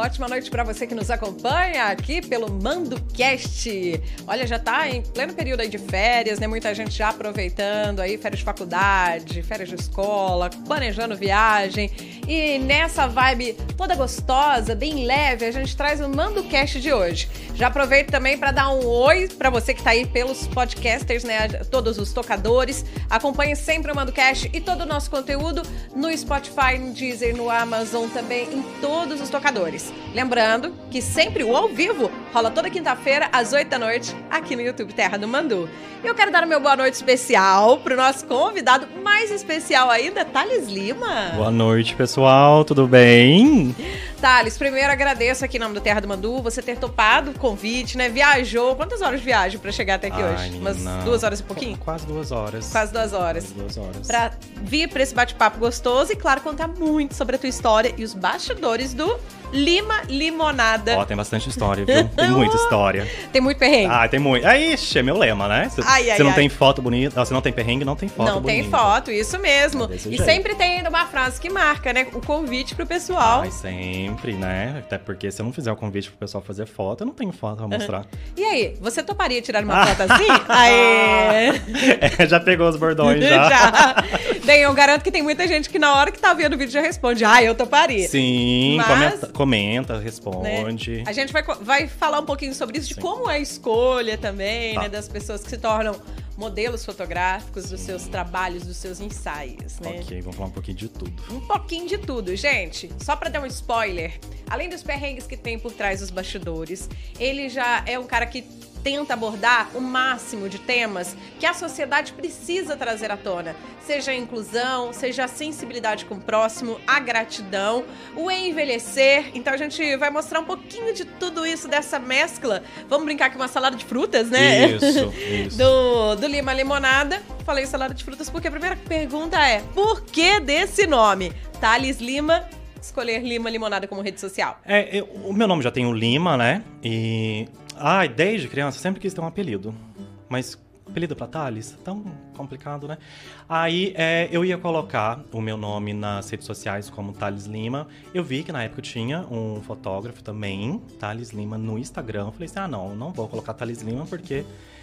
ótima noite para você que nos acompanha aqui pelo MandoCast. Olha, já tá em pleno período aí de férias, né? Muita gente já aproveitando aí, férias de faculdade, férias de escola, planejando viagem. E nessa vibe toda gostosa, bem leve, a gente traz o MandoCast de hoje. Já aproveito também para dar um oi para você que tá aí pelos podcasters, né? Todos os tocadores. Acompanhe sempre o MandoCast e todo o nosso conteúdo no Spotify, no Deezer, no Amazon, também em todos os tocadores. Lembrando que sempre o ao vivo rola toda quinta-feira às 8 da noite aqui no YouTube Terra do Mandu. E eu quero dar o meu boa noite especial pro nosso convidado mais especial ainda, Thales Lima. Boa noite, pessoal, tudo bem? Thales, primeiro agradeço aqui em nome do Terra do Mandu você ter topado o convite, né? Viajou. Quantas horas de viagem pra chegar até aqui hoje? Umas 2 horas e pouquinho? Quase 2 horas. Quase 2 horas. Quase 2 horas. Pra vir pra esse bate-papo gostoso e, claro, contar muito sobre a tua história e os bastidores do Lima Limonada. Ó, tem bastante história, viu? Tem muita história. Tem muito perrengue. Ah, tem muito. Ixi, é meu lema, né? Se não tem foto bonita, se não tem perrengue, não tem foto bonita. Não tem foto, isso mesmo. É desse e jeito. sempre tem ainda uma frase que marca, né? O convite pro pessoal. Ai, sempre, né? Até porque se eu não fizer o convite pro pessoal fazer foto, eu não tenho foto pra mostrar. E aí, você toparia tirar uma foto assim? Aê! Já pegou os bordões, já. Já. Bem, eu garanto que tem muita gente que na hora que tá vendo o vídeo já responde. Eu toparia. Sim, Mas, comenta, responde. Né? A gente vai falar um pouquinho sobre isso, de como é a escolha também, Tá. né, das pessoas que se tornam modelos fotográficos dos seus trabalhos, dos seus ensaios, né? Ok, vamos falar um pouquinho de tudo. Um pouquinho de tudo, gente. Só pra dar um spoiler, além dos perrengues que tem por trás dos bastidores, ele já é um cara que tenta abordar o máximo de temas que a sociedade precisa trazer à tona. Seja a inclusão, seja a sensibilidade com o próximo, a gratidão, o envelhecer. Então a gente vai mostrar um pouquinho de tudo isso, dessa mescla. Vamos brincar com uma salada de frutas, né? Isso. Do Lima Limonada. Falei salada de frutas porque a primeira pergunta é: por que desse nome? Thales Lima, escolher Lima Limonada como rede social. O meu nome já tem o Lima, né? E... desde criança eu sempre quis ter um apelido. Mas apelido pra Thales? Tão complicado, né? Aí eu ia colocar o meu nome nas redes sociais como Thales Lima. Eu vi que na época tinha um fotógrafo também, Thales Lima, no Instagram. Eu falei assim, não vou colocar Thales Lima porque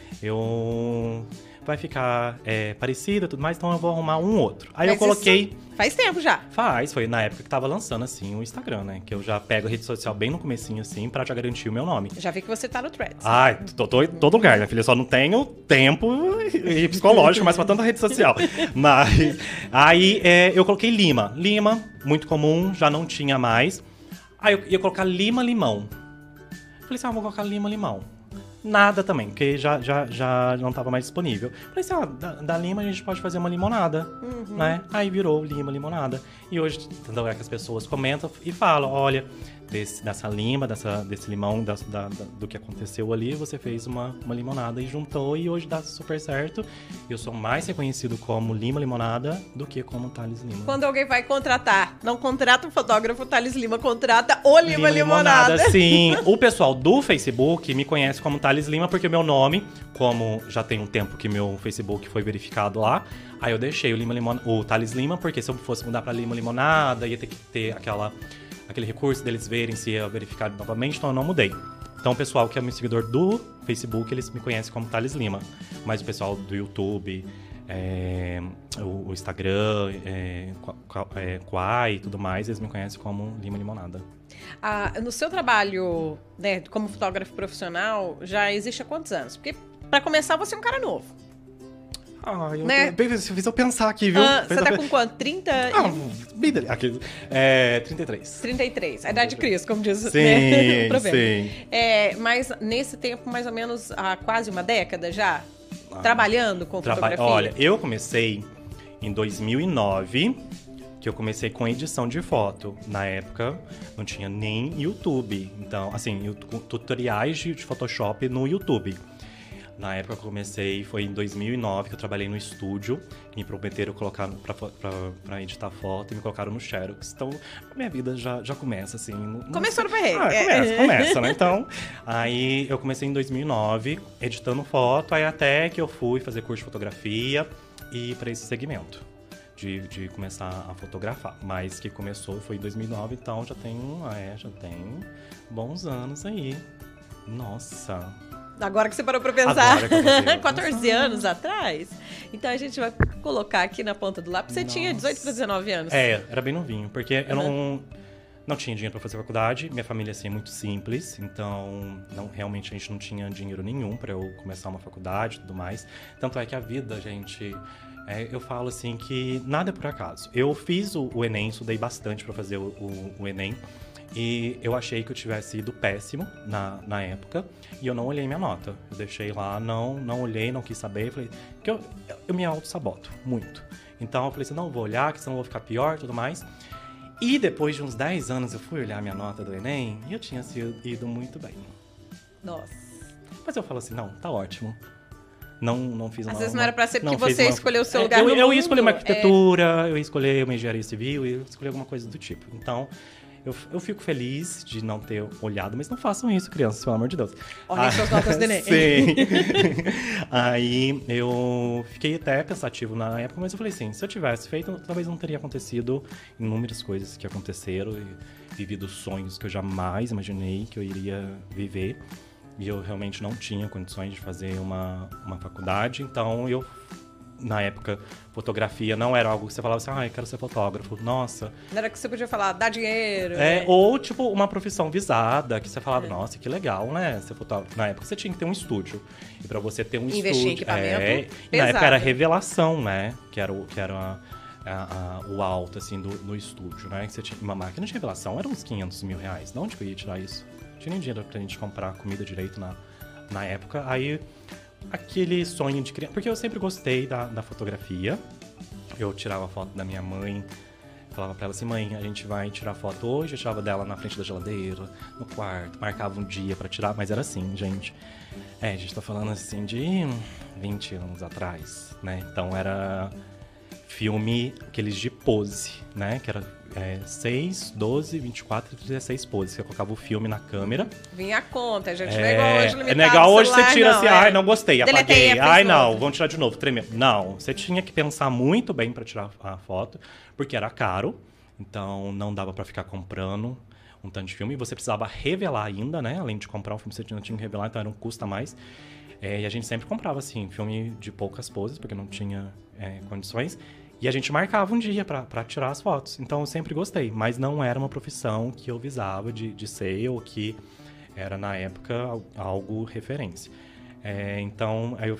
vai ficar parecido e tudo mais, então eu vou arrumar um outro. Aí eu coloquei... Faz tempo já. Foi na época que tava lançando, assim, o Instagram, né? Que eu já pego a rede social bem no comecinho, assim, pra já garantir o meu nome. Já vi que você tá no Threads. Tô em todo lugar, minha filha. Só não tenho tempo e psicológico mais pra tanta rede social. Mas, aí eu coloquei Lima. Lima, muito comum, já não tinha mais. Aí eu ia colocar Lima Limão. Falei assim, vou colocar Lima Limão. Nada também, porque já não tava mais disponível. Falei assim, da Lima a gente pode fazer uma limonada, né? Aí virou Lima Limonada. E hoje, tanto é que as pessoas comentam e falam, olha, dessa lima, desse limão, do que aconteceu ali, você fez uma limonada e juntou e hoje dá super certo. Eu sou mais reconhecido como Lima Limonada do que como Thales Lima. Quando alguém vai contratar, não contrata o fotógrafo Thales Lima, contrata o Lima Limonada. Sim, o pessoal do Facebook me conhece como Thales Lima porque o meu nome, como já tem um tempo que meu Facebook foi verificado lá, aí eu deixei o Thales Lima, porque se eu fosse mudar pra Lima Limonada, ia ter que ter aquele recurso deles verem se ia verificar novamente, então eu não mudei. Então o pessoal que é meu seguidor do Facebook, eles me conhecem como Thales Lima. Mas o pessoal do YouTube, o Instagram, Quai e tudo mais, eles me conhecem como Lima Limonada. No seu trabalho, né, como fotógrafo profissional, já existe há quantos anos? Porque, pra começar, você é um cara novo. Você fez eu pensar aqui, viu? Você tá com quanto? 30? 33. 33. A idade de Cristo, como diz, sim, né? O provérbio. Sim. Mas nesse tempo, mais ou menos, há quase uma década já, trabalhando com fotografia? Olha, eu comecei em 2009, que eu comecei com edição de foto. Na época, não tinha nem YouTube. Então, assim, tutoriais de Photoshop no YouTube. Na época que eu comecei, foi em 2009 que eu trabalhei no estúdio. Me prometeram colocar pra editar foto e me colocaram no Xerox. Então, a minha vida já começa, assim... Começou no perrengue. Começa, né? Então, aí eu comecei em 2009, editando foto. Aí até que eu fui fazer curso de fotografia e para esse segmento. de começar a fotografar. Mas que começou foi em 2009, então já tem bons anos aí. Nossa... Agora que você parou pra pensar. Agora que eu parei. 14 anos atrás. Então a gente vai colocar aqui na ponta do lápis. Você tinha 18 para 19 anos. Era bem novinho, porque eu não tinha dinheiro pra fazer faculdade. Minha família, assim, é muito simples. Então, realmente, a gente não tinha dinheiro nenhum pra eu começar uma faculdade e tudo mais. Tanto é que a vida, gente... eu falo, assim, que nada é por acaso. Eu fiz o Enem, estudei bastante pra fazer o Enem. E eu achei que eu tivesse ido péssimo na época. E eu não olhei minha nota. Eu deixei lá, não olhei, não quis saber. Falei, que eu me auto-saboto muito. Então eu falei assim, não vou olhar, que senão eu vou ficar pior e tudo mais. E depois de uns 10 anos eu fui olhar minha nota do Enem e eu tinha ido muito bem. Nossa. Mas eu falo assim, não, tá ótimo. Não fiz uma... Às vezes não era pra ser porque você escolheu o seu lugar no mundo. Eu ia escolher uma arquitetura, eu ia escolher uma engenharia civil, eu ia escolher alguma coisa do tipo. Então... Eu fico feliz de não ter olhado, mas não façam isso, crianças, pelo amor de Deus. Olhem suas notas do Enem. Sim. Aí eu fiquei até pensativo na época, mas eu falei assim, se eu tivesse feito, talvez não teria acontecido inúmeras coisas que aconteceram e vivido sonhos que eu jamais imaginei que eu iria viver. E eu realmente não tinha condições de fazer uma faculdade, então eu... Na época, fotografia não era algo que você falava assim, eu quero ser fotógrafo. Nossa. Não era que você podia falar, dá dinheiro. Ou, tipo, uma profissão visada, que você falava, nossa, que legal, né? Ser fotógrafo. Na época, você tinha que ter um estúdio. E pra você ter um investir estúdio... em equipamento e na época era revelação, né? Que era o alto, assim, do estúdio, né? Que você tinha uma máquina de revelação, era uns 500 mil reais. De onde que eu ia tirar isso? Não tinha nem dinheiro pra gente comprar comida direito na época. Aí... Aquele sonho de criança... Porque eu sempre gostei da fotografia. Eu tirava foto da minha mãe. Falava pra ela assim, mãe, a gente vai tirar foto hoje. Eu tirava dela na frente da geladeira, no quarto. Marcava um dia pra tirar, mas era assim, gente. A gente tá falando assim de 20 anos atrás, né? Então era filme, aqueles de pose, né? Que era 6, 12, 24 e 16 poses. Você colocava o filme na câmera. Vinha a conta, gente. Não é igual hoje limitado. Não é igual hoje celular, você tira assim, não gostei, deletei, apaguei. Ai, não, vamos tirar de novo, tremendo. Não, você tinha que pensar muito bem pra tirar a foto, porque era caro. Então não dava pra ficar comprando um tanto de filme. E você precisava revelar ainda, né? Além de comprar um filme, você tinha que revelar, então era um custo a mais. E a gente sempre comprava, assim, filme de poucas poses, porque não tinha condições. E a gente marcava um dia pra tirar as fotos. Então eu sempre gostei, mas não era uma profissão que eu visava de ser ou que era, na época, algo referência. Então, aí eu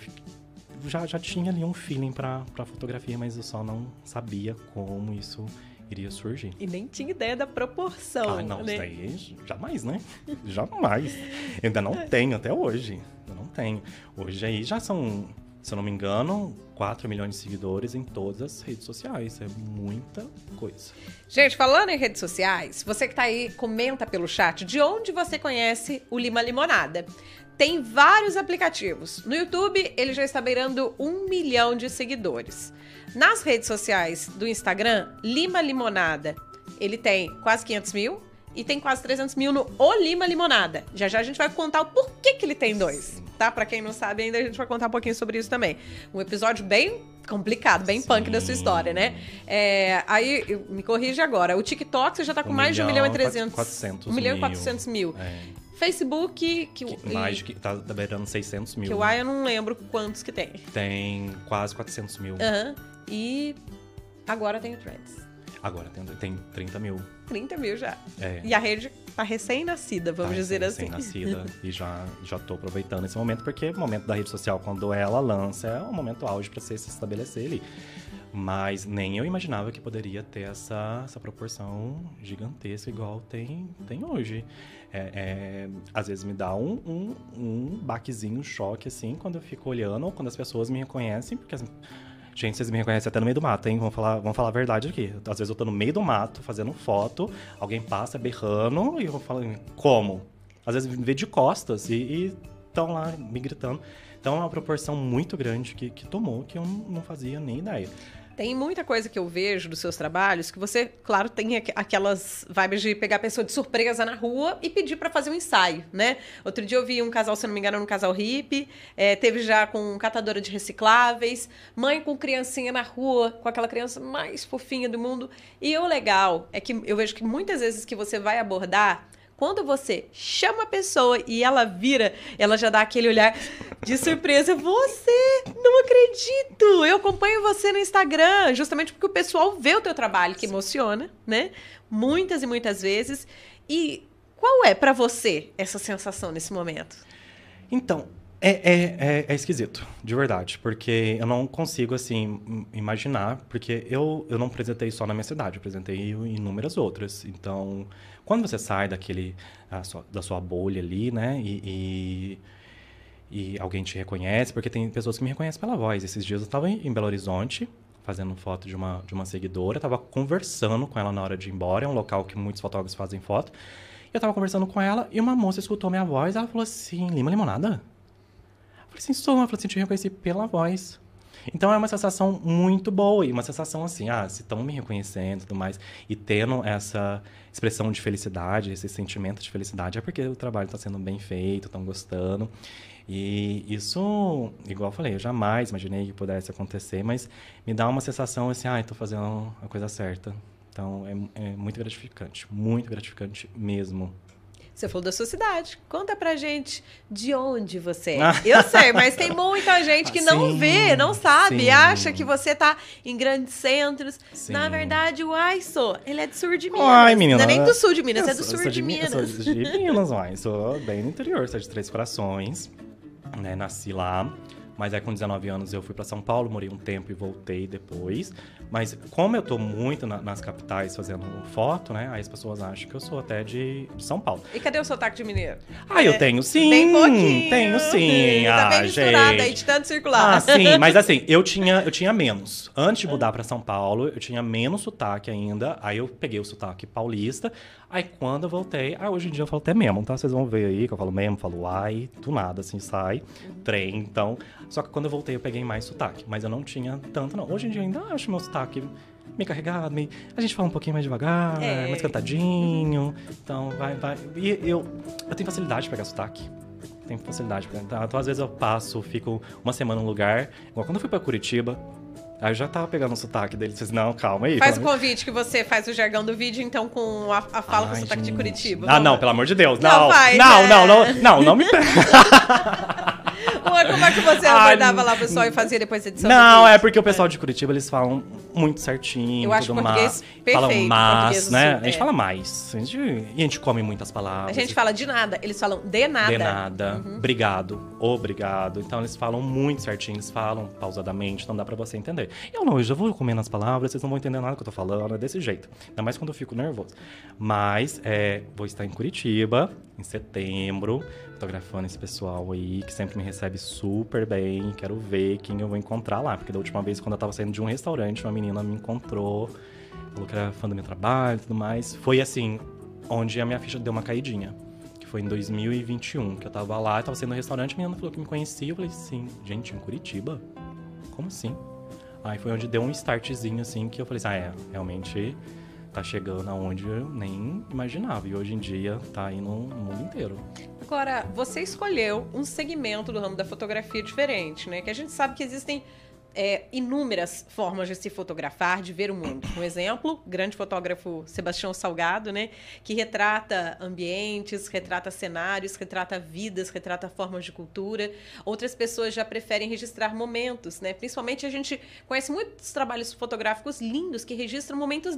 já tinha ali um feeling pra fotografia, mas eu só não sabia como isso iria surgir. E nem tinha ideia da proporção. Não, né? Isso daí jamais, né? Jamais. Eu ainda não tenho até hoje. Eu não tenho. Hoje aí já são... Se eu não me engano, 4 milhões de seguidores em todas as redes sociais. É muita coisa. Gente, falando em redes sociais, você que tá aí, comenta pelo chat de onde você conhece o Lima Limonada. Tem vários aplicativos. No YouTube, ele já está beirando 1 milhão de seguidores. Nas redes sociais do Instagram, Lima Limonada, ele tem quase 500 mil e tem quase 300 mil no O Lima Limonada. Já já a gente vai contar o porquê que ele tem dois, tá? Pra quem não sabe ainda, a gente vai contar um pouquinho sobre isso também. Um episódio bem complicado, bem punk da sua história, né? Aí, me corrige agora, o TikTok você já tá com mais de 1 milhão e 300... 400 1 milhão e 400 mil. Facebook... mais de... Tá beirando 600 mil. Que o AI eu não lembro quantos que tem. Tem quase 400 mil. E agora tem o Threads. Agora tem 30 mil. 30 mil já. E a rede tá recém-nascida, vamos dizer assim. Recém-nascida. E já tô aproveitando esse momento, porque o momento da rede social, quando ela lança, é um momento auge para se estabelecer ali. Mas nem eu imaginava que poderia ter essa proporção gigantesca, igual tem hoje. Às vezes me dá um baquezinho, um choque, assim, quando eu fico olhando, ou quando as pessoas me reconhecem, porque... Gente, vocês me reconhecem até no meio do mato, hein? Vamos falar a verdade aqui. Às vezes eu tô no meio do mato, fazendo foto, alguém passa berrando e eu falo, como? Às vezes me vê de costas e estão lá me gritando. Então é uma proporção muito grande que tomou, que eu não fazia nem ideia. Tem muita coisa que eu vejo dos seus trabalhos que você, claro, tem aquelas vibes de pegar a pessoa de surpresa na rua e pedir pra fazer um ensaio, né? Outro dia eu vi um casal, se não me engano, um casal hippie, teve já com catadora de recicláveis, mãe com criancinha na rua, com aquela criança mais fofinha do mundo. E o legal é que eu vejo que muitas vezes que você vai abordar, quando você chama a pessoa e ela vira, ela já dá aquele olhar de surpresa. Você, não acredito! Eu acompanho você no Instagram, justamente porque o pessoal vê o teu trabalho, que emociona, né? Muitas e muitas vezes. E qual é pra você essa sensação nesse momento? Então, é esquisito, de verdade. Porque eu não consigo, assim, imaginar. Porque eu não apresentei só na minha cidade, eu apresentei em inúmeras outras. Então, quando você sai da sua bolha ali, né? E alguém te reconhece, porque tem pessoas que me reconhecem pela voz. Esses dias eu estava em Belo Horizonte, fazendo foto de uma seguidora. Estava conversando com ela na hora de ir embora. É um local que muitos fotógrafos fazem foto. Eu estava conversando com ela e uma moça escutou minha voz. Ela falou assim, Lima Limonada? Eu falei assim, sou. Ela falou assim, te reconheci pela voz. Então é uma sensação muito boa. E uma sensação assim, se estão me reconhecendo e tudo mais, e tendo essa expressão de felicidade, esse sentimento de felicidade, é porque o trabalho está sendo bem feito, estão gostando. E isso, igual eu falei, eu jamais imaginei que pudesse acontecer, mas me dá uma sensação assim, estou fazendo a coisa certa. Então é muito gratificante mesmo. Você falou da sua cidade. Conta pra gente de onde você é. Eu sei, mas tem muita gente que não vê, não sabe, acha que você tá em grandes centros. Sim. Na verdade, o Aiso, ele é do sul de Minas. Ai, menina, não é nem do sul de Minas, é do sul de Minas. Eu sou de Minas, mãe. Sou bem no interior, sou de Três Corações. Né, nasci lá. Mas aí com 19 anos eu fui para São Paulo, morei um tempo e voltei depois. Mas como eu tô muito nas capitais fazendo foto, né? Aí as pessoas acham que eu sou até de São Paulo. E cadê o sotaque de mineiro? Eu tenho sim. Bem pouquinho. Tenho sim. Tá bem misturado aí, de tanto circular. Sim, mas assim, eu tinha menos. Antes de mudar para São Paulo, eu tinha menos sotaque ainda. Aí eu peguei o sotaque paulista. Aí quando eu voltei, hoje em dia eu falo até mesmo, tá? Vocês vão ver aí que eu falo mesmo, falo ai, do nada, assim, sai, trem, então. Só que quando eu voltei eu peguei mais sotaque, mas eu não tinha tanto, não. Hoje em dia eu ainda acho meu sotaque meio carregado, a gente fala um pouquinho mais devagar, mais cantadinho, então vai. E eu tenho facilidade de pegar sotaque. Tenho facilidade de pegar. Então às vezes eu fico uma semana num lugar, igual quando eu fui pra Curitiba. Aí eu já tava pegando o sotaque dele. Vocês, não, calma aí. Faz o convite que você faz o jargão do vídeo, então, com a fala com o sotaque de Curitiba. Não, pelo amor de Deus. Não, não me pega. Como é que você abordava lá o pessoal e fazia depois da edição? Não, é porque o pessoal de Curitiba, eles falam muito certinho. Eu acho o português perfeito. Falam mais, né? A gente fala mais. E a gente come muitas palavras. A gente fala de nada, eles falam de nada. De nada. Obrigado. Obrigado. Então, eles falam muito certinho, eles falam pausadamente, não dá pra você entender. Eu já vou comendo as palavras, vocês não vão entender nada que eu tô falando, é desse jeito. Ainda mais quando eu fico nervoso. Mas, vou estar em Curitiba, em setembro, fotografando esse pessoal aí, que sempre me recebe super bem. Quero ver quem eu vou encontrar lá. Porque da última vez, quando eu tava saindo de um restaurante, uma menina me encontrou, falou que era fã do meu trabalho e tudo mais. Foi assim, onde a minha ficha deu uma caidinha. Que foi em 2021, que eu tava lá, eu tava saindo no restaurante, a menina falou que me conhecia. Eu falei, sim, gente, em Curitiba? Como assim? Aí foi onde deu um startzinho, assim, que eu falei assim, realmente tá chegando aonde eu nem imaginava. E hoje em dia tá aí no mundo inteiro. Agora, você escolheu um segmento do ramo da fotografia diferente, né? Que a gente sabe que existem inúmeras formas de se fotografar, de ver o mundo. Um exemplo, o grande fotógrafo Sebastião Salgado, né, que retrata ambientes, retrata cenários, retrata vidas, retrata formas de cultura. Outras pessoas já preferem registrar momentos, né? Principalmente a gente conhece muitos trabalhos fotográficos lindos que registram momentos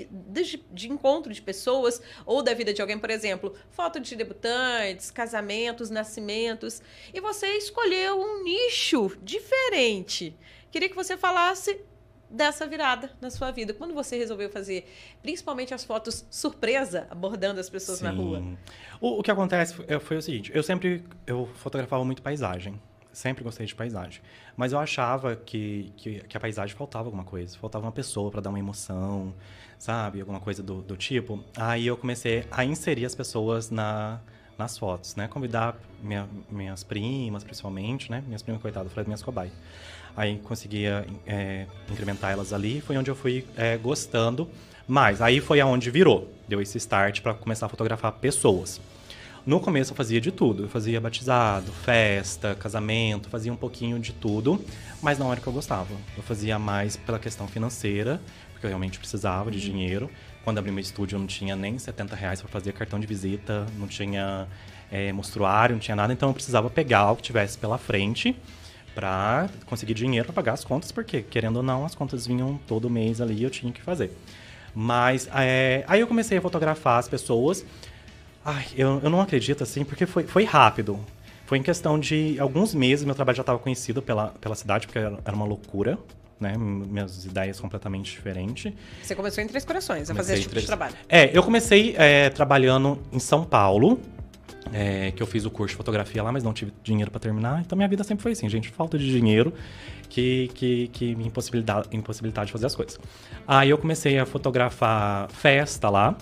de encontro de pessoas ou da vida de alguém, por exemplo, foto de debutantes, casamentos, nascimentos. E você escolheu um nicho diferente. Queria que você falasse dessa virada na sua vida. Quando você resolveu fazer, principalmente as fotos surpresa, abordando as pessoas na rua? O que acontece foi o seguinte, eu fotografava muito paisagem. Sempre gostei de paisagem. Mas eu achava que a paisagem faltava alguma coisa. Faltava uma pessoa para dar uma emoção, sabe? Alguma coisa do tipo. Aí eu comecei a inserir as pessoas nas fotos, né? Convidar minhas primas, principalmente, né? Minhas primas, coitadas, foram as minhas cobaias. Aí conseguia incrementar elas ali, foi onde eu fui gostando mais. Aí foi aonde virou, deu esse start para começar a fotografar pessoas. No começo eu fazia de tudo, eu fazia batizado, festa, casamento, fazia um pouquinho de tudo, mas não era o que eu gostava. Eu fazia mais pela questão financeira, porque eu realmente precisava de dinheiro. Quando abri meu estúdio eu não tinha nem R$70 para fazer cartão de visita, não tinha mostruário, não tinha nada, então eu precisava pegar o que tivesse pela frente para conseguir dinheiro para pagar as contas, porque, querendo ou não, as contas vinham todo mês ali e eu tinha que fazer. Mas aí eu comecei a fotografar as pessoas. Ai, eu não acredito, assim, porque foi rápido. Foi em questão de alguns meses, meu trabalho já estava conhecido pela cidade, porque era uma loucura, né? Minhas ideias completamente diferentes. Você começou em Três Corações a fazer esse tipo de trabalho? Eu comecei trabalhando em São Paulo, que eu fiz o curso de fotografia lá, mas não tive dinheiro para terminar. Então minha vida sempre foi assim, gente, falta de dinheiro que me impossibilitar de fazer as coisas. Aí eu comecei a fotografar festa lá.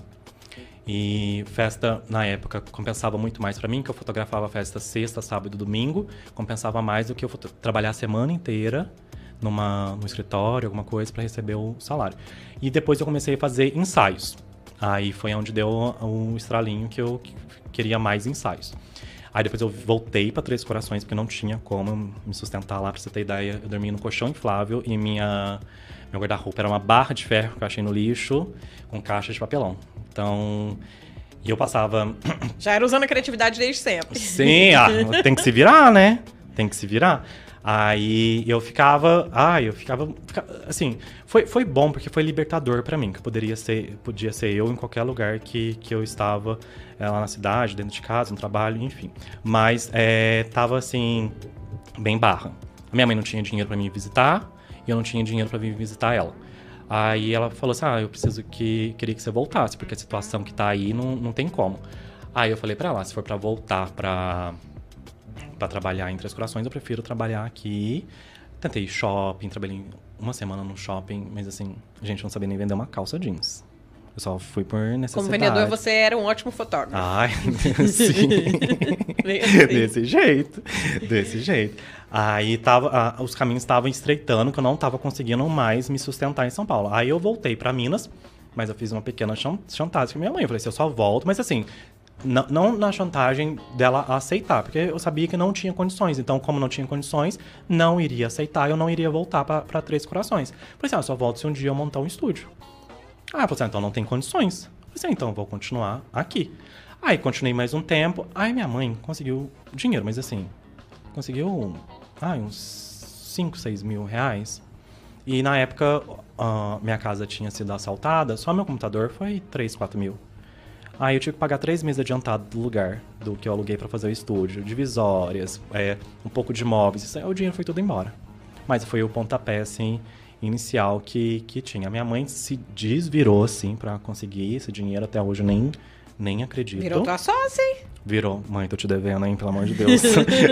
E festa, na época, compensava muito mais para mim, que eu fotografava festa sexta, sábado e domingo. Compensava mais do que eu trabalhar a semana inteira no escritório, alguma coisa, para receber o salário. E depois eu comecei a fazer ensaios. Aí foi onde deu o estralinho que eu queria mais ensaios. Aí depois eu voltei para Três Corações, porque não tinha como me sustentar lá, pra você ter ideia. Eu dormia no colchão inflável e meu guarda-roupa era uma barra de ferro que eu achei no lixo, com caixa de papelão. Então, e eu passava... Já era usando a criatividade desde sempre. Sim, tem que se virar, né? Tem que se virar. Aí eu ficava assim, foi bom porque foi libertador pra mim, que podia ser eu em qualquer lugar que eu estava, lá na cidade, dentro de casa, no trabalho, enfim. Mas tava assim, bem barra. A minha mãe não tinha dinheiro pra me visitar e eu não tinha dinheiro pra vir visitar ela. Aí ela falou assim, eu queria que você voltasse, porque a situação que tá aí não tem como. Aí eu falei pra ela, se for pra voltar pra trabalhar em Três Corações, eu prefiro trabalhar aqui. Tentei shopping, trabalhei uma semana no shopping, mas assim, a gente não sabia nem vender uma calça jeans. Eu só fui por necessidade. Como vendedor, você era um ótimo fotógrafo. Ai, sim. Assim. Desse jeito. Aí os caminhos estavam estreitando, que eu não estava conseguindo mais me sustentar em São Paulo. Aí eu voltei para Minas, mas eu fiz uma pequena chantagem com minha mãe. Eu falei assim, eu só volto, mas assim, não na chantagem dela aceitar, porque eu sabia que não tinha condições. Então, como não tinha condições, não iria aceitar, eu não iria voltar para Três Corações. Eu falei assim, eu só volto se um dia eu montar um estúdio. Ela falou assim, então não tem condições. Eu falei assim, então eu vou continuar aqui. Aí continuei mais um tempo, aí minha mãe conseguiu dinheiro, mas assim, conseguiu uns 5, 6 mil reais. E na época, minha casa tinha sido assaltada, só meu computador foi 3, 4 mil. Aí eu tive que pagar 3 meses adiantado do lugar, do que eu aluguei para fazer o estúdio, divisórias, um pouco de móveis, isso aí, o dinheiro foi tudo embora. Mas foi o pontapé, assim, inicial que tinha. A minha mãe se desvirou, assim, pra conseguir esse dinheiro. Até hoje eu nem acredito. Virou tua sócia, hein? Virou. Mãe, tô te devendo, hein? Pelo amor de Deus.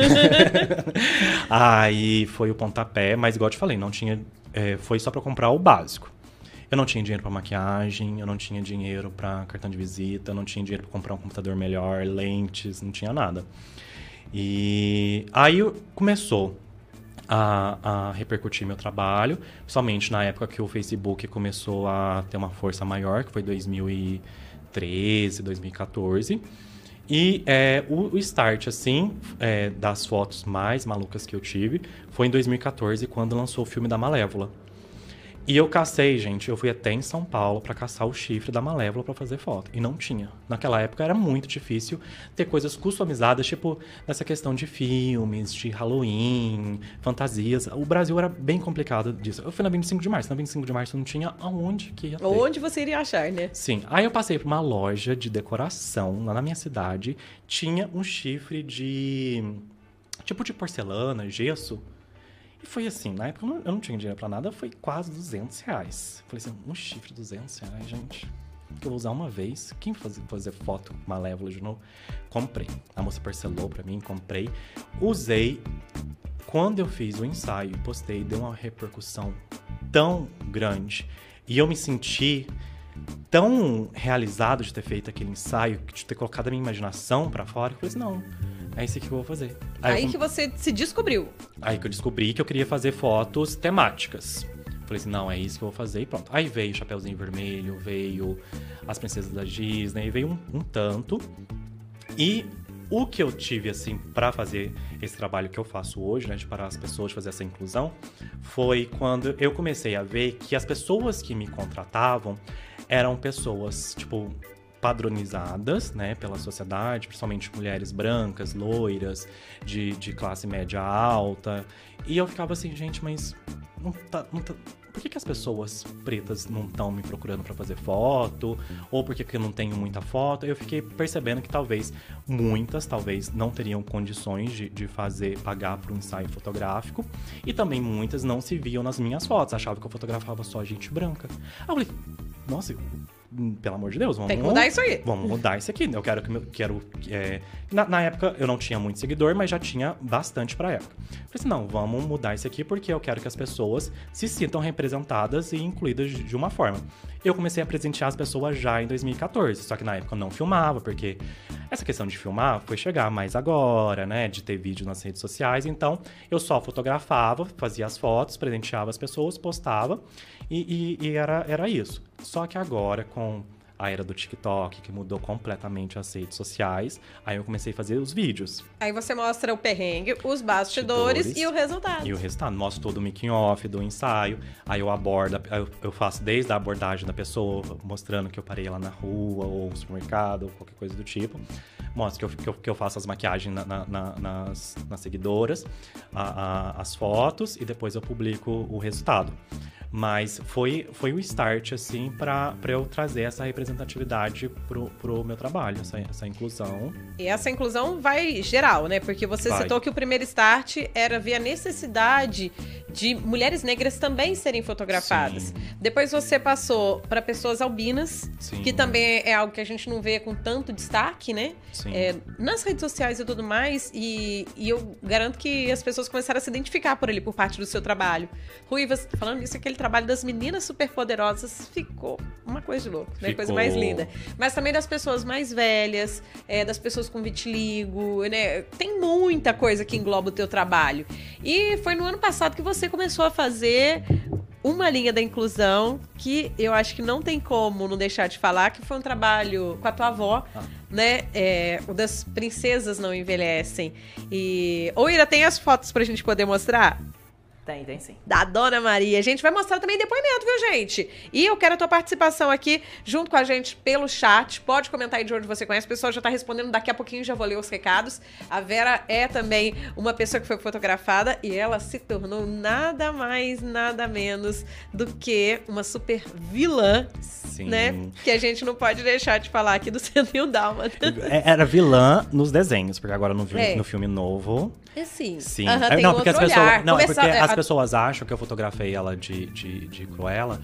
Aí foi o pontapé, mas igual eu te falei, não tinha... foi só pra comprar o básico. Eu não tinha dinheiro pra maquiagem, eu não tinha dinheiro pra cartão de visita, eu não tinha dinheiro pra comprar um computador melhor, lentes, não tinha nada. E aí começou a repercutir meu trabalho, somente na época que o Facebook começou a ter uma força maior, que foi 2013, 2014. E o start, assim, das fotos mais malucas que eu tive foi em 2014, quando lançou o filme da Malévola. E eu cacei, gente, eu fui até em São Paulo pra caçar o chifre da Malévola pra fazer foto. E não tinha. Naquela época era muito difícil ter coisas customizadas, tipo, nessa questão de filmes, de Halloween, fantasias. O Brasil era bem complicado disso. Eu fui na 25 de março. Na 25 de março não tinha aonde que ia ter. Onde você iria achar, né? Sim. Aí eu passei por uma loja de decoração lá na minha cidade. Tinha um chifre tipo de porcelana, gesso. E foi assim, na época eu não tinha dinheiro pra nada, foi quase R$200. Falei assim, um chifre de R$200, gente, que eu vou usar uma vez. Quem fazer foto Malévola de novo? Comprei. A moça parcelou pra mim, comprei. Usei. Quando eu fiz o ensaio, postei, deu uma repercussão tão grande. E eu me senti tão realizado de ter feito aquele ensaio, de ter colocado a minha imaginação pra fora, que eu falei assim, não, é isso aqui que eu vou fazer. Aí que você se descobriu. Aí que eu descobri que eu queria fazer fotos temáticas. Falei assim, não, é isso que eu vou fazer e pronto. Aí veio Chapeuzinho Vermelho, veio As Princesas da Disney, veio um tanto. E o que eu tive, assim, pra fazer esse trabalho que eu faço hoje, né, de parar as pessoas, de fazer essa inclusão, foi quando eu comecei a ver que as pessoas que me contratavam eram pessoas, tipo, padronizadas, né, pela sociedade, principalmente mulheres brancas, loiras, de classe média alta. E eu ficava assim, gente, mas não tá... Por que as pessoas pretas não estão me procurando para fazer foto? Ou por que eu não tenho muita foto? Eu fiquei percebendo que talvez não teriam condições de pagar por um ensaio fotográfico. E também muitas não se viam nas minhas fotos, achavam que eu fotografava só gente branca. Aí eu falei, nossa, pelo amor de Deus, tem que mudar isso aí. Vamos mudar isso aqui. Eu quero na época eu não tinha muito seguidor, mas já tinha bastante pra época. Falei assim, não, vamos mudar isso aqui porque eu quero que as pessoas se sintam representadas e incluídas de uma forma. Eu comecei a presentear as pessoas já em 2014, só que na época eu não filmava, porque essa questão de filmar foi chegar mais agora, né, de ter vídeo nas redes sociais, então eu só fotografava, fazia as fotos, presenteava as pessoas, postava e era isso. Só que agora, com a era do TikTok, que mudou completamente as redes sociais, aí eu comecei a fazer os vídeos. Aí você mostra o perrengue, os bastidores e o resultado. E o resultado. Mostro todo o making off do ensaio, aí eu abordo, eu faço desde a abordagem da pessoa, mostrando que eu parei lá na rua, ou no supermercado, ou qualquer coisa do tipo. Mostro que eu faço as maquiagens nas seguidoras, as fotos, e depois eu publico o resultado. Mas foi o start, assim, pra eu trazer essa representatividade pro meu trabalho, essa inclusão. E essa inclusão vai geral, né? Porque você citou que o primeiro start era ver a necessidade de mulheres negras também serem fotografadas. Sim. Depois você passou para pessoas albinas, Sim. que também é algo que a gente não vê com tanto destaque, né? Sim. Nas redes sociais e tudo mais, e eu garanto que as pessoas começaram a se identificar por ali, por parte do seu trabalho. Ruivas, falando isso, aquele trabalho das meninas superpoderosas ficou uma coisa de louco, né? Coisa mais linda. Mas também das pessoas mais velhas, das pessoas com vitiligo, né? Tem muita coisa que engloba o teu trabalho. E foi no ano passado que você começou a fazer uma linha da inclusão que eu acho que não tem como não deixar de falar, que foi um trabalho com a tua avó, né? O das Princesas Não Envelhecem. E... Ô, Ira, tem as fotos pra gente poder mostrar? Tem sim. Da Dona Maria. A gente vai mostrar também depoimento, viu, gente? E eu quero a tua participação aqui junto com a gente pelo chat. Pode comentar aí de onde você conhece. O pessoal já tá respondendo. Daqui a pouquinho já vou ler os recados. A Vera é também uma pessoa que foi fotografada e ela se tornou nada mais, nada menos do que uma super vilã, Sim. né? Que a gente não pode deixar de falar aqui do 101 Dálmatas. Era vilã nos desenhos, porque agora no filme novo... Sim. Sim. Tem não, porque outro as pessoas, olhar. não, é porque as pessoas acham que eu fotografei ela de Cruella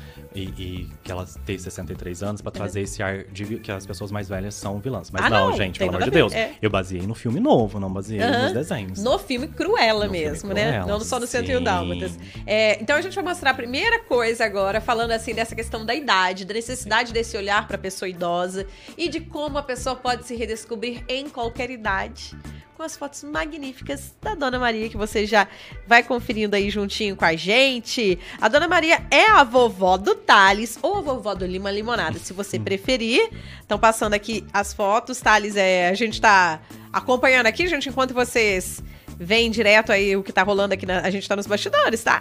e que ela tem 63 anos pra trazer esse ar de que as pessoas mais velhas são vilãs. Mas não, gente, pelo amor de Deus. Eu baseei no filme novo, não baseei nos desenhos. No filme Cruella mesmo, né? Cruella, Não só no 101 Dálmatas. Então a gente vai mostrar a primeira coisa agora, falando assim dessa questão da idade, da necessidade desse olhar pra pessoa idosa e de como a pessoa pode se redescobrir em qualquer idade. Com as fotos magníficas da Dona Maria, que você já vai conferindo aí juntinho com a gente. A Dona Maria é a vovó do Thales, ou a vovó do Lima Limonada, se você preferir. Estão passando aqui as fotos. Thales, a gente tá acompanhando aqui, gente, enquanto vocês veem direto aí o que tá rolando aqui. A gente tá nos bastidores, tá?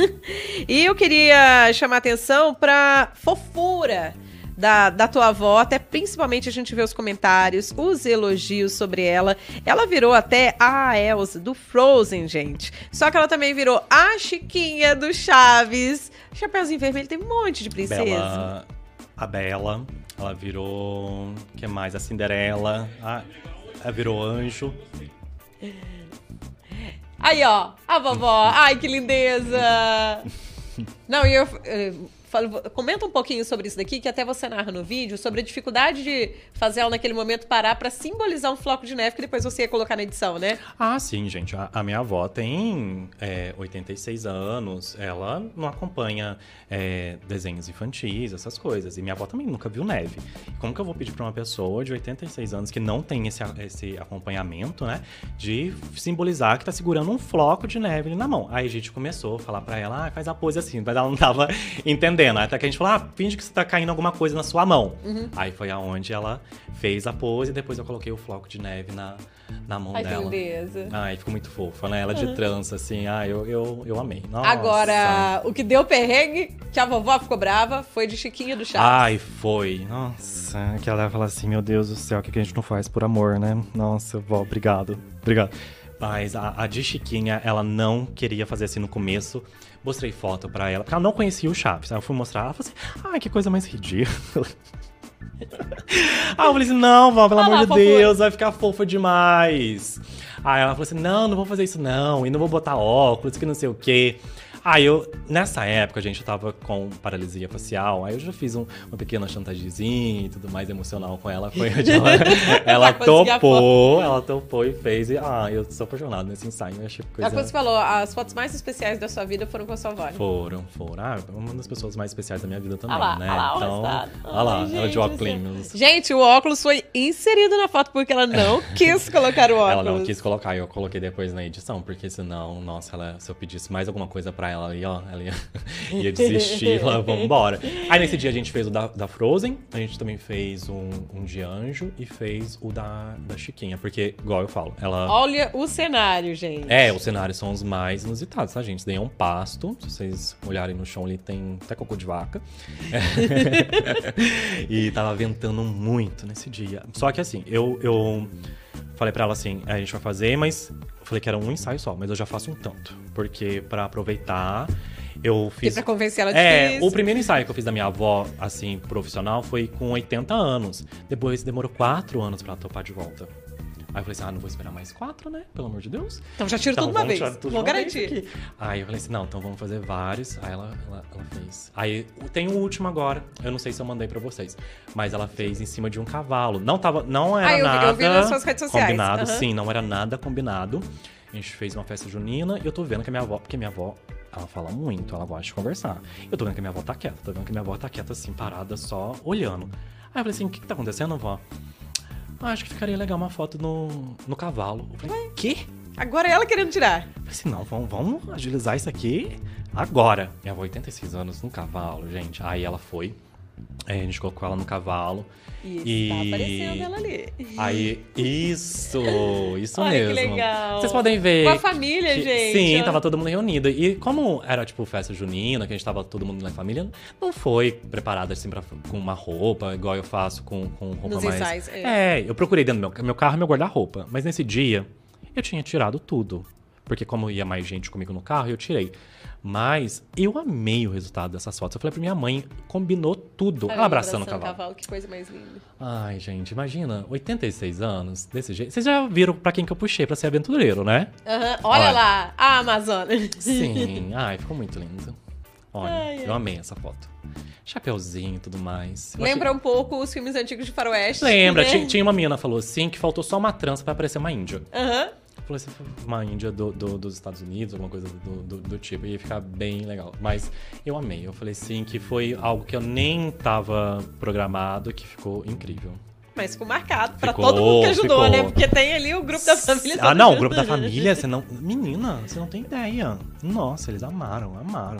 E eu queria chamar a atenção pra fofura da tua avó, até principalmente a gente vê os comentários, os elogios sobre ela. Ela virou até a Elsa do Frozen, gente. Só que ela também virou a Chiquinha do Chaves. Chapeuzinho Vermelho tem um monte de princesa. A Bela, ela virou... O que mais? A Cinderela. Ela virou anjo. Aí, ó, a vovó. Ai, que lindeza! Não, e eu... Comenta um pouquinho sobre isso daqui, que até você narra no vídeo, sobre a dificuldade de fazer ela naquele momento parar pra simbolizar um floco de neve, que depois você ia colocar na edição, né? Ah, sim, gente. A minha avó tem 86 anos, ela não acompanha desenhos infantis, essas coisas. E minha avó também nunca viu neve. Como que eu vou pedir pra uma pessoa de 86 anos que não tem esse acompanhamento, né, de simbolizar que tá segurando um floco de neve ali na mão? Aí a gente começou a falar pra ela, faz a pose assim, mas ela não tava entendendo. Até que a gente falou, finge que você tá caindo alguma coisa na sua mão. Aí foi aonde ela fez a pose e depois eu coloquei o floco de neve na mão dela. Ai, que lindeza. Ai, ficou muito fofo, né? Ela de trança, assim. Eu amei. Nossa. Agora, o que deu perrengue, que a vovó ficou brava, foi de Chiquinha do Chaves. Ai, foi. Nossa, que ela fala assim, meu Deus do céu, o que a gente não faz por amor, né? Nossa, vó, obrigado. Obrigado. Mas a de Chiquinha, ela não queria fazer assim no começo. Mostrei foto pra ela, porque ela não conhecia o Chaves. Aí eu fui mostrar, ela falou assim, ai, que coisa mais ridícula. Aí eu falei assim, não, vó, pelo amor de Deus, vai ficar fofa demais. Aí ela falou assim, não vou fazer isso não, e não vou botar óculos, que não sei o quê. Aí nessa época, gente, eu tava com paralisia facial, aí eu já fiz uma pequena chantagemzinha e tudo mais emocional com ela. Foi onde ela topou e fez. E, eu sou apaixonado nesse ensaio. Eu achei coisa... Como você falou, as fotos mais especiais da sua vida foram com a sua avó. Foram. Uma das pessoas mais especiais da minha vida também, lá, né? Então, olha lá, ela de óculos. Gente, o óculos foi inserido na foto porque ela não quis colocar o óculos. Ela não quis colocar, eu coloquei depois na edição, porque senão, nossa, se eu pedisse mais alguma coisa pra ela ali, ó, ela ia desistir, ela, vambora. Aí nesse dia a gente fez o da Frozen, a gente também fez um de Anjo e fez o da Chiquinha, porque, igual eu falo, ela... Olha o cenário, gente. Os cenários são os mais inusitados, tá, gente? Isso daí é um pasto, se vocês olharem no chão ali tem até cocô de vaca. E tava ventando muito nesse dia. Só que assim, eu falei pra ela assim, a gente vai fazer, mas... Falei que era um ensaio só, mas eu já faço um tanto. Porque pra aproveitar, eu fiz... E pra convencer ela difícil. O primeiro ensaio que eu fiz da minha avó, assim, profissional, foi com 80 anos. Depois demorou 4 anos pra ela topar de volta. Aí eu falei assim, não vou esperar mais 4, né? Pelo amor de Deus. Então já tiro tudo uma vez. Vou garantir. Aí eu falei assim, não, então vamos fazer vários. Aí ela fez. Aí tem o último agora. Eu não sei se eu mandei pra vocês. Mas ela fez em cima de um cavalo. Não era nada eu vi nas suas redes sociais. Combinado, sim. Não era nada combinado. A gente fez uma festa junina e eu tô vendo que a minha avó... Porque minha avó, ela fala muito, ela gosta de conversar. Eu tô vendo que a minha avó tá quieta. Tô vendo que a minha avó tá quieta assim, parada, só olhando. Aí eu falei assim, o que tá acontecendo, vó? Acho que ficaria legal uma foto no cavalo. Eu falei, quê? Agora é ela querendo tirar. Eu falei assim, não, vamos agilizar isso aqui agora. Minha avó, 86 anos, no cavalo, gente. Aí ela foi, a gente colocou ela no cavalo. E tá aparecendo ela ali. Aí, isso Olha, mesmo. Que legal. Vocês podem ver. Com a família, gente. Sim, tava todo mundo reunido. E como era, tipo, festa junina, que a gente tava todo mundo na família, não foi preparada, assim, com uma roupa, igual eu faço com roupa nos mais... ensaios, eu procurei dentro do meu carro, meu guarda-roupa. Mas nesse dia, eu tinha tirado tudo. Porque como ia mais gente comigo no carro, eu tirei. Mas eu amei o resultado dessas fotos. Eu falei pra minha mãe, combinou tudo. Ela abraçando o cavalo. Que coisa mais linda. Ai, gente, imagina, 86 anos, desse jeito. Vocês já viram pra quem que eu puxei pra ser aventureiro, né? Olha lá, a Amazônia. Sim, ficou muito lindo. Olha, eu amei essa foto. Chapeuzinho e tudo mais. Lembra um pouco os filmes antigos de faroeste. Lembra, né? Tinha uma menina que falou assim, que faltou só uma trança pra parecer uma índia. Falou assim, uma índia dos Estados Unidos, alguma coisa do tipo, ia ficar bem legal. Mas eu amei, eu falei sim, que foi algo que eu nem tava programado, que ficou incrível. Mas ficou marcado pra todo mundo que ajudou, né? Porque tem ali o grupo da família. Não, o grupo da família, menina, você não tem ideia. Nossa, eles amaram.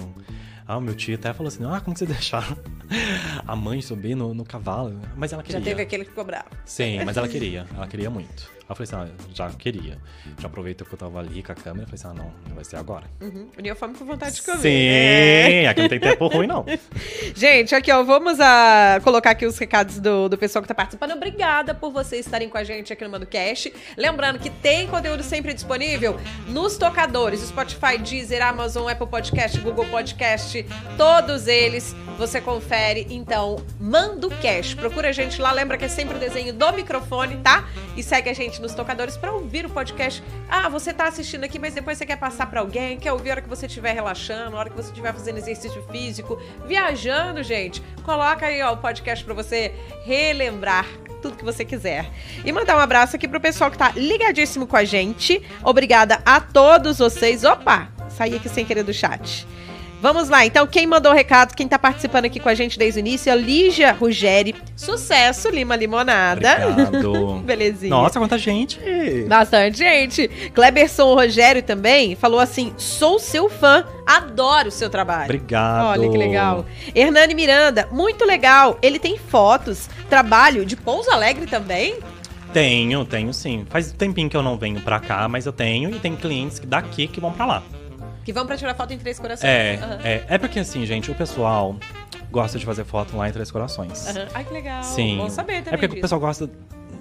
O meu tio até falou assim, como que vocês deixaram a mãe subir no cavalo? Mas ela queria. Já teve aquele que ficou bravo. Sim, mas ela queria muito. Eu falei assim, já queria. Já aproveitou que eu tava ali com a câmera. Eu falei assim, não vai ser agora. Uniu fome com vontade de comer. Sim, aqui não tem tempo ruim, não. Gente, aqui, ó, vamos colocar aqui os recados do pessoal que tá participando. Obrigada por vocês estarem com a gente aqui no MandoCast. Lembrando que tem conteúdo sempre disponível nos tocadores, Spotify, Deezer, Amazon, Apple Podcast, Google Podcast, Cast, todos eles você confere, então, MandoCast. Procura a gente lá, lembra que é sempre o desenho do microfone, tá? E segue a gente nos tocadores pra ouvir o podcast. Ah, você tá assistindo aqui, mas depois você quer passar pra alguém, quer ouvir a hora que você estiver relaxando, a hora que você estiver fazendo exercício físico, viajando, gente. Coloca aí, ó, o podcast pra você relembrar tudo que você quiser. E mandar um abraço aqui pro pessoal que tá ligadíssimo com a gente. Obrigada a todos vocês. Opa, saí aqui sem querer do chat. Vamos lá, então, quem mandou o recado, quem tá participando aqui com a gente desde o início, é Lígia Ruggeri. Sucesso, Lima Limonada. Obrigado. Belezinha. Nossa, quanta gente. Bastante gente. Cleberson Rogério também falou assim, sou seu fã, adoro o seu trabalho. Obrigado. Olha que legal. Hernani Miranda, muito legal. Ele tem fotos, trabalho de Pouso Alegre também? Tenho sim. Faz um tempinho que eu não venho pra cá, mas eu tenho. E tem clientes daqui que vão pra lá. Que vão pra tirar foto em Três Corações. É porque assim, gente, o pessoal gosta de fazer foto lá em Três Corações. Ai, que legal. Sim. Bom saber também É porque disso. o pessoal gosta...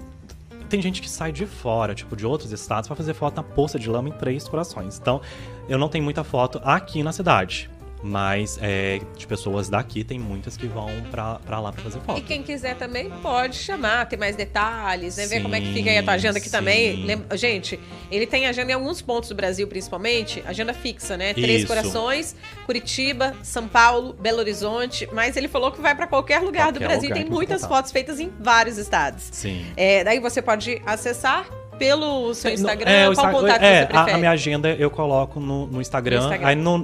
Tem gente que sai de fora, tipo, de outros estados pra fazer foto na Poça de Lama em Três Corações. Então, eu não tenho muita foto aqui na cidade. Mas de pessoas daqui, tem muitas que vão pra lá pra fazer foto. E quem quiser também pode chamar, ter mais detalhes, né? Ver Sim, como é que fica aí a tua agenda aqui sim. também. Gente, ele tem agenda em alguns pontos do Brasil, principalmente, agenda fixa, né? Três Isso. Corações, Curitiba, São Paulo, Belo Horizonte, mas ele falou que vai pra qualquer lugar do Qualquer Brasil. lugar Tem que você muitas tentar. fotos feitas em vários estados. Sim. Daí você pode acessar pelo seu Instagram, o qual contato você a prefere? minha agenda eu coloco no Instagram. No Instagram.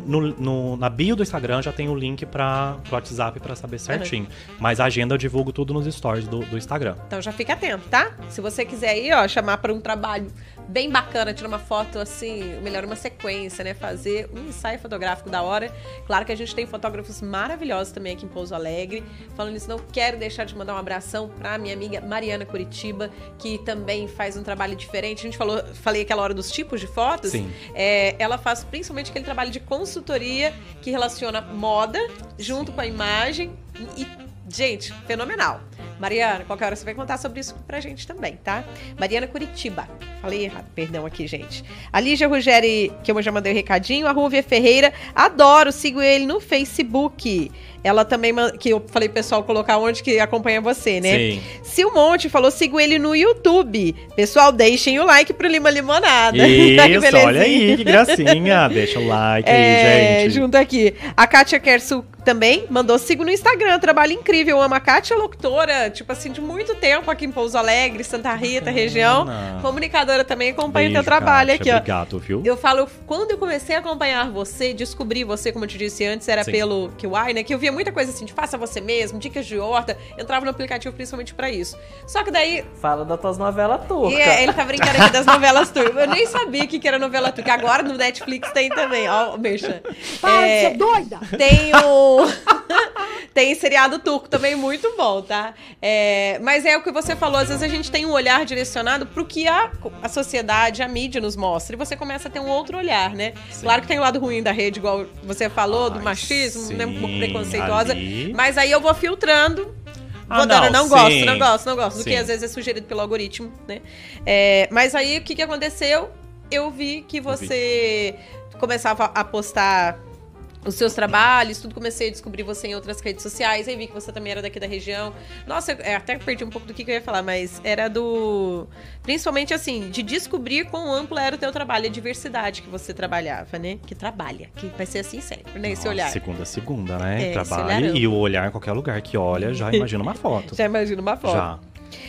Aí na bio do Instagram já tem o link pro WhatsApp pra saber certinho. Mas a agenda eu divulgo tudo nos stories do Instagram. Então já fica atento, tá? Se você quiser aí, ó, chamar para um trabalho bem bacana, tirar uma foto assim, melhor uma sequência, né? Fazer um ensaio fotográfico da hora. Claro que a gente tem fotógrafos maravilhosos também aqui em Pouso Alegre. Falando nisso, não quero deixar de mandar um abração pra minha amiga Mariana Curitiba, que também faz um trabalho diferente. A gente falei aquela hora dos tipos de fotos. Sim. Ela faz principalmente aquele trabalho de consultoria que relaciona moda junto com a imagem e, gente, fenomenal. Mariana, qualquer hora você vai contar sobre isso pra gente também, tá? Mariana Curitiba. Falei errado, perdão aqui, gente. A Lígia Ruggeri, que eu já mandei o recadinho. A Rúvia Ferreira, adoro, sigo ele no Facebook. Ela também, que eu falei pro pessoal colocar onde que acompanha você, né? Sim. Sil Monte falou, sigo ele no YouTube. Pessoal, deixem o like pro Lima Limonada. Isso, olha aí, que gracinha. Deixa o like aí, gente. Junto aqui. A Kátia Kersu também mandou, sigo no Instagram, trabalho incrível. Eu amo a Kátia, locutora, tipo assim, de muito tempo aqui em Pouso Alegre, Santa Rita, região. Comunicadora também, acompanha o teu trabalho Kátia, aqui, ó. Obrigado, viu? Eu falo, quando eu comecei a acompanhar você, descobri você, como eu te disse antes, era Sim. pelo QI, né? Que eu via muita coisa assim, de faça você mesmo, dicas de horta. Eu entrava no aplicativo principalmente pra isso. Só que daí... Fala das tuas novelas turcas. Ele tá brincando aqui das novelas turcas. Eu nem sabia o que era novela turca. Agora no Netflix tem também. Ó, Merchan. Para de ser doida! Tem o... Tem seriado turco também muito bom, tá? Mas é o que você falou, às vezes a gente tem um olhar direcionado pro que a sociedade, a mídia nos mostra. E você começa a ter um outro olhar, né? Sim. Claro que tem o lado ruim da rede, igual você falou, do machismo, sim, né? Um pouco preconceituosa. ali. Mas aí eu vou filtrando. Vou dando, não gosto. Do que Sim. às vezes é sugerido pelo algoritmo, né? Mas aí o que aconteceu? Eu vi que você começava a postar os seus trabalhos, tudo, comecei a descobrir você em outras redes sociais, aí vi que você também era daqui da região. Nossa, eu até perdi um pouco do que eu ia falar, mas era principalmente assim, de descobrir quão amplo era o teu trabalho, a diversidade que você trabalhava, né? Que trabalha, que vai ser assim sempre, né? Esse Nossa, olhar. Segunda, né? Esse Trabalho olharão. e o olhar em qualquer lugar que olha, já imagina uma foto. Já imagina uma foto. Já.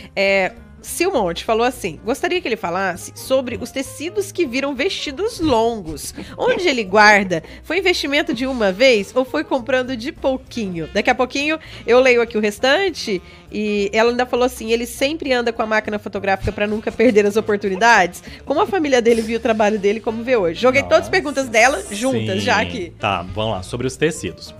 Sil Monte falou assim, gostaria que ele falasse sobre os tecidos que viram vestidos longos. Onde ele guarda? Foi investimento de uma vez ou foi comprando de pouquinho? Daqui a pouquinho eu leio aqui o restante e ela ainda falou assim, ele sempre anda com a máquina fotográfica para nunca perder as oportunidades. Como a família dele viu o trabalho dele, como vê hoje? Joguei todas as perguntas dela juntas Sim. já aqui. Tá, vamos lá. Sobre os tecidos.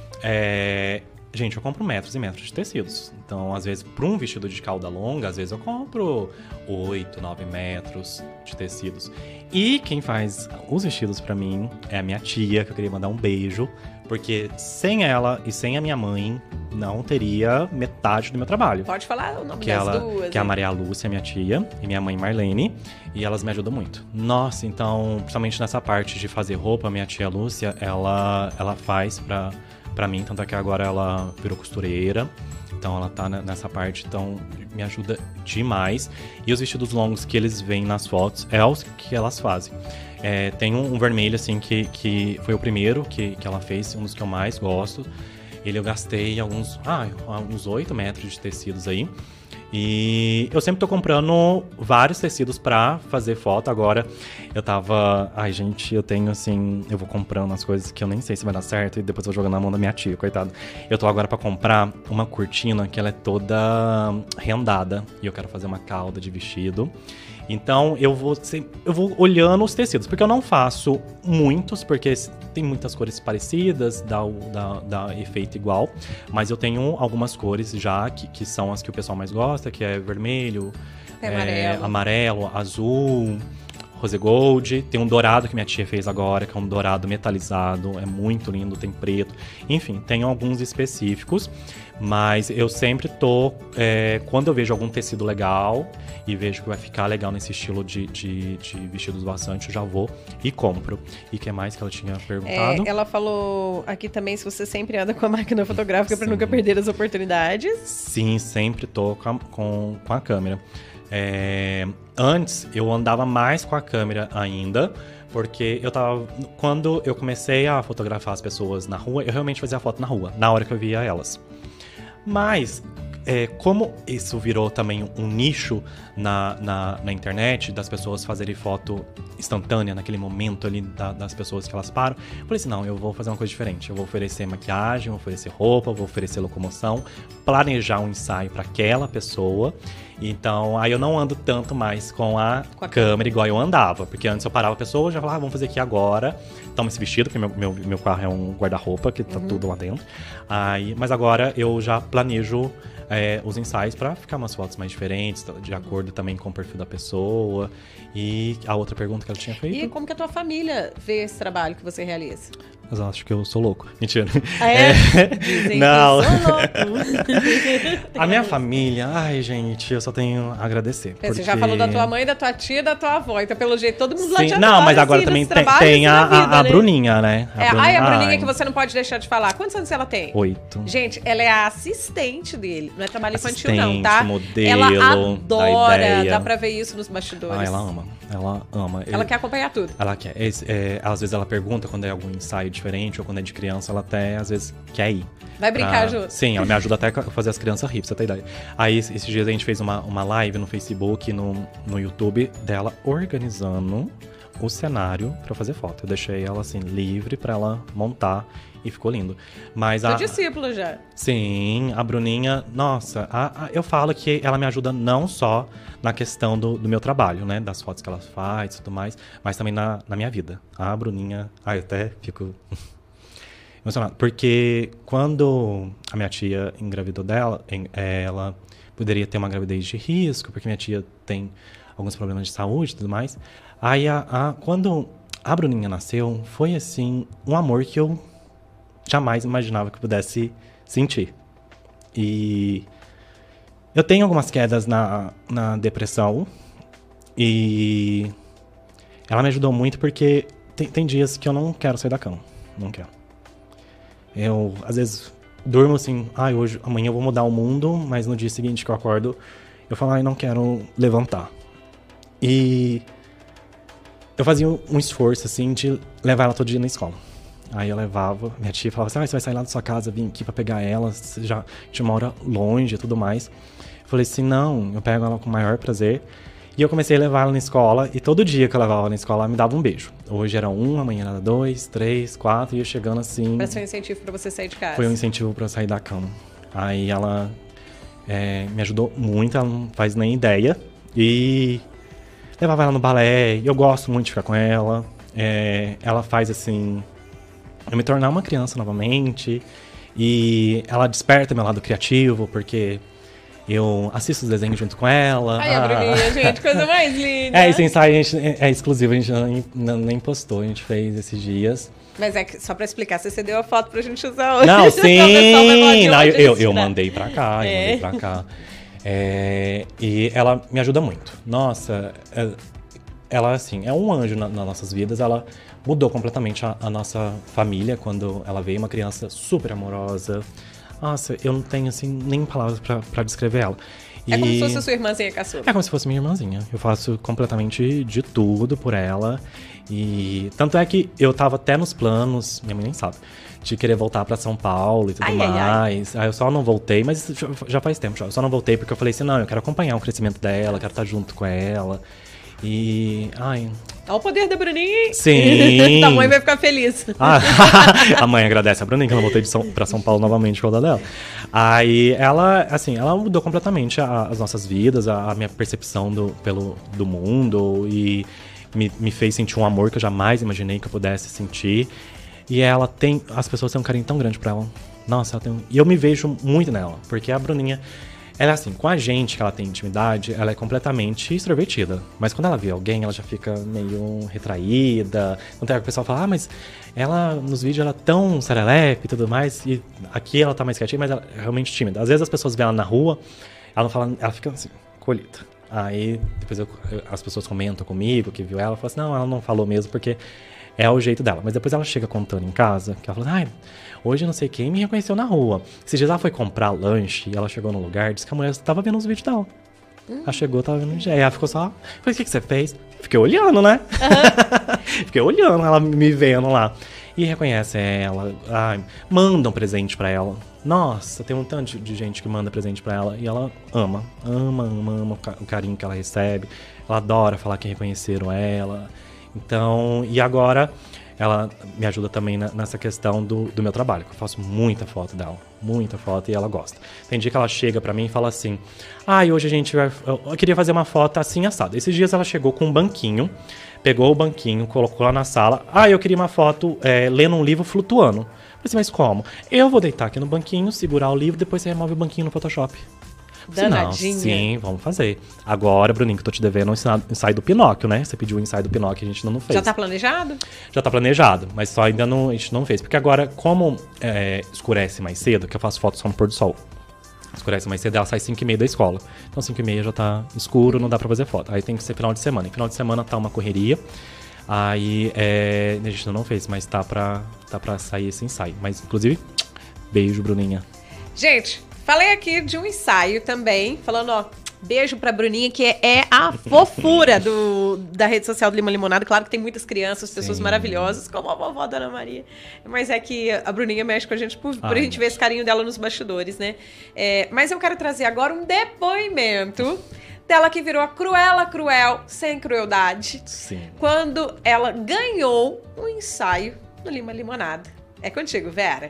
Gente, eu compro metros e metros de tecidos. Então, às vezes, para um vestido de cauda longa, às vezes eu compro 8, 9 metros de tecidos. E quem faz os vestidos pra mim é a minha tia, que eu queria mandar um beijo. Porque sem ela e sem a minha mãe, não teria metade do meu trabalho. Pode falar o nome Que, das duas. que é a né? Maria Lúcia, minha tia, e minha mãe Marlene, e elas me ajudam muito. Nossa, então, principalmente nessa parte de fazer roupa, minha tia Lúcia, ela faz pra mim. Tanto é que agora ela virou costureira. Então ela tá nessa parte, então me ajuda demais. E os vestidos longos que eles veem nas fotos é os que elas fazem. Tem um vermelho, assim, que foi o primeiro que ela fez, um dos que eu mais gosto. Eu gastei uns 8 metros de tecidos aí. E eu sempre tô comprando vários tecidos pra fazer foto. Agora eu tava... Ai, gente, eu tenho assim... Eu vou comprando as coisas que eu nem sei se vai dar certo. E depois eu vou jogando na mão da minha tia, coitada. Eu tô agora pra comprar uma cortina que ela é toda rendada. E eu quero fazer uma cauda de vestido. Então eu vou olhando os tecidos, porque eu não faço muitos, porque tem muitas cores parecidas, dá efeito igual. Mas eu tenho algumas cores já que são as que o pessoal mais gosta, que é vermelho, amarelo, azul, rose gold. Tem um dourado que minha tia fez agora, que é um dourado metalizado, é muito lindo, tem preto. Enfim, tem alguns específicos, mas eu sempre tô... quando eu vejo algum tecido legal e vejo que vai ficar legal nesse estilo de vestidos bastante, eu já vou e compro. E o que mais que ela tinha perguntado? Ela falou aqui também se você sempre anda com a máquina fotográfica para nunca perder as oportunidades. Sim, sempre tô com a câmera. Antes eu andava mais com a câmera ainda, porque quando eu comecei a fotografar as pessoas na rua, eu realmente fazia foto na rua, na hora que eu via elas. Mas como isso virou também um nicho na internet, das pessoas fazerem foto instantânea naquele momento ali das pessoas que elas param, eu falei assim, não, eu vou fazer uma coisa diferente. Eu vou oferecer maquiagem, vou oferecer roupa, vou oferecer locomoção, planejar um ensaio para aquela pessoa. Então, aí eu não ando tanto mais com a câmera igual eu andava. Porque antes eu parava a pessoa, já falava, vamos fazer aqui agora. Toma esse vestido, porque meu carro é um guarda-roupa, que tá tudo lá dentro. Mas agora eu já planejo os ensaios pra ficar umas fotos mais diferentes, de acordo também com o perfil da pessoa. E a outra pergunta que ela tinha feito... E como que a tua família vê esse trabalho que você realiza? Mas eu acho que eu sou louco. Mentira. Dizem não. que eu sou louco. A minha família, ai, gente, eu só tenho a agradecer. Você já falou da tua mãe, da tua tia, da tua avó. Então, pelo jeito, todo mundo lá te adora. Não, mas agora também tem a Bruninha, né? A Bruninha que você não pode deixar de falar. Quantos anos ela tem? 8. Gente, ela é a assistente dele. Não é trabalho infantil, Assistente, não, tá? modelo, ela adora, da ideia. dá pra ver isso nos bastidores. Ah, ela ama. Ela ama. Ela quer acompanhar tudo. Ela quer. Às vezes ela pergunta quando é algum ensaio diferente ou quando é de criança, ela até às vezes quer ir. Vai brincar junto. Sim, ela me ajuda até a fazer as crianças rir, pra você ter ideia. Aí esses dias a gente fez uma live no Facebook, no YouTube, dela organizando o cenário pra fazer foto. Eu deixei ela assim, livre pra ela montar e ficou lindo. Mas Sou discípulo já. Sim, a Bruninha, nossa, eu falo que ela me ajuda não só na questão do meu trabalho, né? Das fotos que ela faz e tudo mais, mas também na minha vida. A Bruninha, eu até fico emocionado. Porque quando a minha tia engravidou dela, ela poderia ter uma gravidez de risco, porque minha tia tem alguns problemas de saúde e tudo mais. Aí, quando a Bruninha nasceu, foi assim, um amor que eu jamais imaginava que eu pudesse sentir. E eu tenho algumas quedas na depressão. E ela me ajudou muito porque tem dias que eu não quero sair da cama. Não quero. Eu, às vezes, durmo assim, amanhã eu vou mudar o mundo, mas no dia seguinte que eu acordo, eu falo, não quero levantar. E eu fazia um esforço, assim, de levar ela todo dia na escola. Aí eu levava, minha tia falava assim, você vai sair lá da sua casa, vim aqui pra pegar ela, você já mora longe e tudo mais. Eu falei assim, não, eu pego ela com o maior prazer. E eu comecei a levar ela na escola, e todo dia que eu levava ela na escola, ela me dava um beijo. Hoje era 1, amanhã era 2, 3, 4, e eu chegando assim... Pra ser um incentivo pra você sair de casa. Foi um incentivo pra eu sair da cama. Aí ela me ajudou muito, ela não faz nem ideia. E levava ela no balé, e eu gosto muito de ficar com ela. Ela faz assim... eu me tornar uma criança novamente. E ela desperta meu lado criativo, porque eu assisto os desenhos junto com ela. Ai, a Bruninha, gente, coisa mais linda. Esse ensaio é exclusivo, a gente nem postou, a gente fez esses dias. Mas só pra explicar, você cedeu a foto pra gente usar hoje. Não, sim! Eu mandei pra cá, mandei pra cá. E ela me ajuda muito. Nossa, ela, assim, é um anjo nas nossas vidas. Ela mudou completamente a nossa família quando ela veio. Uma criança super amorosa. Nossa, eu não tenho, assim, nem palavras pra descrever ela. É como se fosse a sua irmãzinha caçula. É como se fosse minha irmãzinha. Eu faço completamente de tudo por ela. E tanto é que eu tava até nos planos, minha mãe nem sabe, de querer voltar pra São Paulo e tudo mais. Aí eu só não voltei, mas já faz tempo já. Eu só não voltei porque eu falei assim, não, eu quero acompanhar o crescimento dela, quero estar junto com ela. E... Olha o poder da Bruninha, hein? Sim! A mãe vai ficar feliz. A mãe agradece a Bruninha, que eu não voltei pra São Paulo novamente por causa dela. Aí ela, assim, ela mudou completamente as nossas vidas, a minha percepção do mundo e me fez sentir um amor que eu jamais imaginei que eu pudesse sentir. E ela tem... As pessoas têm um carinho tão grande pra ela. Nossa, ela tem... E eu me vejo muito nela, porque a Bruninha... Ela é assim, com a gente que ela tem intimidade, ela é completamente extrovertida. Mas quando ela vê alguém, ela já fica meio retraída. Então o pessoal fala, mas ela, nos vídeos, ela é tão serelepe e tudo mais. E aqui ela tá mais quietinha, mas ela é realmente tímida. Às vezes as pessoas veem ela na rua, ela não fala, ela fica assim, colhida. Aí depois as pessoas comentam comigo, que viu ela, falam assim, não, ela não falou mesmo, porque é o jeito dela. Mas depois ela chega contando em casa, que ela fala, hoje não sei quem me reconheceu na rua. Esses dias ela foi comprar lanche e ela chegou no lugar, disse que a mulher tava vendo os vídeos dela. Ela chegou, tava vendo e ela ficou só... Falei, o que você fez? Fiquei olhando, né? Fiquei olhando, ela me vendo lá. E reconhece ela, manda um presente pra ela. Nossa, tem um tanto de gente que manda presente pra ela. E ela ama o carinho que ela recebe. Ela adora falar que reconheceram ela. Então, e agora... Ela me ajuda também nessa questão do meu trabalho, que eu faço muita foto dela, muita foto, e ela gosta. Tem dia que ela chega pra mim e fala assim, hoje a gente vai... Eu queria fazer uma foto assim, assada. Esses dias ela chegou com um banquinho, pegou o banquinho, colocou lá na sala. Eu queria uma foto lendo um livro flutuando. Eu falei assim, mas como? Eu vou deitar aqui no banquinho, segurar o livro, depois você remove o banquinho no Photoshop. Danadinha. Não, sim, vamos fazer. Agora, Bruninho, que eu tô te devendo um ensaio do Pinóquio, né? Você pediu o ensaio do Pinóquio e a gente ainda não fez. Já tá planejado? Já tá planejado, mas só ainda não, a gente não fez. Porque agora, como escurece mais cedo, que eu faço foto só no pôr do sol. Escurece mais cedo, ela sai 5h30 da escola. Então 5h30 já tá escuro, não dá pra fazer foto. Aí tem que ser final de semana. E final de semana tá uma correria. Aí a gente ainda não fez, mas tá pra sair esse ensaio. Mas, inclusive, beijo, Bruninha. Gente... Falei aqui de um ensaio também, falando, beijo pra Bruninha, que é a fofura da rede social do Lima Limonada. Claro que tem muitas crianças, pessoas maravilhosas, como a vovó Dona Maria. Mas é que a Bruninha mexe com a gente por a gente ver esse carinho dela nos bastidores, né? Mas eu quero trazer agora um depoimento dela que virou a Cruel sem crueldade. Sim. Quando ela ganhou um ensaio no Lima Limonada. É contigo, Vera.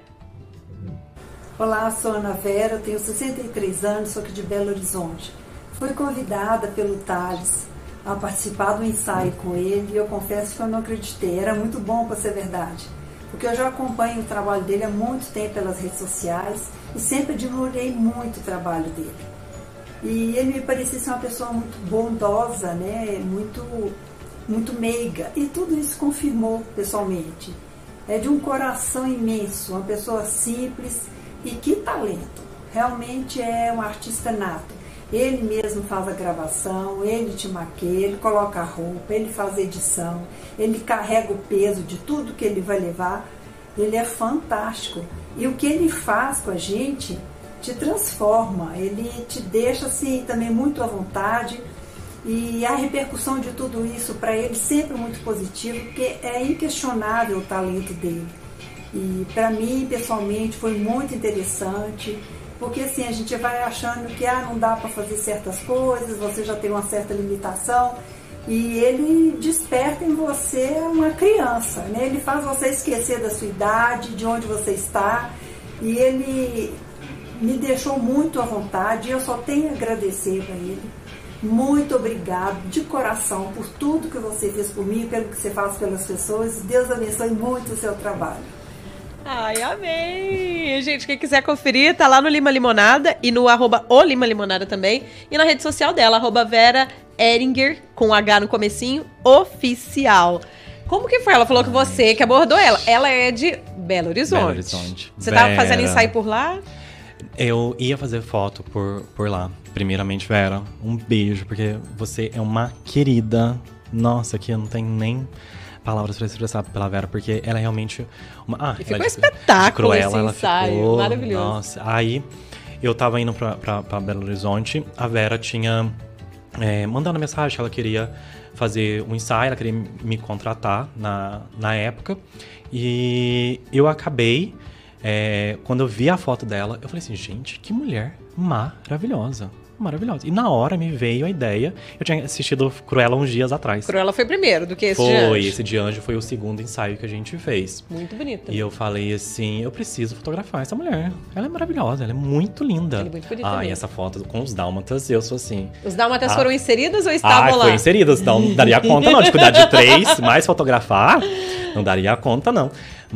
Olá, sou Ana Vera, tenho 63 anos, sou aqui de Belo Horizonte. Fui convidada pelo Thales a participar do ensaio com ele e eu confesso que eu não acreditei. Era muito bom para ser verdade, porque eu já acompanho o trabalho dele há muito tempo pelas redes sociais e sempre admirei muito o trabalho dele. E ele me parecia ser uma pessoa muito bondosa, né? muito meiga, e tudo isso confirmou pessoalmente. É de um coração imenso, uma pessoa simples. E que talento! Realmente é um artista nato. Ele mesmo faz a gravação, ele te maquia, ele coloca a roupa, ele faz a edição, ele carrega o peso de tudo que ele vai levar. Ele é fantástico. E o que ele faz com a gente te transforma, ele te deixa assim também muito à vontade. E a repercussão de tudo isso para ele sempre muito positiva, porque é inquestionável o talento dele. E para mim, pessoalmente, foi muito interessante, porque assim, a gente vai achando que não dá para fazer certas coisas, você já tem uma certa limitação, e ele desperta em você uma criança, né? Ele faz você esquecer da sua idade, de onde você está, e ele me deixou muito à vontade, e eu só tenho a agradecer para ele. Muito obrigado, de coração, por tudo que você fez por mim, pelo que você faz pelas pessoas. Deus abençoe muito o seu trabalho. Ai, amém! Gente, quem quiser conferir, tá lá no Lima Limonada e no @OLimaLimonada também. E na rede social dela, @Vera Eringer, com H no comecinho, oficial. Como que foi? Ela falou que você que abordou ela. Ela é de Belo Horizonte. Belo Horizonte. Você tava fazendo ensaio por lá? Eu ia fazer foto por lá. Primeiramente, Vera, um beijo, porque você é uma querida. Nossa, aqui eu não tenho nem palavras pra expressar pela Vera, porque ela é realmente uma... E ficou espetáculo Cruella, esse ela ensaio, ficou, maravilhoso. Nossa, aí eu tava indo pra Belo Horizonte, a Vera tinha mandado mensagem que ela queria fazer um ensaio, ela queria me contratar na época, e eu acabei, quando eu vi a foto dela, eu falei assim, gente, que mulher maravilhosa. Maravilhosa. E na hora me veio a ideia. Eu tinha assistido Cruella uns dias atrás. Cruella foi primeiro do que esse de Foi, Anjo. esse de Anjo foi o segundo ensaio que a gente fez. Muito bonito. E eu falei assim, eu preciso fotografar essa mulher. Ela é maravilhosa, ela é muito linda. Ela é muito bonita E mesmo. essa foto com os dálmatas, eu sou assim. Os dálmatas foram inseridos ou estavam lá? Foi inseridas, não daria conta não, de cuidar de 3, mais fotografar, não daria conta não.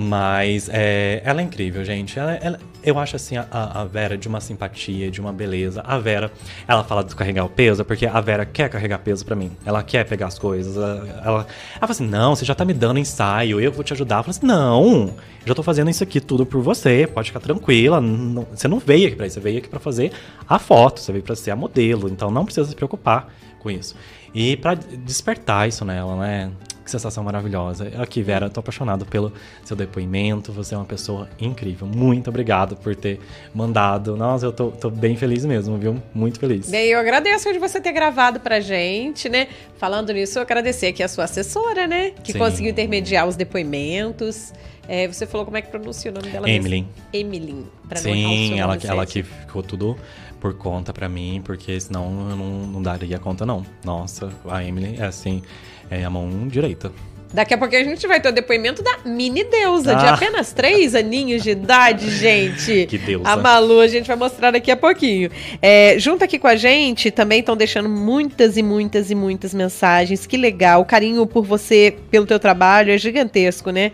Mas ela é incrível, gente. Eu acho assim, a Vera de uma simpatia, de uma beleza. A Vera, ela fala de carregar o peso, porque a Vera quer carregar peso pra mim. Ela quer pegar as coisas. Ela fala assim, não, você já tá me dando ensaio, eu vou te ajudar. Eu falo assim, não, eu já tô fazendo isso aqui tudo por você, pode ficar tranquila. Você não veio aqui pra isso, você veio aqui pra fazer a foto, você veio pra ser a modelo, então não precisa se preocupar com isso. E pra despertar isso nela, né? Que sensação maravilhosa. Aqui, Vera, eu tô apaixonado pelo seu depoimento. Você é uma pessoa incrível. Muito obrigado por ter mandado. Nossa, eu tô bem feliz mesmo, viu? Muito feliz. Bem, eu agradeço de você ter gravado pra gente, né? Falando nisso, eu agradecer aqui a sua assessora, né? Que Sim. conseguiu intermediar os depoimentos. Você falou como é que pronuncia o nome dela Emily. mesmo? Emily. Pra não errar o Sim, seu ela nome que ficou tudo por conta pra mim, porque senão eu não daria conta, não. Nossa, a Emily é assim, é a mão direita. Daqui a pouco a gente vai ter o depoimento da mini deusa, de apenas 3 aninhos de idade, gente. Que deusa. A Malu, a gente vai mostrar daqui a pouquinho. Junto aqui com a gente, também estão deixando muitas e muitas e muitas mensagens. Que legal, o carinho por você, pelo teu trabalho é gigantesco, né?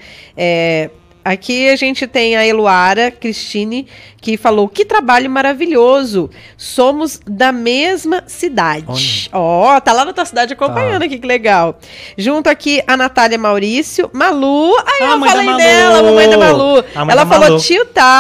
Aqui a gente tem a Eluara Cristine, que falou, que trabalho maravilhoso, somos da mesma cidade. Ó, tá lá na tua cidade acompanhando aqui, que legal. Junto aqui a Natália Maurício, Malu, eu falei dela, a mamãe da Malu. Ela falou, tio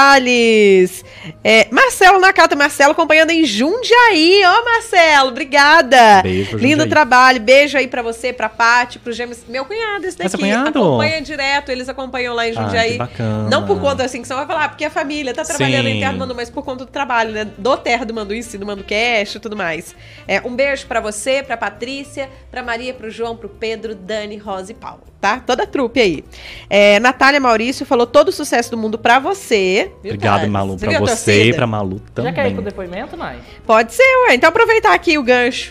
Thales. Marcelo Nakata, Marcelo acompanhando em Jundiaí, Marcelo, obrigada. Beijo, lindo Jundiaí. Trabalho, beijo aí pra você, pra Paty, pro Gêmeos, meu cunhado esse daqui, Esse cunhado? acompanha direto, eles acompanham lá em Jundiaí. Que bacana. Não por conta, assim, que você vai falar, porque a família tá trabalhando Sim. em Terra do Mandu, mas por conta do trabalho, né? Do Terra do Mandu em si, do ManduCast e tudo mais. Um beijo pra você, pra Patrícia, pra Maria, pro João, pro Pedro, Dani, Rosa e Paulo, tá? Toda a trupe aí. Natália Maurício falou todo o sucesso do mundo pra você. Viu, Obrigado, Thales? Malu, Você pra viu a você e torcida? pra Malu também. Já quer ir pro depoimento, Nai? Pode ser, ué. Então aproveitar aqui o gancho.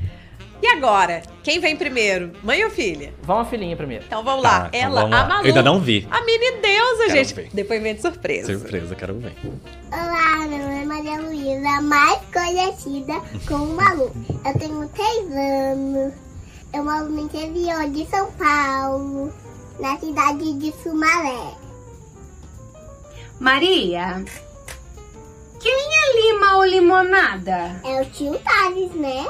E agora? Quem vem primeiro? Mãe ou filha? Vamos a filhinha primeiro. Então vamos lá. então Ela, vamos lá. a Malu. Eu ainda não vi. A mini deusa, Quero gente. ver. Depoimento surpresa. Surpresa, quero ver. Olá, meu nome é Maria Luísa, mais conhecida como Malu. Eu tenho 3 anos. Eu moro no interior de São Paulo, na cidade de Sumaré. Maria, quem é Lima ou Limonada? É o tio Thales, né?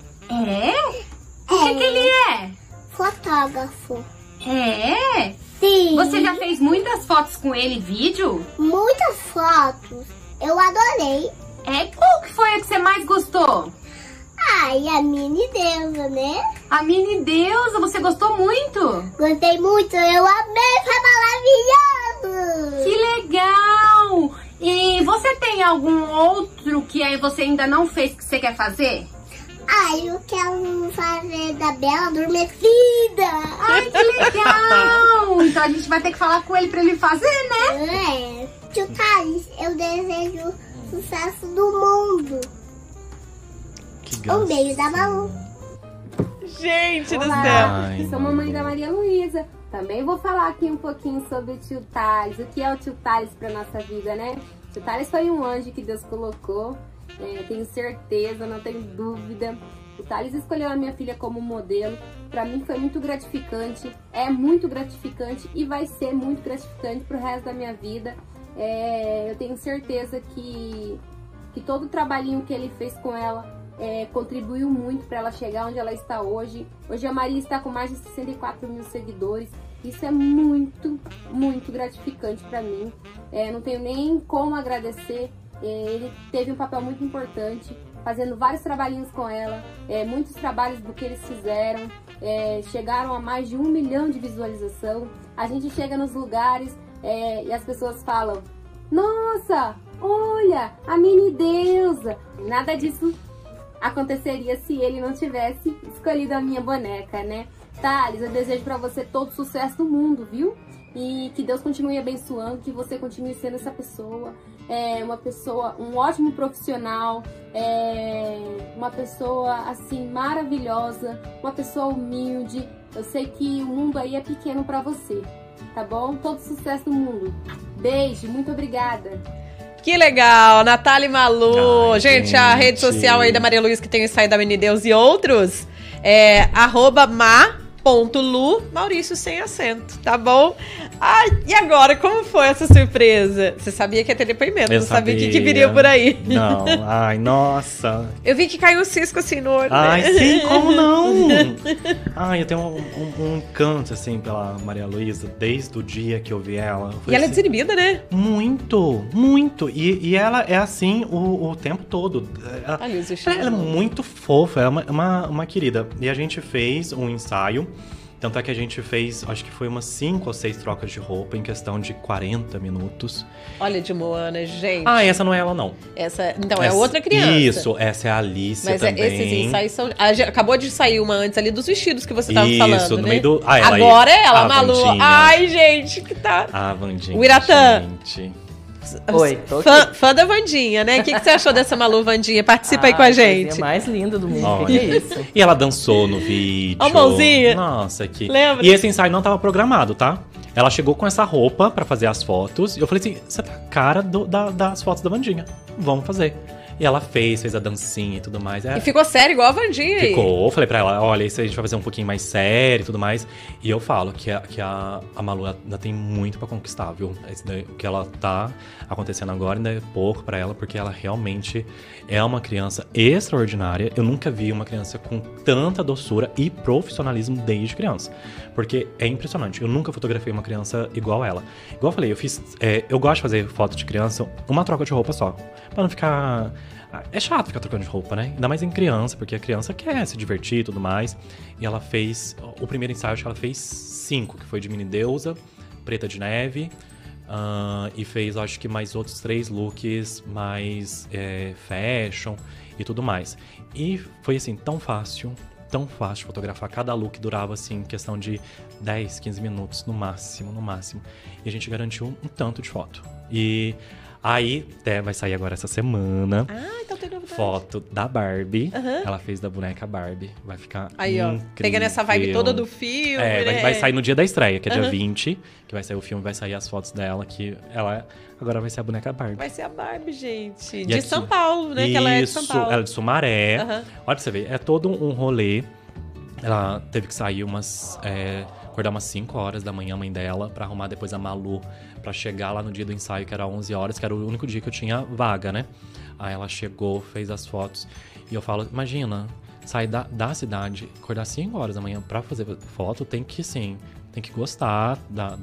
O que ele é? Fotógrafo. Sim. Você já fez muitas fotos com ele, vídeo? Muitas fotos. Eu adorei. Qual que foi a que você mais gostou? E a mini deusa, né? A mini deusa, você gostou muito? Gostei muito, eu amei, foi maravilhoso. Que legal! E você tem algum outro que aí você ainda não fez que você quer fazer? Eu quero fazer da Bela Adormecida. Ai, que legal! Então a gente vai ter que falar com ele pra ele fazer, né? Tio Thales, eu desejo sucesso do mundo. Um beijo da Malu. Gente do Olá, céu. Ai, sou mamãe da Maria Luísa. Também vou falar aqui um pouquinho sobre o tio Thales. O que é o tio Thales pra nossa vida, né? O tio Thales foi um anjo que Deus colocou. Tenho certeza, não tenho dúvida. O Thales escolheu a minha filha como modelo. Pra mim foi muito gratificante. É muito gratificante e vai ser muito gratificante pro resto da minha vida. Eu tenho certeza que todo o trabalhinho que ele fez com ela contribuiu muito para ela chegar onde ela está hoje. Hoje a Maria está com mais de 64 mil seguidores. Isso é muito, muito gratificante para mim. Não tenho nem como agradecer. Ele teve um papel muito importante. fazendo vários trabalhinhos com ela, muitos trabalhos do que eles fizeram, chegaram a mais de 1 milhão de visualização. A gente chega nos lugares e as pessoas falam: nossa, olha, a mini deusa. Nada disso aconteceria se ele não tivesse escolhido a minha boneca, né? Thales, eu desejo pra você todo sucesso do mundo, viu? E que Deus continue abençoando, que você continue sendo essa pessoa, um ótimo profissional, uma pessoa assim maravilhosa, uma pessoa humilde. Eu sei que o mundo aí é pequeno pra você, tá bom? Todo sucesso do mundo. Beijo, muito obrigada. Que legal, Natália e Malu. Ai, gente, a rede social aí da Maria Luísa, que tem o ensaio da Mini Deus e outros, é @ma.lu, Maurício sem acento, tá bom? Ai, e agora, como foi essa surpresa? Você sabia que ia ter depoimento, não sabia o que viria por aí. Não, ai, nossa. Eu vi que caiu um cisco assim no olho. Ai, sim, como não? Ai, eu tenho um encanto, assim, pela Maria Luísa, desde o dia que eu vi ela. E ela é assim, desinibida, né? muito, muito. E ela é assim o tempo todo. Olha os Ela é muito fofa, é uma querida. E a gente fez um ensaio. Tanto é que a gente fez, acho que foi umas 5 ou 6 trocas de roupa em questão de 40 minutos. Olha de Moana, gente. Ah, essa não é ela, não. Então, é outra criança. Isso, essa é a Alice também. Mas esses ensaios são... Acabou de sair uma antes ali dos vestidos que você tava falando, Isso, no né? meio do... Agora é ela, a Malu. Vandinha. Ai, gente, que tá... A Vandinha, O Iratã. gente. Oi, tô aqui. Fã da Vandinha, né? O que você achou dessa Malu Vandinha? Participa aí com a coisinha gente. mais linda do mundo. Olha. Que é isso? E ela dançou no vídeo. Ó a mãozinha. Nossa, que... Lembra? E esse ensaio não tava programado, tá? Ela chegou com essa roupa pra fazer as fotos. E eu falei assim, você tá a cara das fotos da Vandinha. Vamos fazer. E ela fez a dancinha e tudo mais. E ficou sério, igual a Vandinha aí. Ficou. Eu falei pra ela, olha, isso a gente vai fazer um pouquinho mais sério e tudo mais. E eu falo que a Malu ainda tem muito pra conquistar, viu? O que ela tá acontecendo agora ainda é pouco pra ela, porque ela realmente é uma criança extraordinária. Eu nunca vi uma criança com tanta doçura e profissionalismo desde criança. Porque é impressionante. Eu nunca fotografei uma criança igual ela. Igual eu falei, eu gosto de fazer foto de criança, uma troca de roupa só. Pra não ficar... É chato ficar trocando de roupa, né? Ainda mais em criança, porque a criança quer se divertir e tudo mais. E ela fez... O primeiro ensaio, acho que ela fez 5, que foi de Mini Deusa, Preta de Neve. E fez, acho que, mais outros 3 looks mais fashion e tudo mais. E foi, assim, tão fácil fotografar. Cada look durava, assim, questão de 10, 15 minutos, no máximo. E a gente garantiu um tanto de foto. E... Aí, vai sair agora essa semana. Então tem novidade. Foto da Barbie. Ela fez da boneca Barbie. Vai ficar aí, ó, incrível. pegando essa vibe toda do filme, né? Vai sair no dia da estreia, que é dia 20. Que vai sair o filme, vai sair as fotos dela. Que ela agora vai ser a boneca Barbie. Vai ser a Barbie, gente. E de aqui, São Paulo, né? Isso, Que ela é de São Paulo. Ela é de Sumaré. Olha pra você ver, é todo um rolê. Ela teve que sair acordar umas 5 horas da manhã, a mãe dela, pra arrumar depois a Malu, pra chegar lá no dia do ensaio, que era 11 horas, que era o único dia que eu tinha vaga, né? Aí ela chegou, fez as fotos, e eu falo, imagina, sair da cidade, acordar 5 horas da manhã pra fazer foto, tem que gostar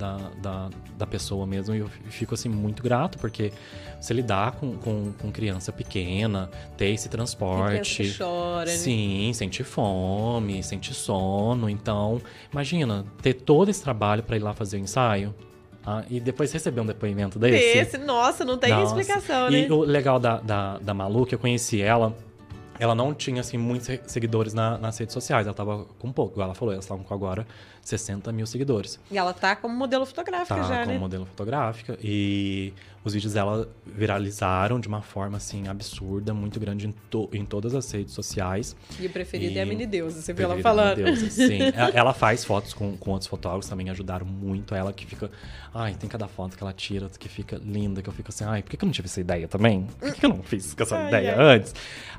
da pessoa mesmo, e eu fico, assim, muito grato, porque você lidar com criança pequena, ter esse transporte... Tem criança que chora, né? Sim, sente fome, sente sono, então, imagina, ter todo esse trabalho pra ir lá fazer o ensaio, e depois receber um depoimento desse. Nossa, não tem explicação, né? E o legal da Malu, que eu conheci ela não tinha, assim, muitos seguidores nas redes sociais. Ela tava com pouco. Igual ela falou, elas estavam com agora 60 mil seguidores. E ela tá como modelo fotográfica já, né? Como modelo fotográfica. E os vídeos dela viralizaram de uma forma, assim, absurda, muito grande em todas as redes sociais. E o preferido é a Mini Deusa, você viu ela Preferida falando. Mini Deusa, sim. Ela faz fotos com outros fotógrafos, também ajudaram muito ela, que fica... Ai, tem cada foto que ela tira que fica linda, que eu fico assim, ai, por que eu não tive essa ideia também? Por que eu não fiz essa ideia antes?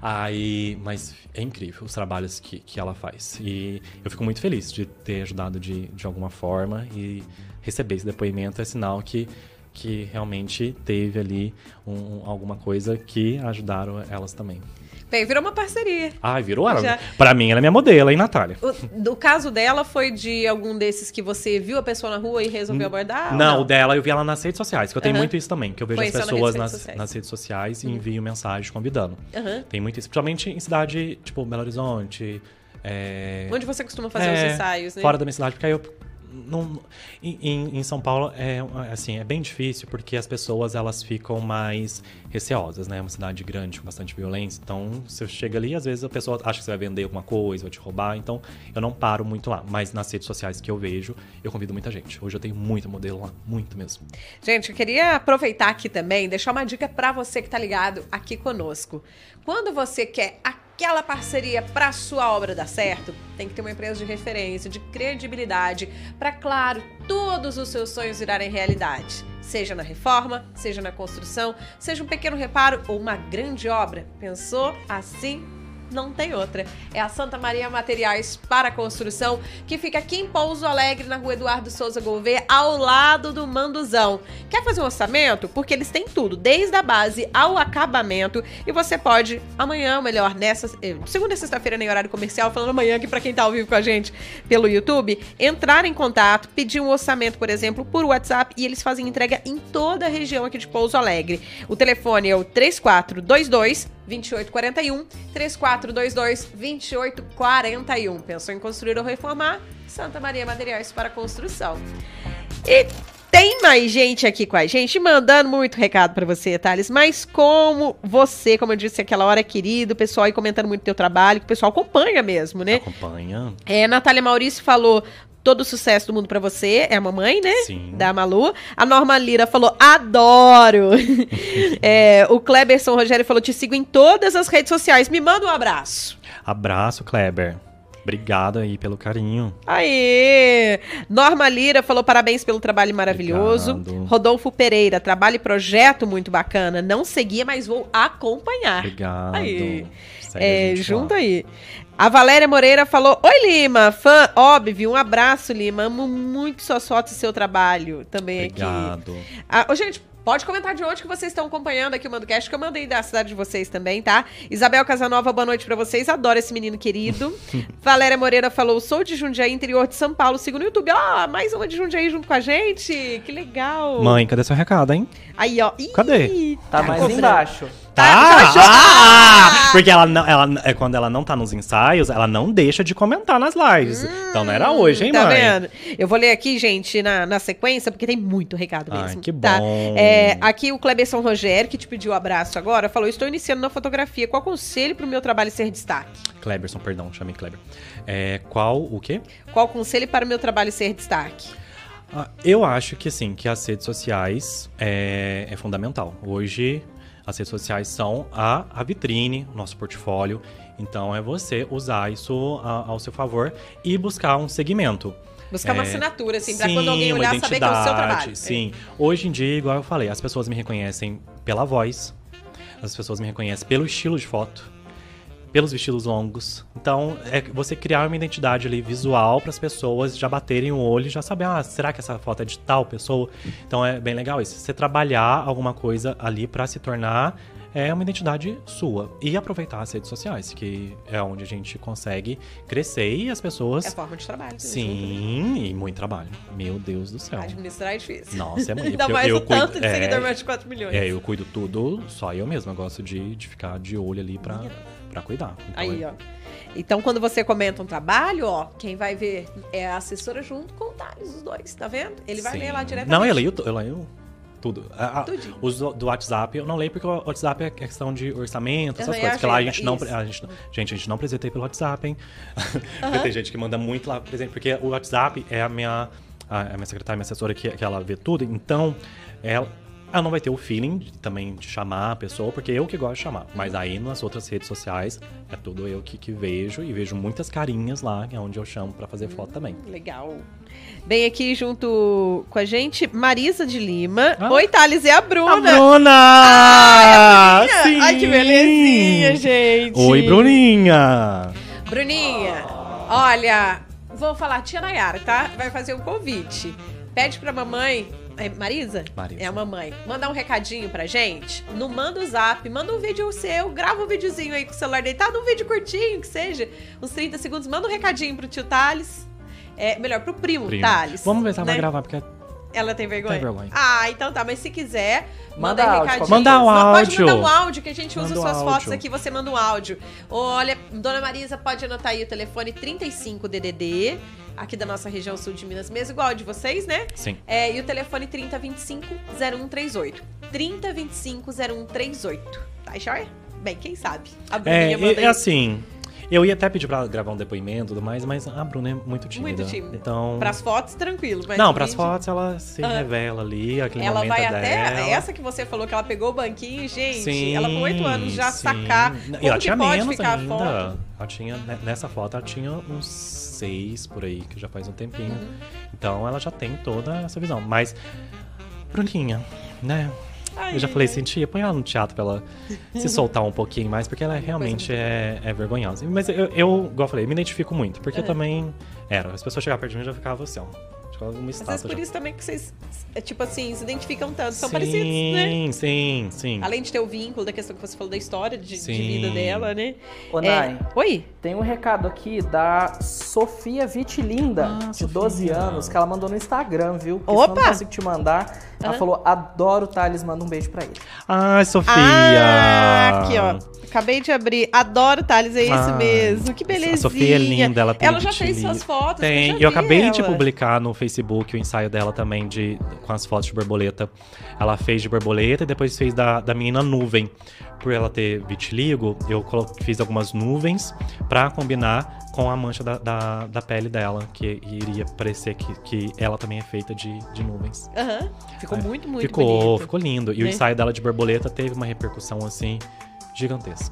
Mas é incrível os trabalhos que ela faz. E eu fico muito feliz de ter ajudado de alguma forma, e receber esse depoimento é sinal que que realmente teve ali alguma coisa que ajudaram elas também. Bem, virou uma parceria. Ah, virou ela. Já. Pra mim, ela é minha modelo, hein, Natália? O caso dela foi de algum desses que você viu a pessoa na rua e resolveu abordar? Não, o dela eu vi ela nas redes sociais, que eu tenho Aham. muito isso também, que eu vejo Conheceu as pessoas nas redes sociais. nas redes sociais e envio mensagem convidando. Aham. Tem muito isso, principalmente em cidade, tipo, Belo Horizonte. Onde você costuma fazer os ensaios, né? Fora da minha cidade, porque aí eu... Em São Paulo é bem difícil porque as pessoas elas ficam mais receosas, né? É uma cidade grande com bastante violência, então você chega ali às vezes a pessoa acha que você vai vender alguma coisa, vai te roubar, então eu não paro muito lá, mas nas redes sociais que eu vejo, eu convido muita gente. Hoje eu tenho muito modelo lá, muito mesmo. Gente, eu queria aproveitar aqui também, deixar uma dica pra você que tá ligado aqui conosco. Quando você quer aquela parceria para sua obra dar certo, tem que ter uma empresa de referência, de credibilidade, para, claro, todos os seus sonhos virarem realidade. Seja na reforma, seja na construção, seja um pequeno reparo ou uma grande obra. Pensou assim? Não tem outra. É a Santa Maria Materiais para Construção, que fica aqui em Pouso Alegre, na rua Eduardo Souza Gouveia, ao lado do Manduzão. Quer fazer um orçamento? Porque eles têm tudo, desde a base ao acabamento. E você pode, amanhã, ou melhor, segunda e sexta-feira, nem horário comercial, falando amanhã aqui para quem tá ao vivo com a gente pelo YouTube, entrar em contato, pedir um orçamento, por exemplo, por WhatsApp, e eles fazem entrega em toda a região aqui de Pouso Alegre. O telefone é o 3422-2841, 3422-2841. Pensou em construir ou reformar? Santa Maria Materiais para Construção. E tem mais gente aqui com a gente, mandando muito recado pra você, Thales. Mas como você, como eu disse aquela hora, é querido, o pessoal aí comentando muito teu trabalho, que o pessoal acompanha mesmo, né? Acompanha. Natália Maurício falou... Todo o sucesso do mundo pra você. É a mamãe, né? Sim. Da Malu. A Norma Lira falou, adoro. O Kleberson Rogério falou, te sigo em todas as redes sociais. Me manda um abraço. Abraço, Kleber. Obrigado aí pelo carinho. Aê! Norma Lira falou, parabéns pelo trabalho maravilhoso. Obrigado. Rodolfo Pereira, trabalho e projeto muito bacana. Não seguia, mas vou acompanhar. Obrigado. Aí. Segue a gente Junto lá. aí. A Valéria Moreira falou, oi Lima, fã óbvio, um abraço Lima, amo muito suas fotos e seu trabalho também. Obrigado. Aqui. Gente, pode comentar de onde que vocês estão acompanhando aqui o MandoCast, que eu mandei da cidade de vocês também, tá? Isabel Casanova, boa noite pra vocês, adoro esse menino querido. Valéria Moreira falou, sou de Jundiaí, interior de São Paulo, sigo no YouTube. Mais uma de Jundiaí junto com a gente, que legal. Mãe, cadê seu recado, hein? Aí, ó. Cadê? Tá mais cobrando. embaixo. Porque quando ela não tá nos ensaios, ela não deixa de comentar nas lives. Então não era hoje, hein, Tá mãe? vendo? Eu vou ler aqui, gente, na sequência, porque tem muito recado mesmo. Ai, que tá? bom. Aqui o Kleberson Rogério, que te pediu um abraço agora, falou, estou iniciando na fotografia. Qual conselho pro meu trabalho ser destaque? Kleberson, perdão, chamei Kleber. Qual o quê? Qual conselho para o meu trabalho ser destaque? Eu acho que assim, que as redes sociais é fundamental. Hoje, as redes sociais são a vitrine, o nosso portfólio. Então, é você usar isso ao seu favor e buscar um segmento. Buscar uma assinatura, assim, pra sim, quando alguém olhar, saber que é o seu trabalho. Sim. Hoje em dia, igual eu falei, as pessoas me reconhecem pela voz, as pessoas me reconhecem pelo estilo de foto, pelos vestidos longos. Então, é você criar uma identidade ali visual para as pessoas já baterem o olho e já saber, será que essa foto é de tal pessoa? Então, é bem legal isso. Você trabalhar alguma coisa ali para se tornar uma identidade sua. E aproveitar as redes sociais, que é onde a gente consegue crescer e as pessoas... É forma de trabalho. Sim, e muito trabalho. Meu Deus do céu. Administrar é difícil. Nossa, é muito. Ainda mais o tanto de seguidor, mais de 4 milhões. Eu cuido tudo, só eu mesmo. Eu gosto de ficar de olho ali pra cuidar. Então, aí, ó. Então, quando você comenta um trabalho, ó, quem vai ver é a assessora junto com o Thales, os dois, tá vendo? Ele vai ler lá diretamente. Não, eu leio tudo. Os do WhatsApp, eu não leio porque o WhatsApp é questão de orçamento, essas coisas. Que lá a gente não precisa ter pelo WhatsApp, hein? Tem gente que manda muito lá, por exemplo, porque o WhatsApp é a minha secretária, minha assessora, que ela vê tudo. Então, ela não vai ter o feeling também de chamar a pessoa, porque eu que gosto de chamar. Mas aí nas outras redes sociais, é tudo eu que vejo, e vejo muitas carinhas lá, que é onde eu chamo pra fazer foto também. Legal. Bem, aqui junto com a gente, Marisa de Lima. Oi, Thales, é a Bruna. A Bruna! Sim! Ai, que belezinha, gente. Oi, Bruninha! Bruninha, olha, vou falar, tia Nayara, tá? Vai fazer um convite. Pede pra mamãe Marisa? Marisa. É a mamãe. Mandar um recadinho pra gente, não manda o zap, manda um vídeo seu, grava um videozinho aí com o celular deitado, um vídeo curtinho que seja, uns 30 segundos, manda um recadinho pro tio Thales, melhor, pro primo Thales. Vamos ver se ela né? vai gravar, porque ela tem vergonha? Tem vergonha. Ah, então tá, mas se quiser, Manda manda áudio, recadinho. manda um Pode áudio. mandar um áudio que a gente usa Manda um suas fotos áudio. aqui, você manda um áudio. Olha, Dona Marisa, pode anotar aí o telefone 35DDD, aqui da nossa região sul de Minas mesmo, igual de vocês, né? Sim. E o telefone 3025-0138. 3025-0138. Tá, joia? Bem, quem sabe? A Bruninha manda aí. assim, eu ia até pedir pra ela gravar um depoimento e tudo mais, mas a Bruna é muito tímida. Muito tímida. Então... Pras fotos, tranquilo. Mas Não, no pras vídeo, fotos ela se revela ali, aquele ela momento vai dela. até. Essa que você falou que ela pegou o banquinho, gente. Sim, ela com 8 anos já sim. sacar. E Como ela que tinha pode menos ficar ainda. a foto? Ela tinha, nessa foto, ela tinha uns 6 por aí, que já faz um tempinho. Então ela já tem toda essa visão. Mas, Bruninha, né? Eu já falei assim, tia, põe ela no teatro pra ela se soltar um pouquinho mais, porque ela realmente é vergonhosa. Mas eu, igual eu falei, me identifico muito, porque eu também era. As pessoas chegavam perto de mim e já ficavam assim, ó. Ficava uma Às vezes estátua. por isso também que vocês, tipo assim, se identificam tanto. São Sim, parecidos, né? Sim. Além de ter o vínculo da questão que você falou da história de Sim. vida dela, né? Ô, Nai, Oi? tem um recado aqui da Sofia Vitilinda, de 12 anos, que ela mandou no Instagram, viu? Porque senão eu não consigo te mandar. Ela falou, adoro o Thales, manda um beijo pra ele. Ai, Sofia! Aqui, ó. Acabei de abrir. Adoro, Thales, é isso mesmo. Que belezinha. A Sofia é linda, ela tem Ela já fez suas fotos? Tem. Eu acabei de publicar no Facebook o ensaio dela também com as fotos de borboleta. Ela fez de borboleta e depois fez da menina nuvem. Por ela ter vitiligo, eu fiz algumas nuvens pra combinar com a mancha da pele dela, que iria parecer que ela também é feita de nuvens. Aham. Ficou muito bonito. Ficou lindo. E o ensaio dela de borboleta teve uma repercussão assim gigantesca.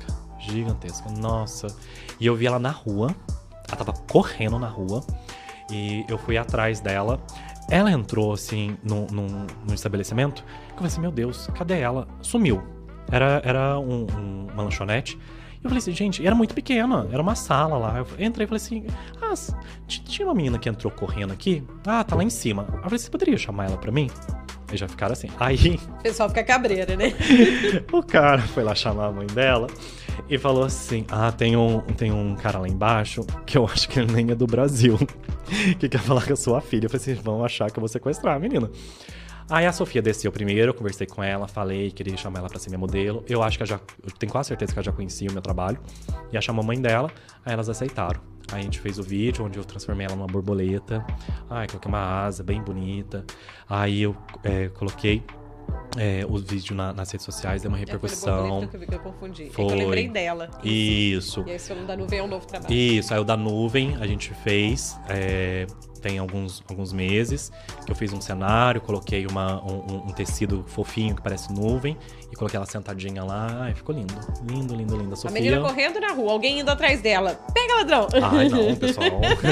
Nossa. E eu vi ela na rua. Ela tava correndo na rua. E eu fui atrás dela. Ela entrou, assim, num estabelecimento. Eu falei assim, meu Deus, cadê ela? Sumiu. Era uma lanchonete. E eu falei assim, gente, era muito pequena. Era uma sala lá. Eu entrei e falei assim, tinha uma menina que entrou correndo aqui. Ah, tá lá em cima. Eu falei, você poderia chamar ela pra mim? Eles já ficaram assim. Aí... O pessoal fica cabreira, né? O cara foi lá chamar a mãe dela e falou assim, tem um cara lá embaixo que eu acho que ele nem é do Brasil, que quer falar com a sua filha. Eu falei assim, vão achar que eu vou sequestrar a menina. Aí a Sofia desceu primeiro, eu conversei com ela, falei, queria chamar ela pra ser minha modelo. Eu acho que eu tenho quase certeza que ela já conhecia o meu trabalho. E ela chamou a mãe dela, aí elas aceitaram. Aí a gente fez o vídeo onde eu transformei ela numa borboleta. Coloquei uma asa bem bonita. Aí eu coloquei o vídeo nas redes sociais, deu uma repercussão. Que eu confundi. Foi. É que eu lembrei dela. Isso. E aí, esse da nuvem é um novo trabalho. Isso, aí o da nuvem a gente fez, tem alguns meses, que eu fiz um cenário, coloquei um tecido fofinho que parece nuvem, e coloquei ela sentadinha lá, e ficou lindo. Lindo, Sofia. A menina correndo na rua, alguém indo atrás dela. Pega, ladrão! Ai, não, pessoal.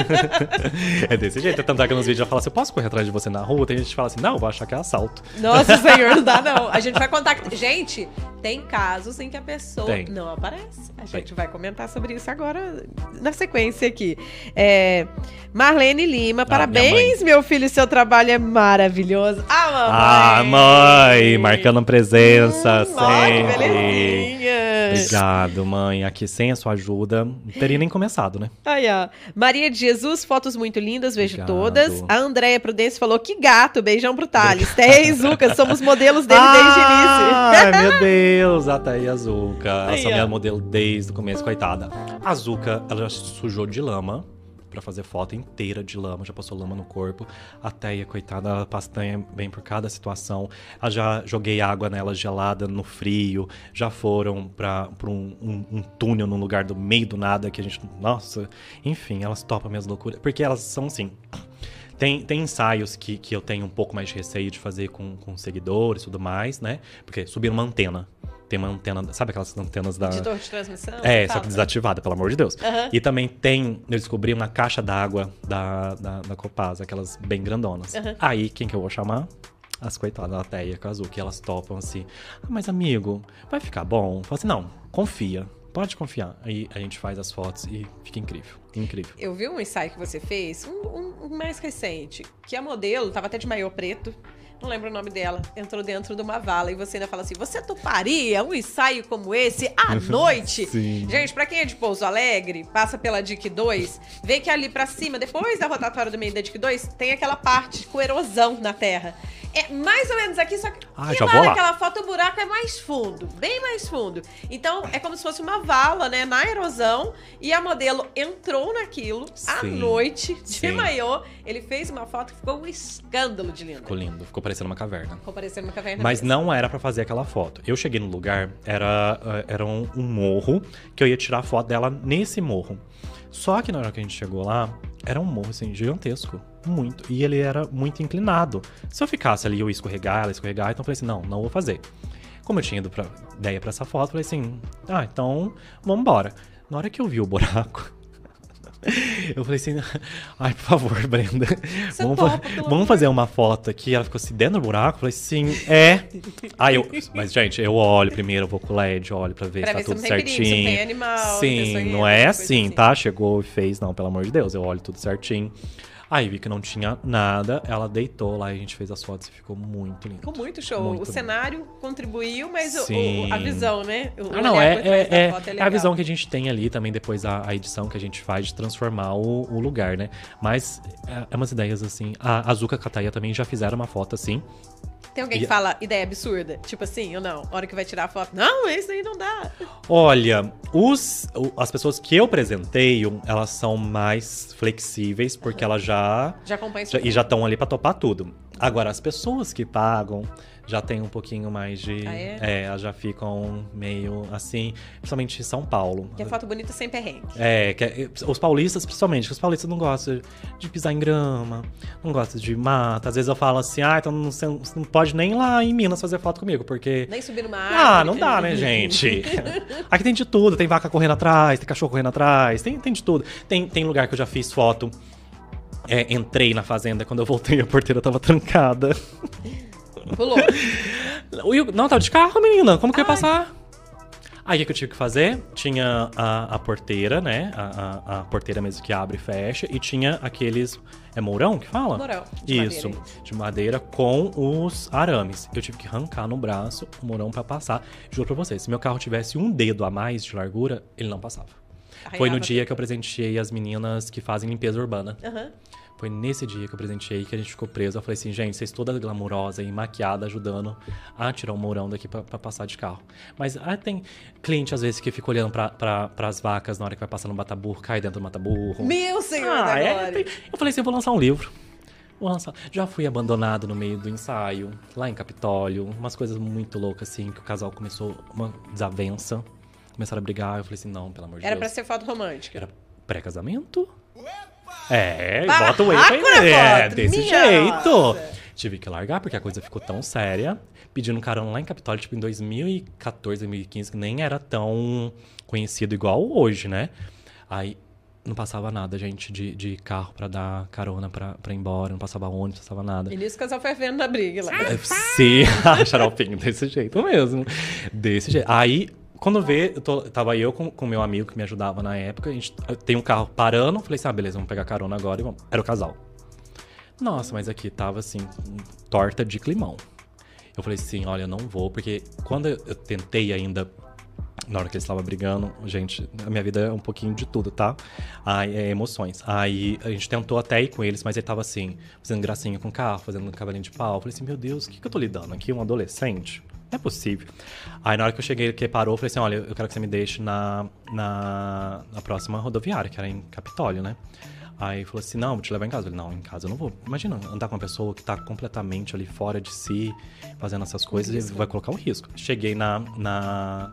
É desse jeito. Tanto é que nos vídeos já fala assim, eu posso correr atrás de você na rua? Tem gente que fala assim, não, eu vou achar que é assalto. Nossa, senhor, não dá não. A gente vai contar... Gente, tem casos em que a pessoa não aparece. A gente vai comentar sobre isso agora, na sequência aqui. Marlene Lima, parabéns, meu filho, seu trabalho é maravilhoso. Mãe! Marcando presença sempre. Que belezinha. Obrigado, mãe. Aqui sem a sua ajuda, não teria nem começado, né? Aí, ó. Maria de Jesus, fotos muito lindas, vejo todas. A Andréia Prudêncio falou, que gato, beijão pro Thales. Té e Zuca, somos modelos dele desde o início. Ai, meu Deus, a Té e a Zuca. Essa minha modelo desde o começo, coitada. A Zuca, ela já sujou de lama. Pra fazer foto inteira de lama, já passou lama no corpo. A Teia, coitada, ela pastanha bem por cada situação. Eu já joguei água nela gelada no frio. Já foram pra um túnel num lugar do meio do nada que a gente... Nossa, enfim, elas topam minhas loucuras. Porque elas são assim... Tem ensaios que eu tenho um pouco mais de receio de fazer com seguidores e tudo mais, né? Porque subir uma antena. Tem uma antena, sabe aquelas antenas da... De torre de transmissão? Só que desativada, pelo amor de Deus. E também eu descobri uma caixa d'água da Copasa, aquelas bem grandonas. Aí, quem que eu vou chamar? As coitadas da Teia com a Azul, que elas topam assim. Mas amigo, vai ficar bom? Fala assim, não, confia. Pode confiar. Aí a gente faz as fotos e fica incrível. Incrível. Eu vi um ensaio que você fez, um mais recente, que a modelo tava até de maiô preto, não lembro o nome dela, entrou dentro de uma vala e você ainda fala assim, você toparia um ensaio como esse à noite? Sim. Gente, pra quem é de Pouso Alegre, passa pela DIC 2, vê que ali pra cima, depois da rotatória do meio da DIC 2, tem aquela parte com erosão na terra. É mais ou menos aqui, só que lá naquela foto o buraco é mais fundo, bem mais fundo. Então, é como se fosse uma vala, né, na erosão, e a modelo entrou naquilo à noite, de maiô. Ele fez uma foto que ficou um escândalo de lindo. Ficou lindo, ficou parecendo uma caverna. Ficou parecendo uma caverna. Mas não era pra fazer aquela foto. Eu cheguei no lugar, era um morro, que eu ia tirar a foto dela nesse morro. Só que na hora que a gente chegou lá, era um morro, assim, gigantesco. Muito. E ele era muito inclinado. Se eu ficasse ali, eu ia escorregar, ela ia escorregar. Então eu falei assim, não vou fazer. Como eu tinha ido ideia pra essa foto, eu falei assim, então vamos embora. Na hora que eu vi o buraco, eu falei assim, ai, por favor, Brenda, vamos fazer uma foto aqui. Ela ficou assim, dentro do buraco? Eu falei assim, mas, gente, eu olho primeiro, eu vou com o LED, olho pra ver se tá tudo certinho. Perigo, se não tem animal, sim, não é assim, tá? Chegou e fez, não, pelo amor de Deus, eu olho tudo certinho. Aí vi que não tinha nada, ela deitou lá e a gente fez as fotos e ficou muito lindo. Ficou muito show. Muito o cenário contribuiu, mas a visão, né? É a visão que a gente tem ali também depois a edição que a gente faz de transformar o lugar, né? Mas é umas ideias assim. A Azuka Kataia também já fizeram uma foto assim. Tem alguém que fala ideia absurda? Tipo assim, ou não? A hora que vai tirar a foto, não, isso aí não dá. Olha, as pessoas que eu presenteio, elas são mais flexíveis, porque elas já estão ali pra topar tudo. Agora, as pessoas que pagam já tem um pouquinho mais de... elas já ficam meio assim, principalmente em São Paulo. Que é foto bonita sem perrengue. Os paulistas, principalmente, os paulistas não gostam de pisar em grama, não gostam de mata. Às vezes eu falo assim, então você não pode nem ir lá em Minas fazer foto comigo, porque... Nem subir numa árvore. Não dá, né, gente? Aqui tem de tudo, tem vaca correndo atrás, tem cachorro correndo atrás, tem de tudo. Tem lugar que eu já fiz foto, entrei na fazenda, quando eu voltei a porteira tava trancada. Pulou. Não, tava de carro, menina. Como que eu ia passar? Aí o que eu tive que fazer? Tinha a porteira, né? A porteira mesmo que abre e fecha. E tinha aqueles... É mourão que fala? Mourão. Isso. De madeira com os arames. Eu tive que arrancar no braço o mourão pra passar. Juro pra vocês, se meu carro tivesse um dedo a mais de largura, ele não passava. Foi no dia que eu presenteei as meninas que fazem limpeza urbana. Foi nesse dia que eu presenteei que a gente ficou preso. Eu falei assim, gente, vocês toda glamurosa e maquiada, ajudando a tirar o mourão daqui pra passar de carro. Mas tem cliente, às vezes, que fica olhando pras vacas na hora que vai passar no mata-burro, cai dentro do mata-burro. Meu senhor da glória! Eu falei assim, eu vou lançar um livro. Já fui abandonado no meio do ensaio, lá em Capitólio. Umas coisas muito loucas, assim, que o casal começou uma desavença. Começaram a brigar. Eu falei assim, não, pelo amor de Deus. Era pra ser foto romântica. Era pré-casamento? Bota o ex desse jeito. Nossa. Tive que largar porque a coisa ficou tão séria. Pedindo carona lá em Capitólio, tipo, em 2014, 2015, que nem era tão conhecido igual hoje, né? Aí não passava nada, gente, de carro pra dar carona pra ir embora. Não passava ônibus, não passava nada. E nisso o casal foi vendo na briga lá. Sim, xaropinho, desse jeito mesmo. Desse jeito. Aí... Quando tava eu com meu amigo que me ajudava na época, a gente tem um carro parando, falei assim, beleza, vamos pegar carona agora e vamos. Era o casal. Nossa, mas aqui tava assim, torta de climão. Eu falei assim, olha, eu não vou, porque quando eu tentei ainda, na hora que eles estavam brigando, gente, a minha vida é um pouquinho de tudo, tá? Emoções. Aí a gente tentou até ir com eles, mas ele tava assim, fazendo gracinha com o carro, fazendo cavalinho de pau. Eu falei assim, meu Deus, o que eu tô lidando aqui? Um adolescente? Não é possível. Aí na hora que eu cheguei, que parou, eu falei assim, olha, eu quero que você me deixe na próxima rodoviária, que era em Capitólio, né? Aí falou assim, não, vou te levar em casa. Eu falei, não, em casa eu não vou. Imagina, andar com uma pessoa que tá completamente ali fora de si, fazendo essas coisas, e vai colocar um risco. Cheguei na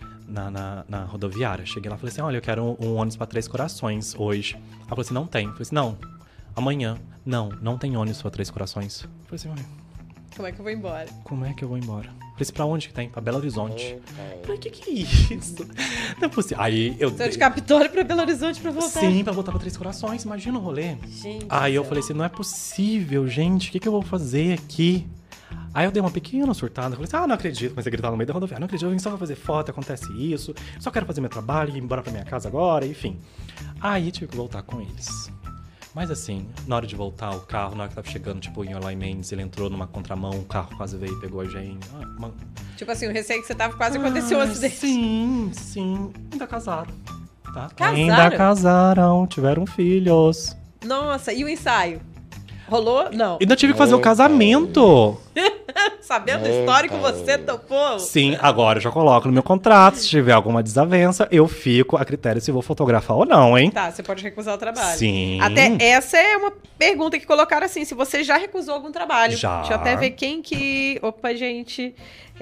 rodoviária, cheguei lá e falei assim, olha, eu quero um ônibus pra Três Corações hoje. Ela falou assim, não tem. Eu falei assim, não, amanhã. Não tem ônibus pra Três Corações. Eu falei assim, olha... Como é que eu vou embora? Como é que eu vou embora? Falei assim, pra onde que tem? Pra Belo Horizonte. Falei, que é isso? Não é possível. Aí eu... Você é de Capitólio pra Belo Horizonte pra voltar? Sim, pra voltar pra Três Corações. Imagina o rolê. Gente, aí eu falei assim, não é possível, gente. O que eu vou fazer aqui? Aí eu dei uma pequena surtada. Falei assim, não acredito. Comecei a gritar no meio da rodoviária. Não acredito, eu vim só pra fazer foto, acontece isso. Só quero fazer meu trabalho, ir embora pra minha casa agora, enfim. Aí tive que voltar com eles. Mas assim, na hora de voltar, o carro, na hora que tava chegando, tipo, em Orlai Mendes, ele entrou numa contramão, o carro quase veio e pegou a gente. Tipo assim, o receio que você tava quase aconteceu um acidente. Sim. Ainda casaram, tá? Casaram? Ainda casaram, tiveram filhos. Nossa, e o ensaio? Rolou? Não. Ainda tive que fazer o casamento. Sabendo o histórico, você topou? Sim, agora eu já coloco no meu contrato. Se tiver alguma desavença, eu fico a critério se vou fotografar ou não, hein? Tá, você pode recusar o trabalho. Sim. Até essa é uma pergunta que colocaram assim, se você já recusou algum trabalho. Já. Deixa eu até ver quem que... Opa, gente.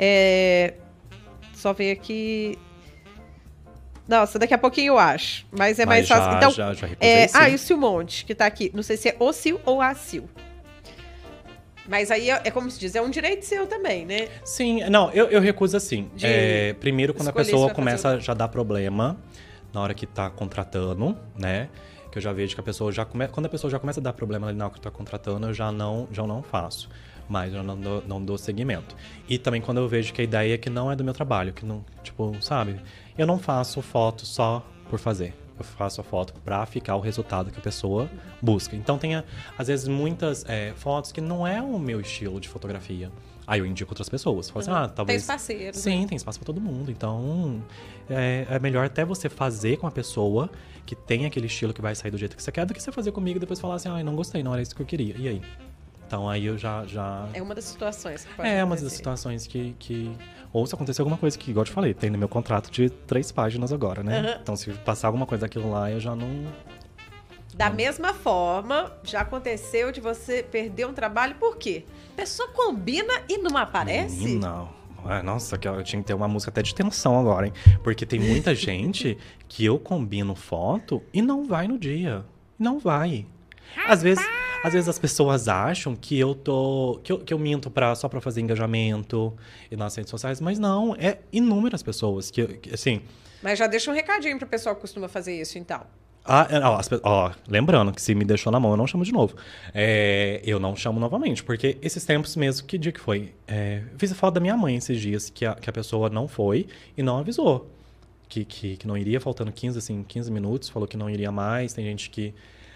Só ver aqui... Nossa, daqui a pouquinho eu acho. Mas é mais fácil. Então, já recusei, sim. e o Silmonte, que tá aqui. Não sei se é o Sil ou a Sil. Mas aí é como se diz, é um direito seu também, né? Sim, não, eu recuso assim. Primeiro, quando a pessoa começa a já dar problema, na hora que tá contratando, né? Que eu já vejo que a pessoa quando a pessoa já começa a dar problema ali na hora que tá contratando, eu já não faço. Mas eu não dou seguimento. E também quando eu vejo que a ideia é que não é do meu trabalho, que não, tipo, sabe? Eu não faço foto só por fazer. Eu faço a foto pra ficar o resultado que a pessoa busca. Então tem, às vezes, muitas fotos que não é o meu estilo de fotografia. Aí eu indico outras pessoas. Falo assim, talvez... Tem parceiros. Sim, tem espaço pra todo mundo. Então, é melhor até você fazer com a pessoa que tem aquele estilo que vai sair do jeito que você quer, do que você fazer comigo e depois falar assim, não gostei, não era isso que eu queria. E aí? Então aí eu já... É uma das situações que pode acontecer. Uma das situações que... Ou se acontecer alguma coisa que, igual eu te falei, tem no meu contrato de 3 páginas agora, né? Uhum. Então se passar alguma coisa daquilo lá, eu já não... Da mesma forma, já aconteceu de você perder um trabalho, por quê? A pessoa combina e não aparece? Não. Nossa, eu tinha que ter uma música até de tensão agora, hein? Porque tem muita gente que eu combino foto e não vai no dia. Não vai. Às vezes as pessoas acham que eu minto só pra fazer engajamento e nas redes sociais, mas não, é inúmeras pessoas que assim... Mas já deixa um recadinho pro pessoal que costuma fazer isso, então. Lembrando que se me deixou na mão, eu não chamo de novo. Eu não chamo novamente, porque esses tempos mesmo, que dia que foi? Fiz a foto da minha mãe esses dias, que a pessoa não foi e não avisou. Que não iria, faltando 15 minutos, falou que não iria mais. Tem gente que...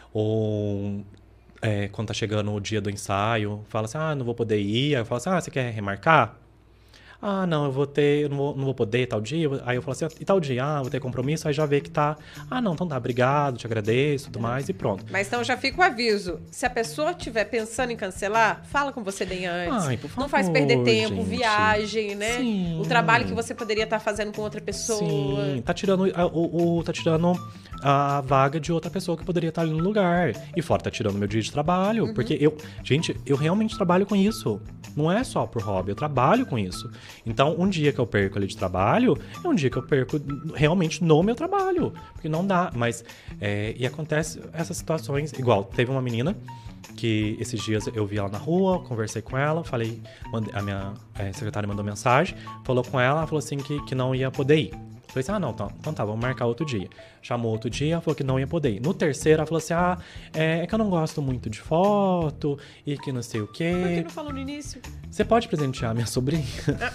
quando tá chegando o dia do ensaio, fala assim, não vou poder ir. Aí eu falo assim, você quer remarcar? Não, eu não vou poder tal dia. Aí eu falo assim, e tal dia? Vou ter compromisso. Aí já vê que tá, não, então tá, obrigado, te agradeço, tudo mais, e pronto. Mas então já fica o aviso, se a pessoa estiver pensando em cancelar, fala com você bem antes. Por favor, não faz perder tempo, gente. Viagem, né? Sim. O trabalho que você poderia estar fazendo com outra pessoa. Sim, tá tirando a vaga de outra pessoa que poderia estar ali no lugar. E fora, tá tirando meu dia de trabalho. Porque eu realmente trabalho com isso. Não é só por hobby, eu trabalho com isso. Então, um dia que eu perco ali de trabalho, é um dia que eu perco realmente no meu trabalho. Porque não dá, mas... e acontece essas situações... Igual, teve uma menina que esses dias eu vi ela na rua, conversei com ela, a minha secretária mandou mensagem, falou com ela falou assim que não ia poder ir. Falei assim, então tá, vamos marcar outro dia. Chamou outro dia, falou que não ia poder ir. No terceiro, ela falou assim, é que eu não gosto muito de foto, e que não sei o quê. Por que não falou no início? Você pode presentear a minha sobrinha?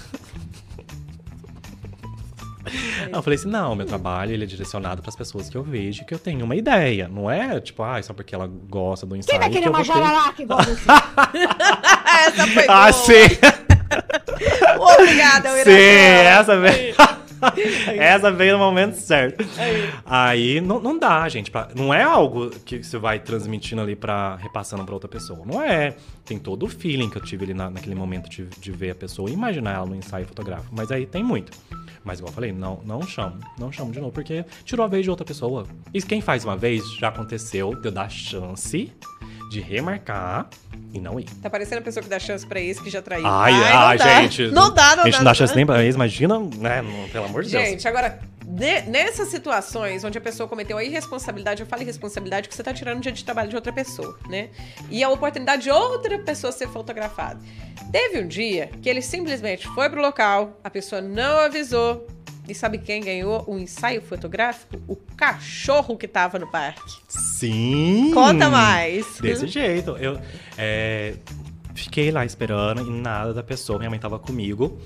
Eu falei assim, não, meu trabalho ele é direcionado para as pessoas que eu vejo, que eu tenho uma ideia. Não é, tipo, só porque ela gosta do ensaio. Quem vai querer uma jararaca igual você? Essa foi boa. Sim. Obrigada, Sim, essa veio... Essa veio no momento certo. Aí não dá, gente. Não é algo que você vai transmitindo ali, repassando pra outra pessoa. Não é. Tem todo o feeling que eu tive ali naquele momento de ver a pessoa e imaginar ela no ensaio fotográfico. Mas aí tem muito. Mas igual eu falei, não chamo de novo, porque tirou a vez de outra pessoa. E quem faz uma vez, já aconteceu de eu dar chance de remarcar e não ir. Tá parecendo a pessoa que dá chance pra ex que já traiu. Gente. Não dá. A gente não dá chance nem pra ex, imagina, né? Pelo amor de Deus. Gente, agora, nessas situações onde a pessoa cometeu a irresponsabilidade, eu falo irresponsabilidade porque você tá tirando o dia de trabalho de outra pessoa, né? E a oportunidade de outra pessoa ser fotografada. Teve um dia que ele simplesmente foi pro local, a pessoa não avisou. E sabe quem ganhou um ensaio fotográfico? O cachorro que tava no parque. Sim! Conta mais! Desse jeito. Eu fiquei lá esperando e nada da pessoa. Minha mãe tava comigo.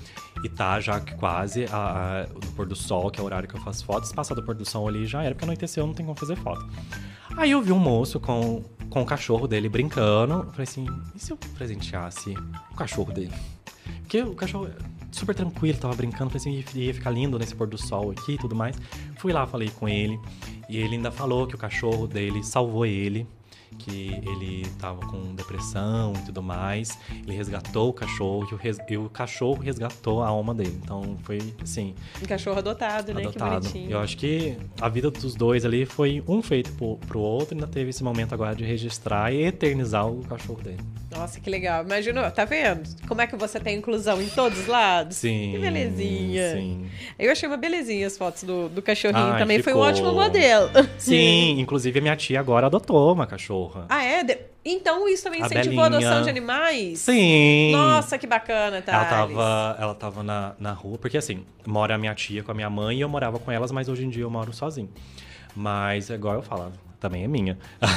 E tá já quase no pôr do sol, que é o horário que eu faço fotos. Se passar do pôr do sol ali, já era, porque anoiteceu, não tem como fazer foto. Aí eu vi um moço com o cachorro dele brincando. Eu falei assim, e se eu presenteasse o cachorro dele? Porque o cachorro super tranquilo, tava brincando. Falei assim, ia ficar lindo nesse pôr do sol aqui e tudo mais. Fui lá, falei com ele. E ele ainda falou que o cachorro dele salvou ele. Que ele tava com depressão e tudo mais. Ele resgatou o cachorro e o cachorro resgatou a alma dele. Então foi assim... Um cachorro adotado, né? Que bonitinho. Eu acho que a vida dos dois ali foi um feito pro outro. E ainda teve esse momento agora de registrar e eternizar o cachorro dele. Nossa, que legal. Imagina, tá vendo? Como é que você tem inclusão em todos os lados? Sim. Que belezinha. Sim. Eu achei uma belezinha as fotos do cachorrinho. Ai, também ficou... foi um ótimo modelo. Sim, inclusive a minha tia agora adotou uma cachorra. Ah, é? Então isso também A incentivou a Belinha. adoção de animais? Sim. Nossa, que bacana, tá? Ela tava na rua, porque assim, mora a minha tia com a minha mãe e eu morava com elas, mas hoje em dia eu moro sozinho. Mas, igual eu falo, também é minha.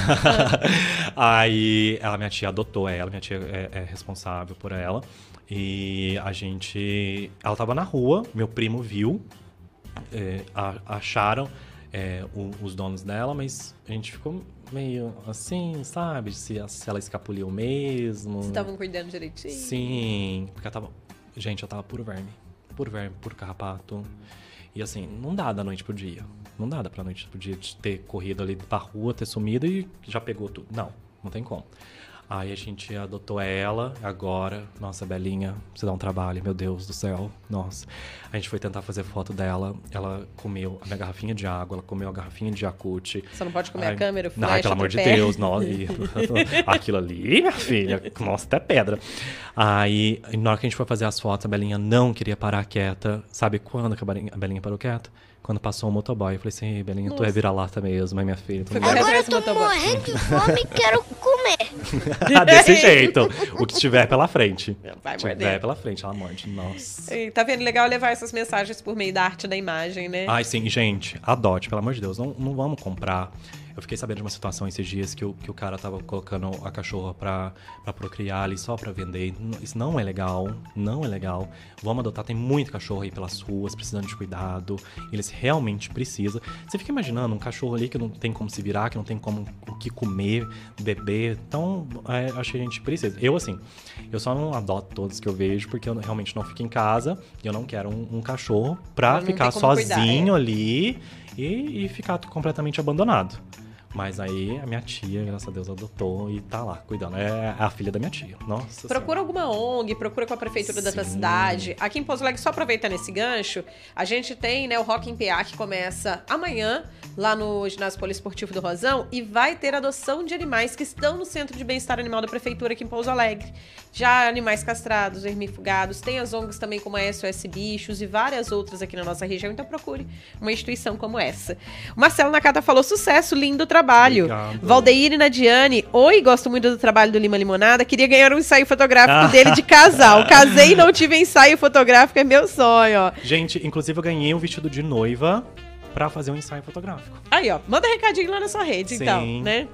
Aí, minha tia adotou ela, minha tia é responsável por ela. E ela tava na rua, meu primo viu, acharam os donos dela, mas a gente ficou meio assim, sabe? Se ela escapuliu mesmo. Vocês estavam cuidando direitinho? Sim, porque ela tava puro verme, puro carrapato. E assim, não dá da noite pro dia. Não dá pra noite pro dia de ter corrido ali pra rua, ter sumido e já pegou tudo. Não tem como. Aí a gente adotou ela, agora, nossa, Belinha, você dá um trabalho, meu Deus do céu, nossa. A gente foi tentar fazer foto dela, ela comeu a minha garrafinha de água, ela comeu a garrafinha de Yakult. Você não pode comer a câmera, o flash. Não, pelo amor de Deus, nossa, aquilo ali, minha filha, nossa, até pedra. Aí, na hora que a gente foi fazer as fotos, a Belinha não queria parar quieta. Sabe quando que a Belinha parou quieta? Quando passou o motoboy. Eu falei assim, Belinha, tu é vira-lata mesmo, minha filha. Agora eu tô morrendo de fome e quero comer. Desse jeito. O que estiver pela frente. Vai o que estiver pela frente, ela morde. Nossa. E tá vendo? Legal levar essas mensagens por meio da arte da imagem, né? Ai, sim. Gente, adote, pelo amor de Deus. Não vamos comprar. Eu fiquei sabendo de uma situação esses dias que o cara tava colocando a cachorra pra procriar ali só pra vender. Isso não é legal, não é legal. Vamos adotar, tem muito cachorro aí pelas ruas, precisando de cuidado. Eles realmente precisam. Você fica imaginando um cachorro ali que não tem como se virar, que não tem como o que comer, beber. Então, acho que a gente precisa. Eu só não adoto todos que eu vejo, porque eu realmente não fico em casa. E eu não quero um cachorro pra ficar sozinho ali e ficar completamente abandonado. Mas aí a minha tia, graças a Deus, adotou e tá lá cuidando. É a filha da minha tia. Nossa Procura alguma ONG, procura com a prefeitura da tua cidade. Aqui em Pouso Alegre, só aproveitando esse gancho, a gente tem, né, o Rock in PA que começa amanhã lá no ginásio poliesportivo do Rosão e vai ter adoção de animais que estão no Centro de Bem-Estar Animal da Prefeitura aqui em Pouso Alegre. Já animais castrados, vermifugados, tem as ONGs também como a SOS Bichos e várias outras aqui na nossa região, então procure uma instituição como essa. O Marcelo Nakata falou, sucesso, lindo trabalho. Obrigado. Valdeir e Nadiane, oi, gosto muito do trabalho do Lima Limonada, queria ganhar um ensaio fotográfico dele de casal. Casei e não tive ensaio fotográfico, é meu sonho, ó. Gente, inclusive eu ganhei um vestido de noiva pra fazer um ensaio fotográfico. Aí, ó, manda recadinho lá na sua rede, Sim. então, né?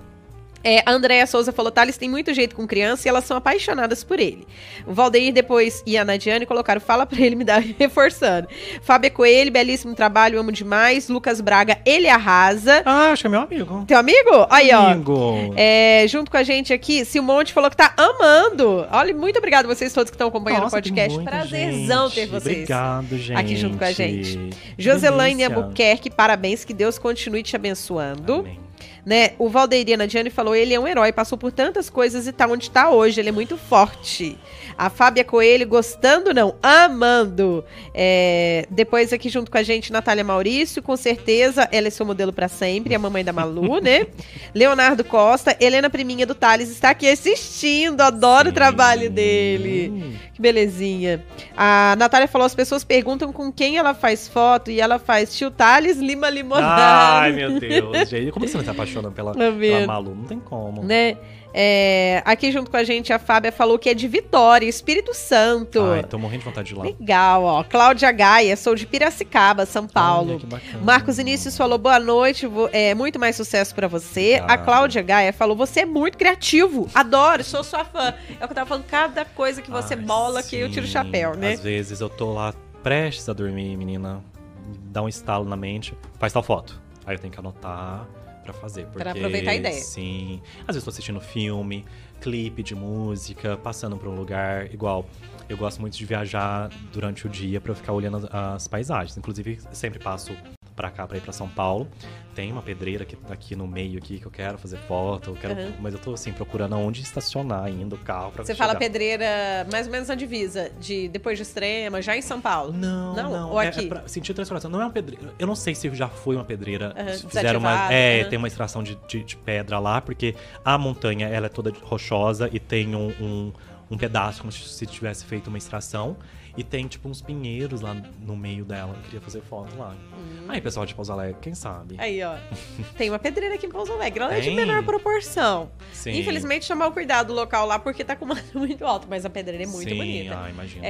A Andréia Souza falou, Thales tem muito jeito com criança e elas são apaixonadas por ele. O Valdeir depois e a Nadiane colocaram, fala pra ele me dar, reforçando. Fábio Coelho, belíssimo trabalho, amo demais. Lucas Braga, ele arrasa. Ah, acho que é meu amigo. Teu amigo? Aí, amigo. ó. Junto com a gente aqui, Silmonte falou que tá amando. Olha, muito obrigado a vocês todos que estão acompanhando o podcast. Prazerzão ter vocês. Obrigado, gente. Aqui junto com a gente. Joselaine Albuquerque, parabéns, que Deus continue te abençoando. Amém. Né? O Valdeir e a Nadiane falou, ele é um herói, passou por tantas coisas e tá onde tá hoje, ele é muito forte. A Fábia Coelho, gostando não, amando. Depois aqui junto com a gente, Natália Maurício, com certeza, ela é seu modelo pra sempre, a mamãe da Malu, né? Leonardo Costa, Helena Priminha do Thales está aqui assistindo, adoro o trabalho dele. Que belezinha. A Natália falou, as pessoas perguntam com quem ela faz foto e ela faz tio Thales Lima Limonada. Ai, meu Deus, gente, como você não apaixonando pela Malu. Não tem como. Né? Aqui junto com a gente, a Fábia falou que é de Vitória, Espírito Santo. Ai, tô morrendo de vontade de ir lá. Legal, ó. Cláudia Gaia, sou de Piracicaba, São Paulo. Olha, que bacana. Marcos Inícios falou, boa noite, muito mais sucesso pra você. Obrigado. A Cláudia Gaia falou, você é muito criativo, adoro, sou sua fã. É o que eu tava falando, cada coisa que você bola que eu tiro o chapéu, né? Às vezes eu tô lá prestes a dormir, menina, dá um estalo na mente, faz tal foto. Aí eu tenho que anotar pra fazer. Porque, pra aproveitar a ideia. Sim. Às vezes tô assistindo filme, clipe de música, passando por um lugar. Igual, eu gosto muito de viajar durante o dia pra eu ficar olhando as paisagens. Inclusive, sempre passo pra cá, pra ir pra São Paulo. Tem uma pedreira aqui no meio aqui que eu quero fazer foto. Mas eu tô, assim, procurando onde estacionar ainda o carro pra Você chegar. fala pedreira mais ou menos na divisa, depois de Extrema, já em São Paulo? Não. Ou aqui? É pra sentir transformação. Não é uma pedreira. Eu não sei se já foi uma pedreira. Fizeram tem uma extração de pedra lá, porque a montanha ela é toda rochosa e tem um pedaço como se tivesse feito uma extração. E tem, tipo, uns pinheiros lá no meio dela. Eu queria fazer foto lá. Aí, pessoal de Pouso Alegre, quem sabe? Aí, ó. Tem uma pedreira aqui em Pouso Alegre. Ela é de menor proporção. Sim. Infelizmente, chamar o cuidado do local lá, porque tá com uma muito alto. Mas a pedreira é muito bonita. Imagina.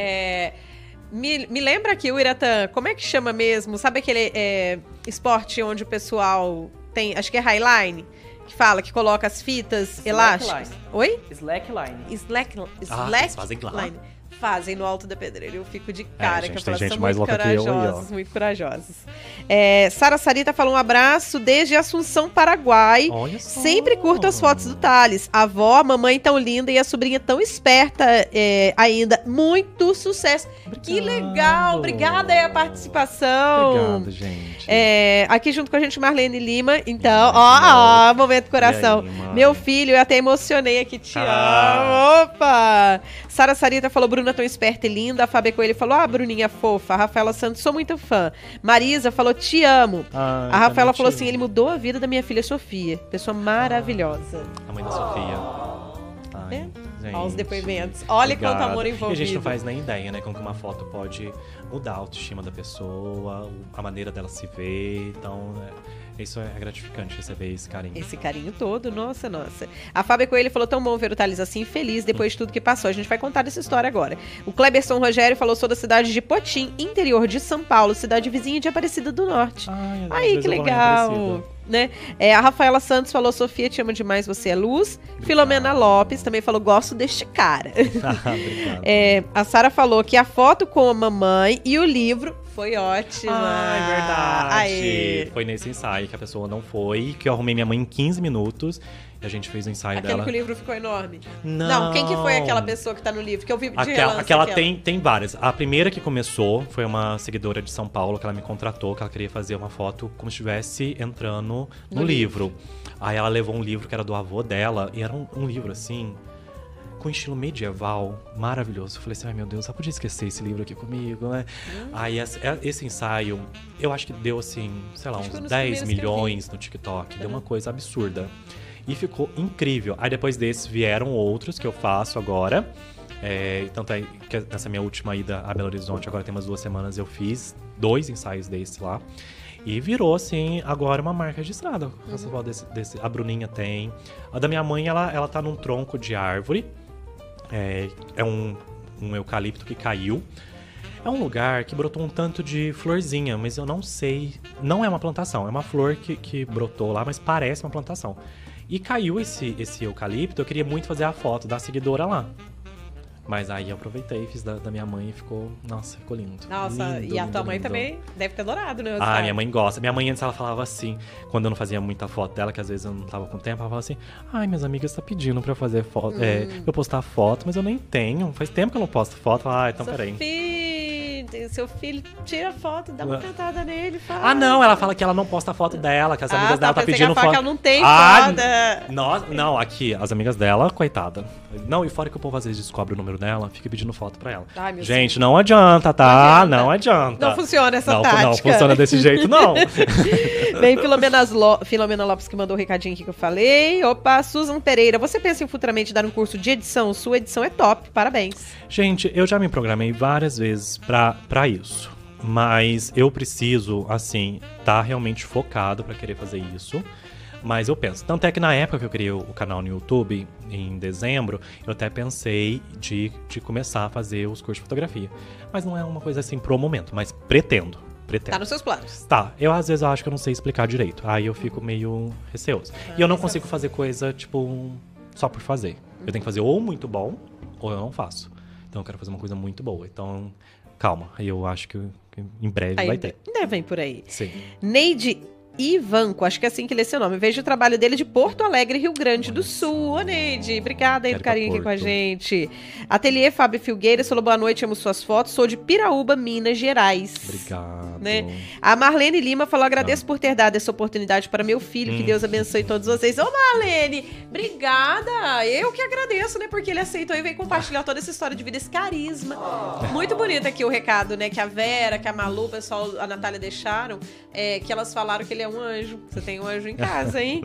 Me lembra aqui, o Iratã, como é que chama mesmo? Sabe aquele esporte onde o pessoal tem, acho que é highline? Que fala, que coloca as fitas elásticas. Oi? Slackline. Eles fazem lá. Fazem no alto da pedreira. Eu fico de cara, gente, que eu falo, são mais muito louca que eu aí, corajosos, muito corajosos. Sara Sarita falou um abraço desde Assunção, Paraguai. Olha só. Sempre curto as fotos do Thales. A avó, a mamãe tão linda e a sobrinha tão esperta ainda. Muito sucesso. Obrigado. Que legal. Obrigada aí a participação. Obrigado, gente. Aqui junto com a gente, Marlene Lima. Então, momento coração. Aí, meu filho, eu até emocionei aqui. Te amo. Opa! Sara Sarita falou, Bruna tão esperta e linda. A Fábia Coelho falou, Bruninha fofa. A Rafaela Santos, sou muito fã. Marisa falou, te amo. A Rafaela falou assim, ele mudou a vida da minha filha Sofia. Pessoa maravilhosa. A mãe da Sofia. Ai, gente. Olha os depoimentos. Olha obrigado. quanto amor envolvido. E a gente não faz nem ideia, né? Como que uma foto pode mudar a autoestima da pessoa, a maneira dela se ver. Então, isso é gratificante, receber esse carinho. Esse carinho todo, nossa. A Fábia Coelho falou, tão bom ver o Thales assim, feliz depois de tudo que passou. A gente vai contar dessa história agora. O Cleberson Rogério falou, sou da cidade de Potim, interior de São Paulo, cidade vizinha de Aparecida do Norte. Aí, que legal. Né? A Rafaela Santos falou, Sofia, te amo demais, você é luz. Obrigado. Filomena Lopes também falou, gosto deste cara. A Sara falou que a foto com a mamãe e o livro foi ótima. É verdade. Aê. Foi nesse ensaio que a pessoa não foi, que eu arrumei minha mãe em 15 minutos. E a gente fez o ensaio dela. Aquele que o livro ficou enorme? Não. Quem que foi aquela pessoa que tá no livro? Que eu vi de relance. Aquela tem várias. A primeira que começou foi uma seguidora de São Paulo, que ela me contratou, que ela queria fazer uma foto como se estivesse entrando no livro. Aí ela levou um livro que era do avô dela, e era um livro assim, com estilo medieval, maravilhoso. Eu falei assim, ai meu Deus, eu podia esquecer esse livro aqui comigo, né? Aí esse ensaio, eu acho que deu assim, sei lá, uns 10 milhões no TikTok. Deu uma coisa absurda. E ficou incrível. Aí depois desses vieram outros que eu faço agora. Tanto é que nessa minha última ida a Belo Horizonte, agora tem umas 2 semanas, eu fiz 2 ensaios desse lá. E virou, assim, agora uma marca registrada. A Bruninha tem. A da minha mãe, ela tá num tronco de árvore. É um eucalipto que caiu. É um lugar que brotou um tanto de florzinha, mas eu não sei. Não é uma plantação, é uma flor que brotou lá, mas parece uma plantação. E caiu esse eucalipto, eu queria muito fazer a foto da seguidora lá. Mas aí eu aproveitei, fiz da minha mãe e ficou lindo. Nossa, lindo, e a tua mãe também deve ter adorado, né? Minha mãe gosta. Minha mãe antes ela falava assim, quando eu não fazia muita foto dela, que às vezes eu não tava com tempo, ela falava assim, minhas amigas estão pedindo pra eu fazer foto, pra eu postar foto, mas eu nem tenho. Faz tempo que eu não posto foto. Então peraí. Seu filho tira foto, dá uma cantada nele, fala. Não, ela fala que ela não posta foto dela, que as amigas dela tá pedindo foto. Que ela não tem foto. Não, aqui, as amigas dela, coitada. Não, e fora que o povo às vezes descobre o número dela, fica pedindo foto pra ela. Gente, não adianta, tá? Não adianta. Não funciona essa tática. Não funciona desse jeito, não. Bem, Filomena Lopes que mandou o recadinho aqui que eu falei. Opa, Susan Pereira, você pensa em futuramente dar um curso de edição? Sua edição é top, parabéns. Gente, eu já me programei várias vezes pra isso. Mas eu preciso, assim, tá realmente focado pra querer fazer isso. Mas eu penso. Tanto é que na época que eu criei o canal no YouTube, em dezembro, eu até pensei de começar a fazer os cursos de fotografia. Mas não é uma coisa assim pro momento, mas pretendo. Tá nos seus planos. Tá, eu às vezes acho que eu não sei explicar direito. Aí eu fico meio receoso. E eu não consigo fazer coisa, tipo, só por fazer. Eu tenho que fazer ou muito bom, ou eu não faço. Então eu quero fazer uma coisa muito boa. Então, calma. Eu acho que em breve vai ter. Ainda vem por aí. Sim. Neide Ivanco, acho que é assim que lê seu nome. Vejo o trabalho dele de Porto Alegre, Rio Grande do Sul. Ô, Neide, obrigada aí do carinho aqui com a gente. Ateliê Fábio Filgueira, falou boa noite, amo suas fotos. Sou de Piraúba, Minas Gerais. Obrigado. Né? A Marlene Lima falou, agradeço por ter dado essa oportunidade para meu filho, que Deus abençoe todos vocês. Ô, Marlene, obrigada. Eu que agradeço, né, porque ele aceitou e veio compartilhar toda essa história de vida, esse carisma. Muito bonito aqui o recado, né, que a Vera, que a Malu, o pessoal, a Natália deixaram, que elas falaram que ele é um anjo. Você tem um anjo em casa, hein?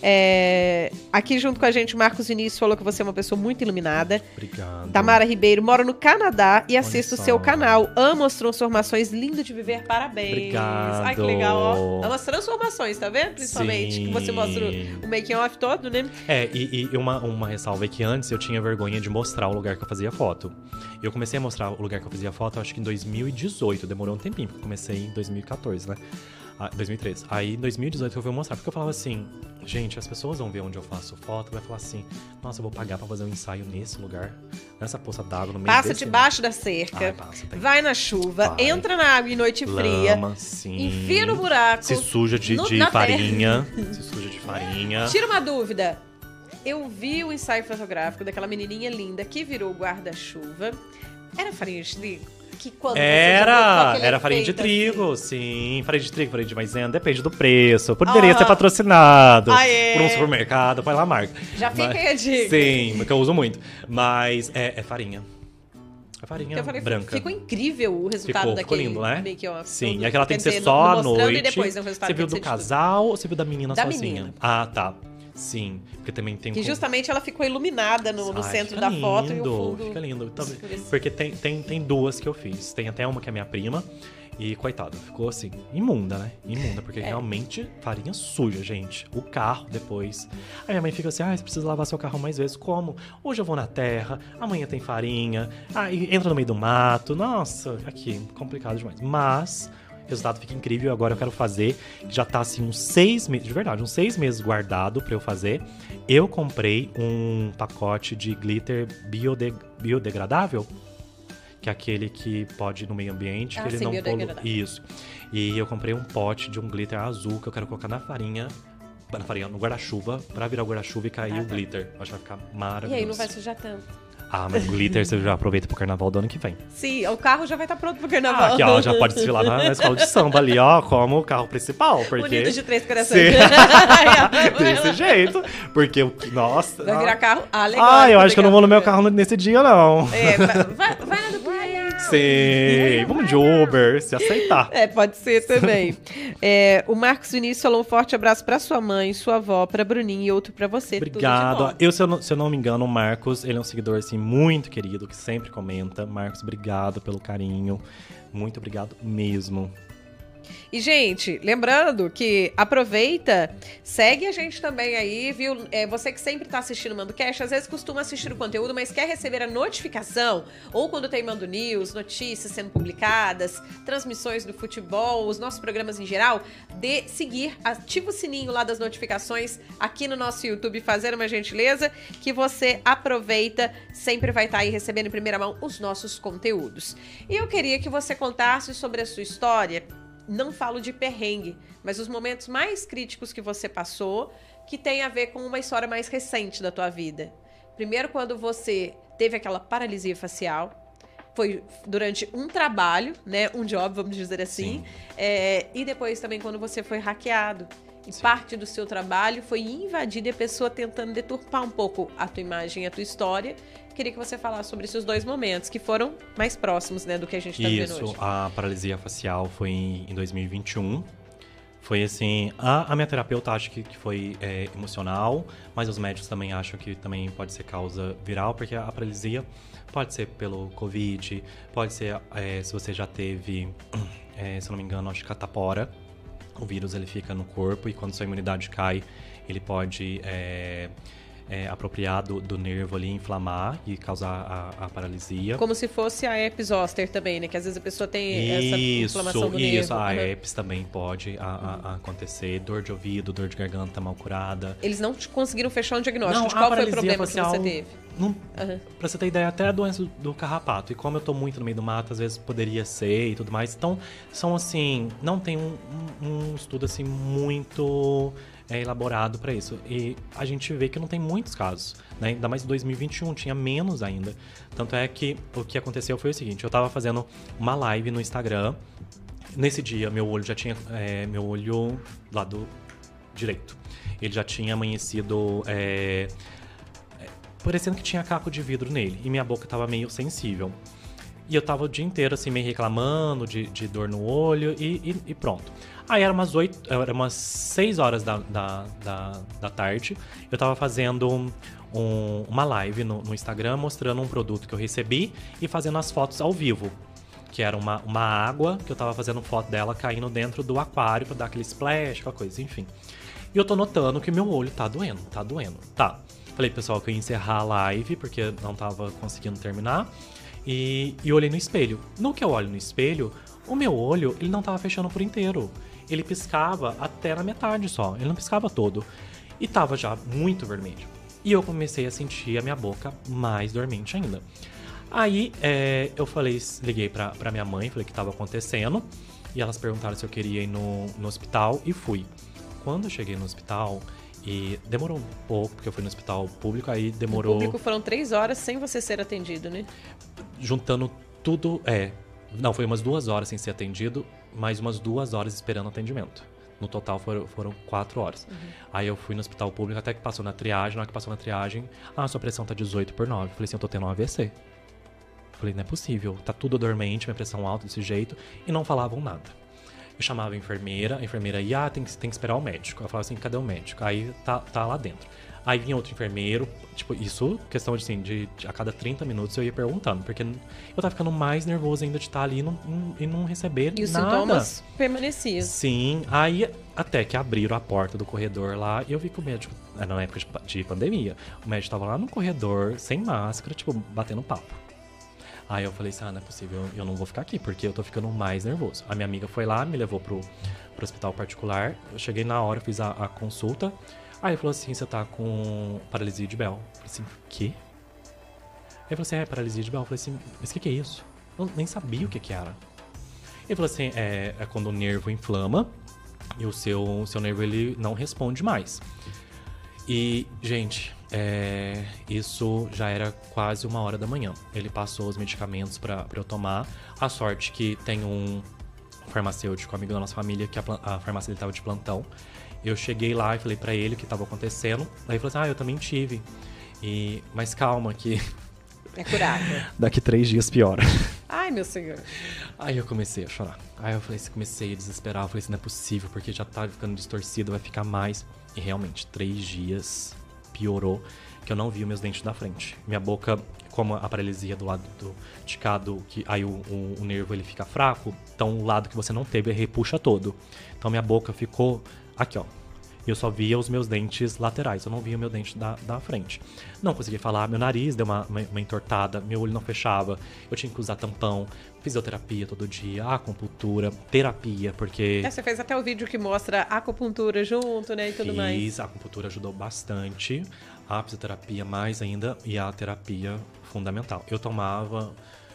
Aqui junto com a gente, Marcos Vinícius falou que você é uma pessoa muito iluminada. Obrigado. Tamara Ribeiro, moro no Canadá e assisto o seu canal. Amo as transformações, lindo de viver, parabéns. Obrigado. Ai, que legal, ó. Amo as transformações, tá vendo? Principalmente, Sim. que você mostra o making off todo, né? E uma ressalva é que antes eu tinha vergonha de mostrar o lugar que eu fazia foto. Eu comecei a mostrar o lugar que eu fazia foto, acho que em 2018. Demorou um tempinho, porque eu comecei em 2014, né? 2013. Aí, em 2018, eu fui mostrar. Porque eu falava assim, gente, as pessoas vão ver onde eu faço foto, vai falar assim, nossa, eu vou pagar pra fazer um ensaio nesse lugar, nessa poça d'água, no meio Passa debaixo da cerca, vai na chuva, entra na água em noite fria, lama, sim. Enfia no buraco, se suja de farinha, se suja de farinha. Tira uma dúvida. Eu vi o ensaio fotográfico daquela menininha linda que virou guarda-chuva. Era farinha de trigo? Que quando era farinha de trigo, assim. Sim. Farinha de trigo, farinha de maisena, depende do preço. Poderia ser patrocinado por um supermercado, põe lá a marca. Já fica aí a dica. Sim, porque eu uso muito. Mas é farinha. É farinha branca. Ficou incrível o resultado daquele. Ficou lindo, né? Make-off. Sim, e aquela tem que ser só à noite. E depois, né, o resultado você viu do casal ou você viu da menina sozinha? Menina. Ah, tá. Sim, porque também tem... Que justamente ela ficou iluminada no centro da foto e o fundo... Fica lindo, porque tem duas que eu fiz. Tem até uma que é minha prima e, coitada, ficou assim, imunda, né? Imunda, porque realmente farinha suja, gente. O carro depois... Aí minha mãe fica assim, você precisa lavar seu carro mais vezes. Como? Hoje eu vou na terra, amanhã tem farinha, aí entra no meio do mato. Nossa, aqui, complicado demais. Mas... o resultado fica incrível, agora eu quero fazer. Já tá assim uns 6 meses, de verdade, uns 6 meses guardado pra eu fazer. Eu comprei um pacote de glitter biodegradável, que é aquele que pode ir no meio ambiente, que ele não polui. Isso. E eu comprei um pote de um glitter azul que eu quero colocar na farinha, no guarda-chuva, pra virar o guarda-chuva e cair o glitter. Acho que vai ficar maravilhoso. E aí não vai sujar tanto. Mas o glitter você já aproveita pro carnaval do ano que vem. Sim, o carro já vai estar pronto pro carnaval. Aqui, ó, já pode desfilar na escola de samba ali, ó, como o carro principal. Porque... Unido de 3 corações. Desse jeito. Porque, nossa... vai virar carro alegórico. Eu acho que eu não vou no meu carro nesse dia, não. Vai na do cliente. Sim, vamos de Uber, se aceitar. Pode ser também. O Marcos Vinícius falou um forte abraço pra sua mãe, sua avó, pra Bruninho e outro pra você. Obrigado. Se eu não me engano, o Marcos, ele é um seguidor, assim, muito querido, que sempre comenta. Marcos, obrigado pelo carinho. Muito obrigado mesmo. E, gente, lembrando que aproveita, segue a gente também aí, viu? Você que sempre tá assistindo o MandoCast, às vezes costuma assistir o conteúdo, mas quer receber a notificação, ou quando tem Mando News, notícias sendo publicadas, transmissões do futebol, os nossos programas em geral, de seguir, ativa o sininho lá das notificações aqui no nosso YouTube, fazer uma gentileza, que você aproveita, sempre vai estar aí recebendo em primeira mão os nossos conteúdos. E eu queria que você contasse sobre a sua história. Não falo de perrengue, mas os momentos mais críticos que você passou, que tem a ver com uma história mais recente da tua vida. Primeiro, quando você teve aquela paralisia facial, foi durante um trabalho, né, um job, vamos dizer assim, e depois também quando você foi hackeado. E parte do seu trabalho foi invadida e a pessoa tentando deturpar um pouco a tua imagem, a tua história. Queria que você falasse sobre esses dois momentos, que foram mais próximos, né, do que a gente tá vendo hoje. Isso, a paralisia facial foi em 2021. Foi assim, a minha terapeuta acha que foi emocional, mas os médicos também acham que também pode ser causa viral, porque a paralisia pode ser pelo Covid, pode ser se você já teve, se eu não me engano, acho que catapora. o vírus ele fica no corpo e quando sua imunidade cai, ele pode apropriar do nervo ali, inflamar e causar a paralisia. Como se fosse a herpes zoster também, né? Que às vezes a pessoa tem essa inflamação do nervo. Isso, a herpes também pode acontecer. Dor de ouvido, dor de garganta mal curada. Eles não conseguiram fechar um diagnóstico de Não, qual foi o problema que você teve? Pra você ter ideia, até a doença do carrapato. E como eu tô muito no meio do mato, às vezes poderia ser e tudo mais. Então, são assim, não tem um estudo assim muito elaborado para isso. E a gente vê que não tem muitos casos, né? Ainda mais em 2021, tinha menos ainda. Tanto é que o que aconteceu foi o seguinte, eu tava fazendo uma live no Instagram. Nesse dia, meu olho já tinha... meu olho lado direito. Ele já tinha amanhecido... parecendo que tinha caco de vidro nele. E minha boca tava meio sensível. E eu tava o dia inteiro, assim, meio reclamando de dor no olho e pronto. Aí era umas 6 horas da tarde. Eu tava fazendo uma live no Instagram mostrando um produto que eu recebi e fazendo as fotos ao vivo. Que era uma água, que eu tava fazendo foto dela caindo dentro do aquário pra dar aquele splash, aquela coisa, enfim. E eu tô notando que meu olho tá doendo. Tá. Falei, pessoal, que eu ia encerrar a live, porque não tava conseguindo terminar. E olhei no espelho. No que eu olho no espelho, o meu olho, ele não tava fechando por inteiro. Ele piscava até na metade só. Ele não piscava todo. E tava já muito vermelho. E eu comecei a sentir a minha boca mais dormente ainda. Aí, eu liguei pra minha mãe, falei o que tava acontecendo. E elas perguntaram se eu queria ir no hospital e fui. Quando eu cheguei no hospital... E demorou um pouco, porque eu fui no hospital público, aí demorou... No público foram 3 horas sem você ser atendido, né? Juntando tudo, Não, foi umas 2 horas sem ser atendido, mais umas 2 horas esperando atendimento. No total foram 4 horas. Uhum. Aí eu fui no hospital público, até que passou na triagem. Na hora que passou na triagem, sua pressão tá 18/9. Falei assim, eu tô tendo um AVC. Falei, não é possível, tá tudo dormente, minha pressão alta desse jeito. E não falavam nada. Eu chamava a enfermeira ia, tem que esperar o médico. Eu falava assim, cadê o médico? Aí tá lá dentro. Aí vinha outro enfermeiro, tipo, isso, questão de, assim, de a cada 30 minutos eu ia perguntando, porque eu tava ficando mais nervoso ainda de estar ali e não receber nada. E os sintomas permaneciam. Sim, aí até que abriram a porta do corredor lá e eu vi que o médico, na época de pandemia, o médico tava lá no corredor, sem máscara, tipo, batendo papo. Aí eu falei assim, não é possível, eu não vou ficar aqui, porque eu tô ficando mais nervoso. A minha amiga foi lá, me levou pro hospital particular. Eu cheguei na hora, fiz a consulta. Aí ele falou assim, você tá com paralisia de Bell. Eu falei assim, quê? Aí ele falou assim, paralisia de Bell. Eu falei assim, mas o que é isso? Eu nem sabia o que era. Ele falou assim, é quando o nervo inflama e o seu nervo ele não responde mais. E, gente... isso já era quase 1h da manhã. Ele passou os medicamentos pra eu tomar. A sorte que tem um farmacêutico, amigo da nossa família, que a farmácia dele tava de plantão. Eu cheguei lá e falei pra ele o que tava acontecendo. Aí ele falou assim, eu também tive. Mas calma que... É curável. Daqui 3 dias piora. Ai, meu senhor. Aí eu comecei a chorar. Aí eu comecei a desesperar. Eu falei assim, não é possível, porque já tá ficando distorcido, vai ficar mais. E realmente, 3 dias... piorou, que eu não vi os meus dentes da frente. Minha boca, como a paralisia do lado de cá, que aí o nervo ele fica fraco, então o lado que você não teve, ele repuxa todo. Então minha boca ficou aqui, ó. E eu só via os meus dentes laterais, eu não via o meu dente da frente. Não conseguia falar, meu nariz deu uma entortada, meu olho não fechava, eu tinha que usar tampão, fisioterapia todo dia, acupuntura, terapia, porque... Você fez até o vídeo que mostra a acupuntura junto, né, e tudo mais. A acupuntura ajudou bastante, a fisioterapia mais ainda, e a terapia fundamental. Eu tomava,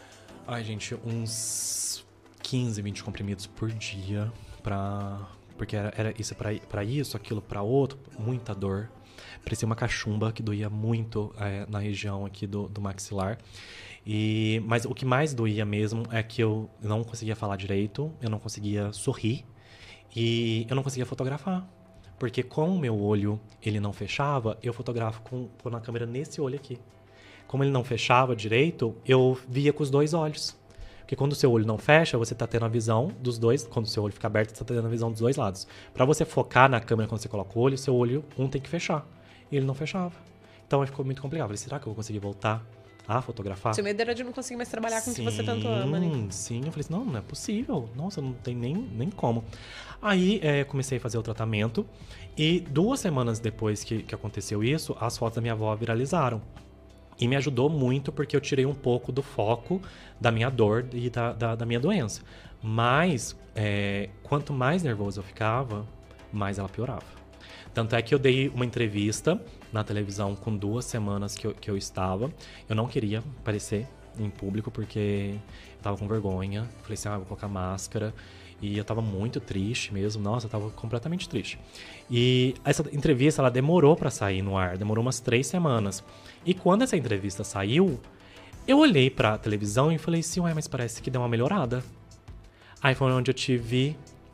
uns 15, 20 comprimidos por dia porque era isso pra isso, aquilo pra outro, muita dor. Parecia uma cachumba que doía muito na região aqui do maxilar. Mas o que mais doía mesmo é que eu não conseguia falar direito, eu não conseguia sorrir e eu não conseguia fotografar. Porque como o meu olho ele não fechava, eu fotografo com a câmera nesse olho aqui. Como ele não fechava direito, eu via com os 2 olhos. Porque quando o seu olho não fecha, você tá tendo a visão dos dois. Quando o seu olho fica aberto, você tá tendo a visão dos 2 lados. Para você focar na câmera quando você coloca o olho, seu olho tem que fechar. E ele não fechava. Então ficou muito complicado. Falei, será que eu vou conseguir voltar a fotografar. Seu medo era de não conseguir mais trabalhar com o que você tanto ama, né? Sim, eu falei assim, não é possível. Nossa, não tem nem como. Aí, comecei a fazer o tratamento. E 2 semanas depois que aconteceu isso, as fotos da minha avó viralizaram. E me ajudou muito porque eu tirei um pouco do foco da minha dor e da minha doença. Mas, quanto mais nervoso eu ficava, mais ela piorava. Tanto é que eu dei uma entrevista na televisão com 2 semanas que eu estava. Eu não queria aparecer em público porque eu tava com vergonha. Falei assim, vou colocar máscara. E eu tava muito triste mesmo. Nossa, eu tava completamente triste. E essa entrevista, ela demorou pra sair no ar. Demorou umas 3 semanas. E quando essa entrevista saiu, eu olhei pra televisão e falei assim, mas parece que deu uma melhorada. Aí foi onde eu tive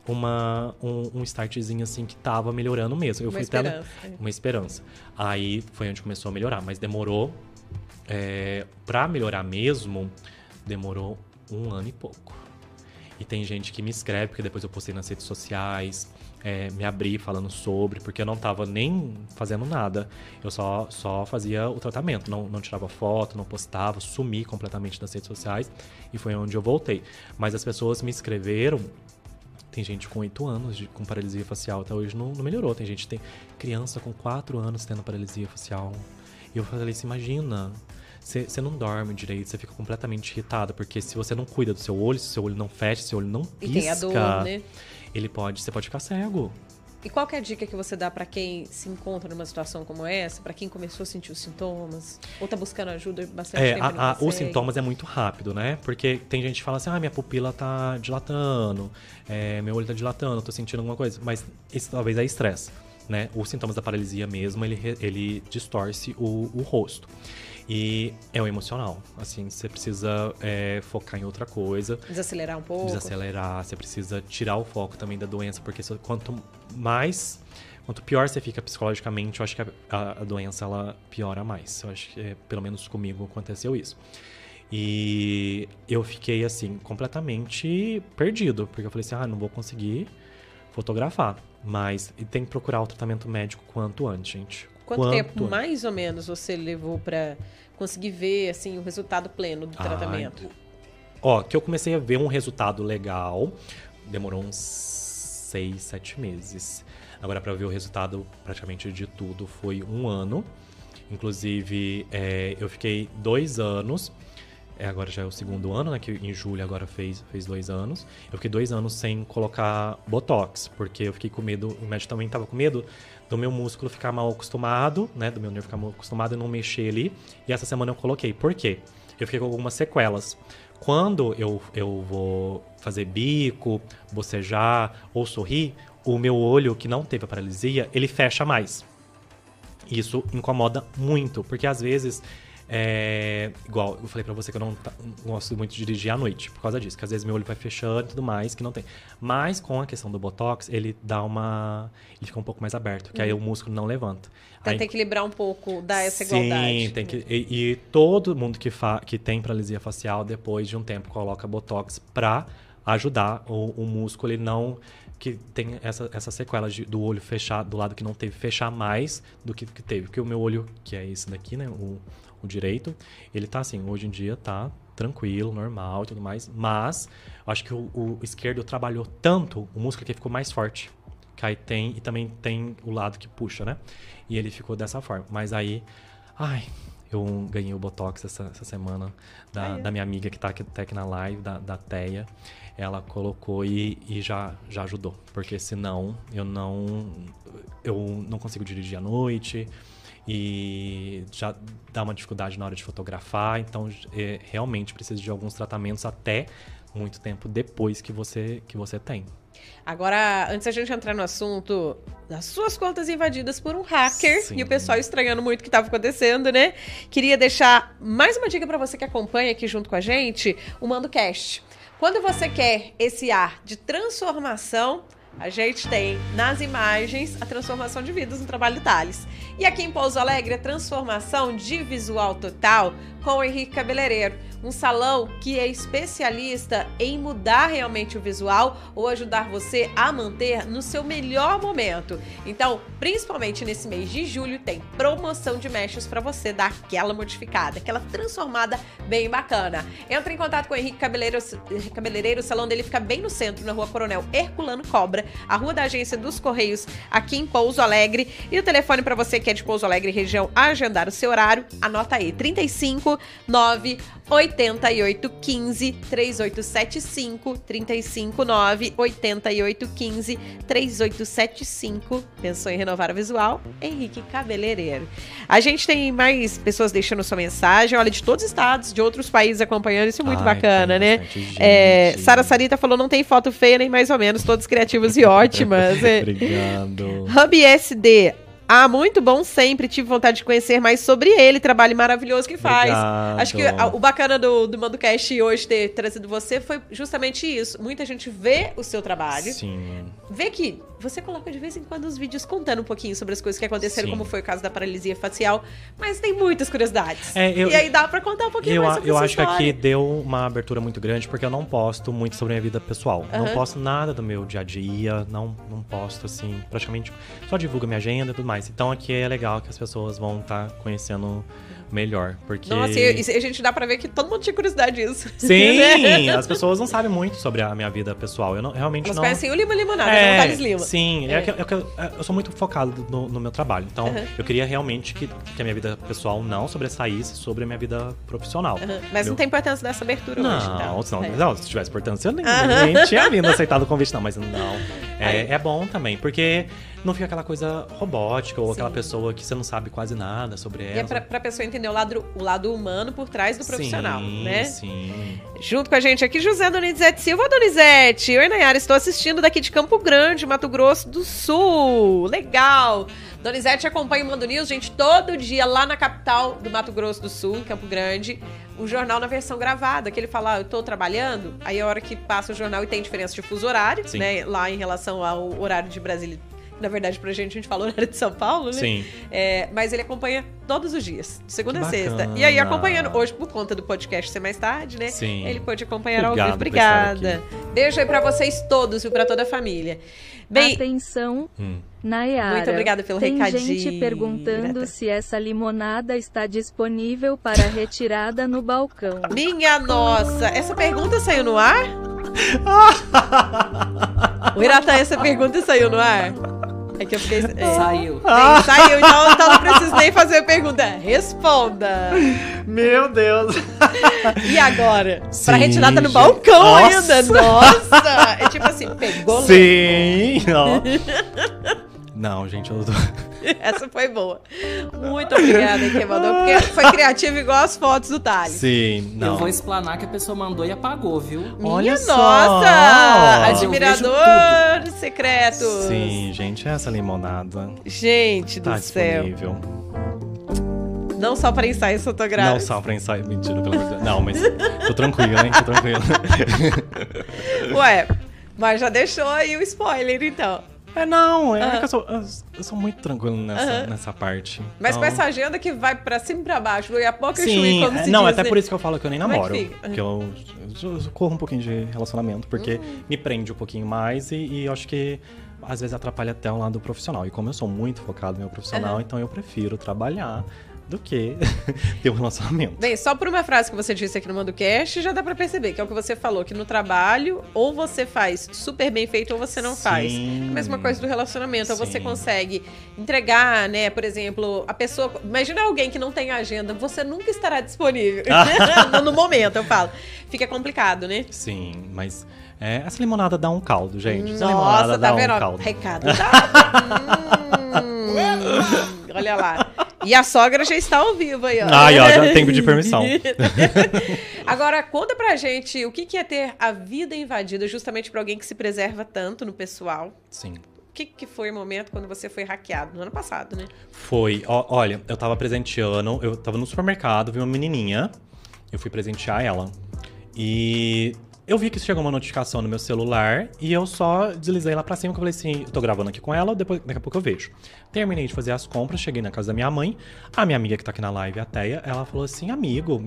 um startzinho assim que tava melhorando mesmo. Uma esperança. Aí foi onde começou a melhorar. Mas demorou, pra melhorar mesmo, demorou 1 ano e pouco. E tem gente que me escreve, porque depois eu postei nas redes sociais, me abri falando sobre, porque eu não tava nem fazendo nada. Eu só fazia o tratamento, não tirava foto, não postava, sumi completamente das redes sociais e foi onde eu voltei. Mas as pessoas me escreveram, tem gente com 8 anos com paralisia facial, até hoje não melhorou. Tem gente que tem criança com 4 anos tendo paralisia facial. E eu falei assim, imagina... Você não dorme direito, você fica completamente irritado, porque se você não cuida do seu olho, se o seu olho não fecha, se o seu olho não pisca, e tem a dor, né? Você pode ficar cego. E qual que é a dica que você dá pra quem se encontra numa situação como essa, pra quem começou a sentir os sintomas, ou tá buscando ajuda bastante tempo e não consegue? Os sintomas é muito rápido, né? Porque tem gente que fala assim, minha pupila tá dilatando, meu olho tá dilatando, tô sentindo alguma coisa, mas isso talvez é estresse, né? Os sintomas da paralisia mesmo, ele distorce o rosto. E é o emocional, assim, você precisa focar em outra coisa. Desacelerar um pouco. Desacelerar, você precisa tirar o foco também da doença, porque quanto pior você fica psicologicamente, eu acho que a doença, ela piora mais. Eu acho que, pelo menos comigo, aconteceu isso. E eu fiquei, assim, completamente perdido, porque eu falei assim, não vou conseguir fotografar. Mas tem que procurar o tratamento médico quanto antes, gente. Quanto tempo, mais ou menos, você levou pra conseguir ver, assim, o resultado pleno do tratamento? Que eu comecei a ver um resultado legal, demorou uns 6, 7 meses. Agora, pra ver o resultado praticamente de tudo, foi 1 ano. Inclusive, eu fiquei 2 anos. Agora já é o 2º ano, né? Que em julho agora fez 2 anos. Eu fiquei 2 anos sem colocar Botox, porque eu fiquei com medo, o médico também tava com medo do meu músculo ficar mal acostumado, né? Do meu nervo ficar mal acostumado e não mexer ali. E essa semana eu coloquei. Por quê? Eu fiquei com algumas sequelas. Quando eu vou fazer bico, bocejar ou sorrir, o meu olho, que não teve a paralisia, ele fecha mais. Isso incomoda muito, porque às vezes... igual eu falei pra você que eu não gosto muito de dirigir à noite por causa disso, que às vezes meu olho vai fechando e tudo mais, que não tem. Mas com a questão do Botox, ele fica um pouco mais aberto, que aí o músculo não levanta. Tenta equilibrar um pouco, dar essa igualdade. Sim, tem que. E todo mundo que tem paralisia facial, depois de um tempo, coloca Botox pra ajudar o músculo, ele não. Que tem essa sequela do olho fechar, do lado que não teve, fechar mais do que teve. Porque o meu olho, que é esse daqui, né? O direito, ele tá assim, hoje em dia tá tranquilo, normal e tudo mais. Mas, eu acho que o esquerdo trabalhou tanto, o músculo aqui ficou mais forte. Que aí e também tem o lado que puxa, né? E ele ficou dessa forma. Mas aí, eu ganhei o Botox essa semana da minha amiga que tá aqui na live, da Teia. Ela colocou e já ajudou. Porque senão eu não consigo dirigir à noite e já dá uma dificuldade na hora de fotografar. Então, realmente precisa de alguns tratamentos até muito tempo depois que você tem. Agora, antes da gente entrar no assunto das suas contas invadidas por um hacker, Sim. E o pessoal estranhando muito o que estava acontecendo, né? Queria deixar mais uma dica para você que acompanha aqui junto com a gente, o MandoCast. Quando você quer esse ar de transformação, a gente tem nas imagens a transformação de vidas no trabalho do Thales. E aqui em Pouso Alegre, a transformação de visual total com o Henrique Cabeleireiro, um salão que é especialista em mudar realmente o visual ou ajudar você a manter no seu melhor momento. Então, principalmente nesse mês de julho, tem promoção de mechas para você dar aquela modificada, aquela transformada bem bacana. Entra em contato com o Henrique Cabeleireiro, o salão dele fica bem no centro, na Rua Coronel Herculano Cobra, a rua da Agência dos Correios, aqui em Pouso Alegre. E o telefone para você que é de Pouso Alegre região, agendar o seu horário, anota aí, 35 9 8815 3875, 359 8815 3875. Pensou em renovar o visual? Henrique Cabeleireiro. A gente tem mais pessoas deixando sua mensagem, olha, de todos os estados, de outros países acompanhando, isso é muito bacana, né? Sara Sarita falou, não tem foto feia nem mais ou menos, todos criativos e ótimas. Obrigado. Hub SD. Muito bom sempre. Tive vontade de conhecer mais sobre ele. Trabalho maravilhoso que faz. Obrigado. Acho que o bacana do MandoCast hoje ter trazido você foi justamente isso. Muita gente vê o seu trabalho. Sim. Vê que você coloca de vez em quando os vídeos contando um pouquinho sobre as coisas que aconteceram, Sim. como foi o caso da paralisia facial. Mas tem muitas curiosidades. E aí dá pra contar um pouquinho mais sobre eu essa acho história. que aqui deu uma abertura muito grande, porque eu não posto muito sobre a minha vida pessoal. Não posto nada do meu dia a dia, não posto, assim, praticamente só divulgo minha agenda e tudo mais. Então aqui é legal que as pessoas vão estar conhecendo melhor, porque... Nossa, e a gente dá pra ver que todo mundo tinha curiosidade disso. Sim, as pessoas não sabem muito sobre a minha vida pessoal. Eu realmente Elas não... conhecem o Lima Limonada, não o Thales Lima. Sim, eu sou muito focado no meu trabalho. Então, eu queria realmente que a minha vida pessoal não sobressaísse sobre a minha vida profissional. Mas não tem importância dessa abertura hoje, então. Não, se tivesse importância, eu nem tinha vindo aceitado o convite, não. Mas não, é bom também, porque não fica aquela coisa robótica ou aquela pessoa que você não sabe quase nada sobre ela. E é pra pessoa entender o lado humano por trás do profissional, né? Sim. Junto com a gente aqui, José Donizete Silva. Donizete, oi Nayara, estou assistindo daqui de Campo Grande, Mato Grosso do Sul. Legal! Donizete acompanha o Mando News, gente, todo dia lá na capital do Mato Grosso do Sul, em Campo Grande, o jornal na versão gravada, que ele fala, eu tô trabalhando, aí a hora que passa o jornal e tem diferença de fuso horário, né, lá em relação ao horário de Brasília. Na verdade, pra gente fala horário de São Paulo, né? Sim. Mas ele acompanha todos os dias, de segunda a sexta. E aí, acompanhando hoje, por conta do podcast ser mais tarde, né? Sim. Ele pode acompanhar ao vivo. Obrigada. Beijo aí pra vocês todos e pra toda a família. Bem, atenção, Nayara. Muito obrigada pelo Tem recadinho. Tem gente perguntando se essa limonada está disponível para retirada no balcão. Minha nossa, essa pergunta saiu no ar? O Iratan, essa pergunta saiu no ar? É que eu fiquei... Saiu. Saiu, então não preciso nem fazer a pergunta. Responda. Meu Deus. E agora? Sim, pra retirada no balcão ainda. Nossa. É tipo assim, pegou. Sim. Não, gente, eu tô... Essa foi boa. Muito obrigada quem mandou, porque foi criativo igual as fotos do Thales. Sim, não. Eu vou explanar que a pessoa mandou e apagou, viu? Olha Olha só! só! Admirador secreto. Sim, gente, essa limonada Gente do tá céu. disponível. Não só para ensaios fotográficos. Não só pra ensaio. Mentira, pelo amor de Deus. Não, mas tô tranquilo, hein? Tô tranquilo. Ué, mas já deixou aí o spoiler, então. Não, que eu sou muito tranquilo nessa parte. Mas então... com essa agenda que vai pra cima e pra baixo, e a pouco Sim, como se não, diz, até né? por isso que eu falo que eu nem namoro. Como é que fica? Porque eu corro um pouquinho de relacionamento, porque me prende um pouquinho mais e eu acho que às vezes atrapalha até o lado profissional. E como eu sou muito focado no meu profissional, então eu prefiro trabalhar do que ter um relacionamento. Bem, só por uma frase que você disse aqui no MandoCast, já dá pra perceber, que é o que você falou, que no trabalho, ou você faz super bem feito, ou você não faz. A mesma coisa do relacionamento, ou você consegue entregar, né, por exemplo, a pessoa... Imagina alguém que não tem agenda, você nunca estará disponível. No momento, eu falo. Fica complicado, né? Sim, mas... essa limonada dá um caldo, gente. Essa Nossa, limonada tá dá vendo? um caldo. Recado. Olha lá. E a sogra já está ao vivo aí, ó. Já tem que pedir permissão. Agora, conta pra gente o que é ter a vida invadida justamente pra alguém que se preserva tanto no pessoal. Sim. O que foi o momento quando você foi hackeado? No ano passado, né? Foi. Olha, eu tava presenteando, eu tava no supermercado, vi uma menininha, eu fui presentear ela. E eu vi que chegou uma notificação no meu celular e eu só deslizei lá pra cima, que eu falei assim, eu tô gravando aqui com ela, daqui a pouco eu vejo. Terminei de fazer as compras, cheguei na casa da minha mãe, a minha amiga que tá aqui na live, a Teia, ela falou assim, amigo,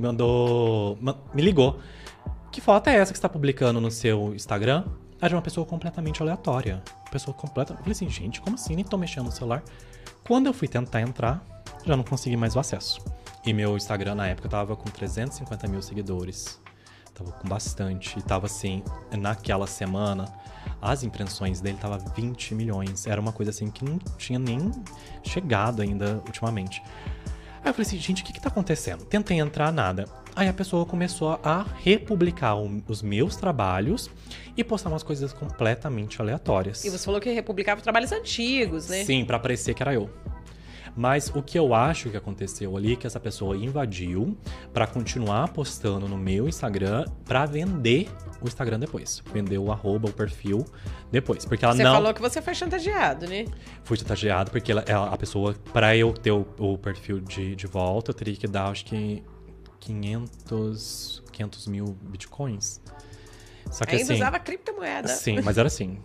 me ligou. Que foto é essa que você tá publicando no seu Instagram? Era de uma pessoa completamente aleatória. Eu falei assim, gente, como assim? Nem tô mexendo no celular. Quando eu fui tentar entrar, já não consegui mais o acesso. E meu Instagram, na época, tava com 350 mil seguidores. Tava com bastante. E tava assim, naquela semana, as impressões dele tava 20 milhões. Era uma coisa assim que não tinha nem chegado ainda ultimamente. Aí eu falei assim, gente, o que tá acontecendo? Tentei entrar, nada. Aí a pessoa começou a republicar os meus trabalhos e postar umas coisas completamente aleatórias. E você falou que republicava trabalhos antigos, né? Sim, pra parecer que era eu. Mas o que eu acho que aconteceu ali é que essa pessoa invadiu pra continuar postando no meu Instagram pra vender o Instagram depois. Vender o @, o perfil depois. Porque ela Você falou que você foi chantageado, né? Fui chantageado porque a pessoa, pra eu ter o perfil de volta, eu teria que dar, acho que 500 mil bitcoins. Só que, ainda assim, usava criptomoeda. Sim, mas era assim,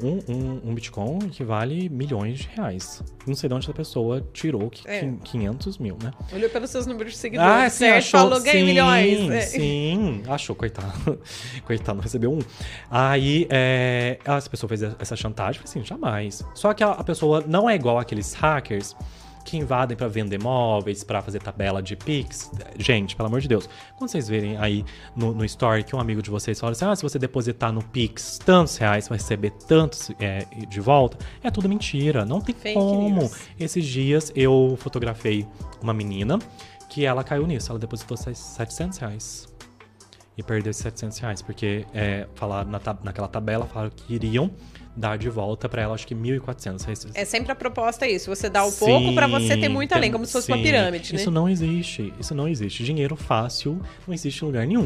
um Bitcoin equivale milhões de reais. Não sei de onde essa pessoa tirou 500 mil, né? Olhou pelos seus números de seguidores, sim, achou, falou, ganhei milhões. Sim, achou, coitado. Coitado, não recebeu um. Aí, essa pessoa fez essa chantagem, eu falei assim, jamais. Só que a pessoa não é igual aqueles hackers que invadem pra vender móveis, pra fazer tabela de Pix. Gente, pelo amor de Deus. Quando vocês verem aí no story que um amigo de vocês fala assim, se você depositar no Pix tantos reais, vai receber tantos de volta. É tudo mentira. Não tem fake como. news. Esses dias eu fotografei uma menina que ela caiu nisso. Ela depositou 700 reais. E perdeu esses 700 reais. Porque naquela tabela falaram que iriam dar de volta pra ela, acho que 1.400. É sempre a proposta isso, você dá o pouco pra você ter muito além, como se fosse uma pirâmide, né? Isso não existe. Dinheiro fácil não existe em lugar nenhum.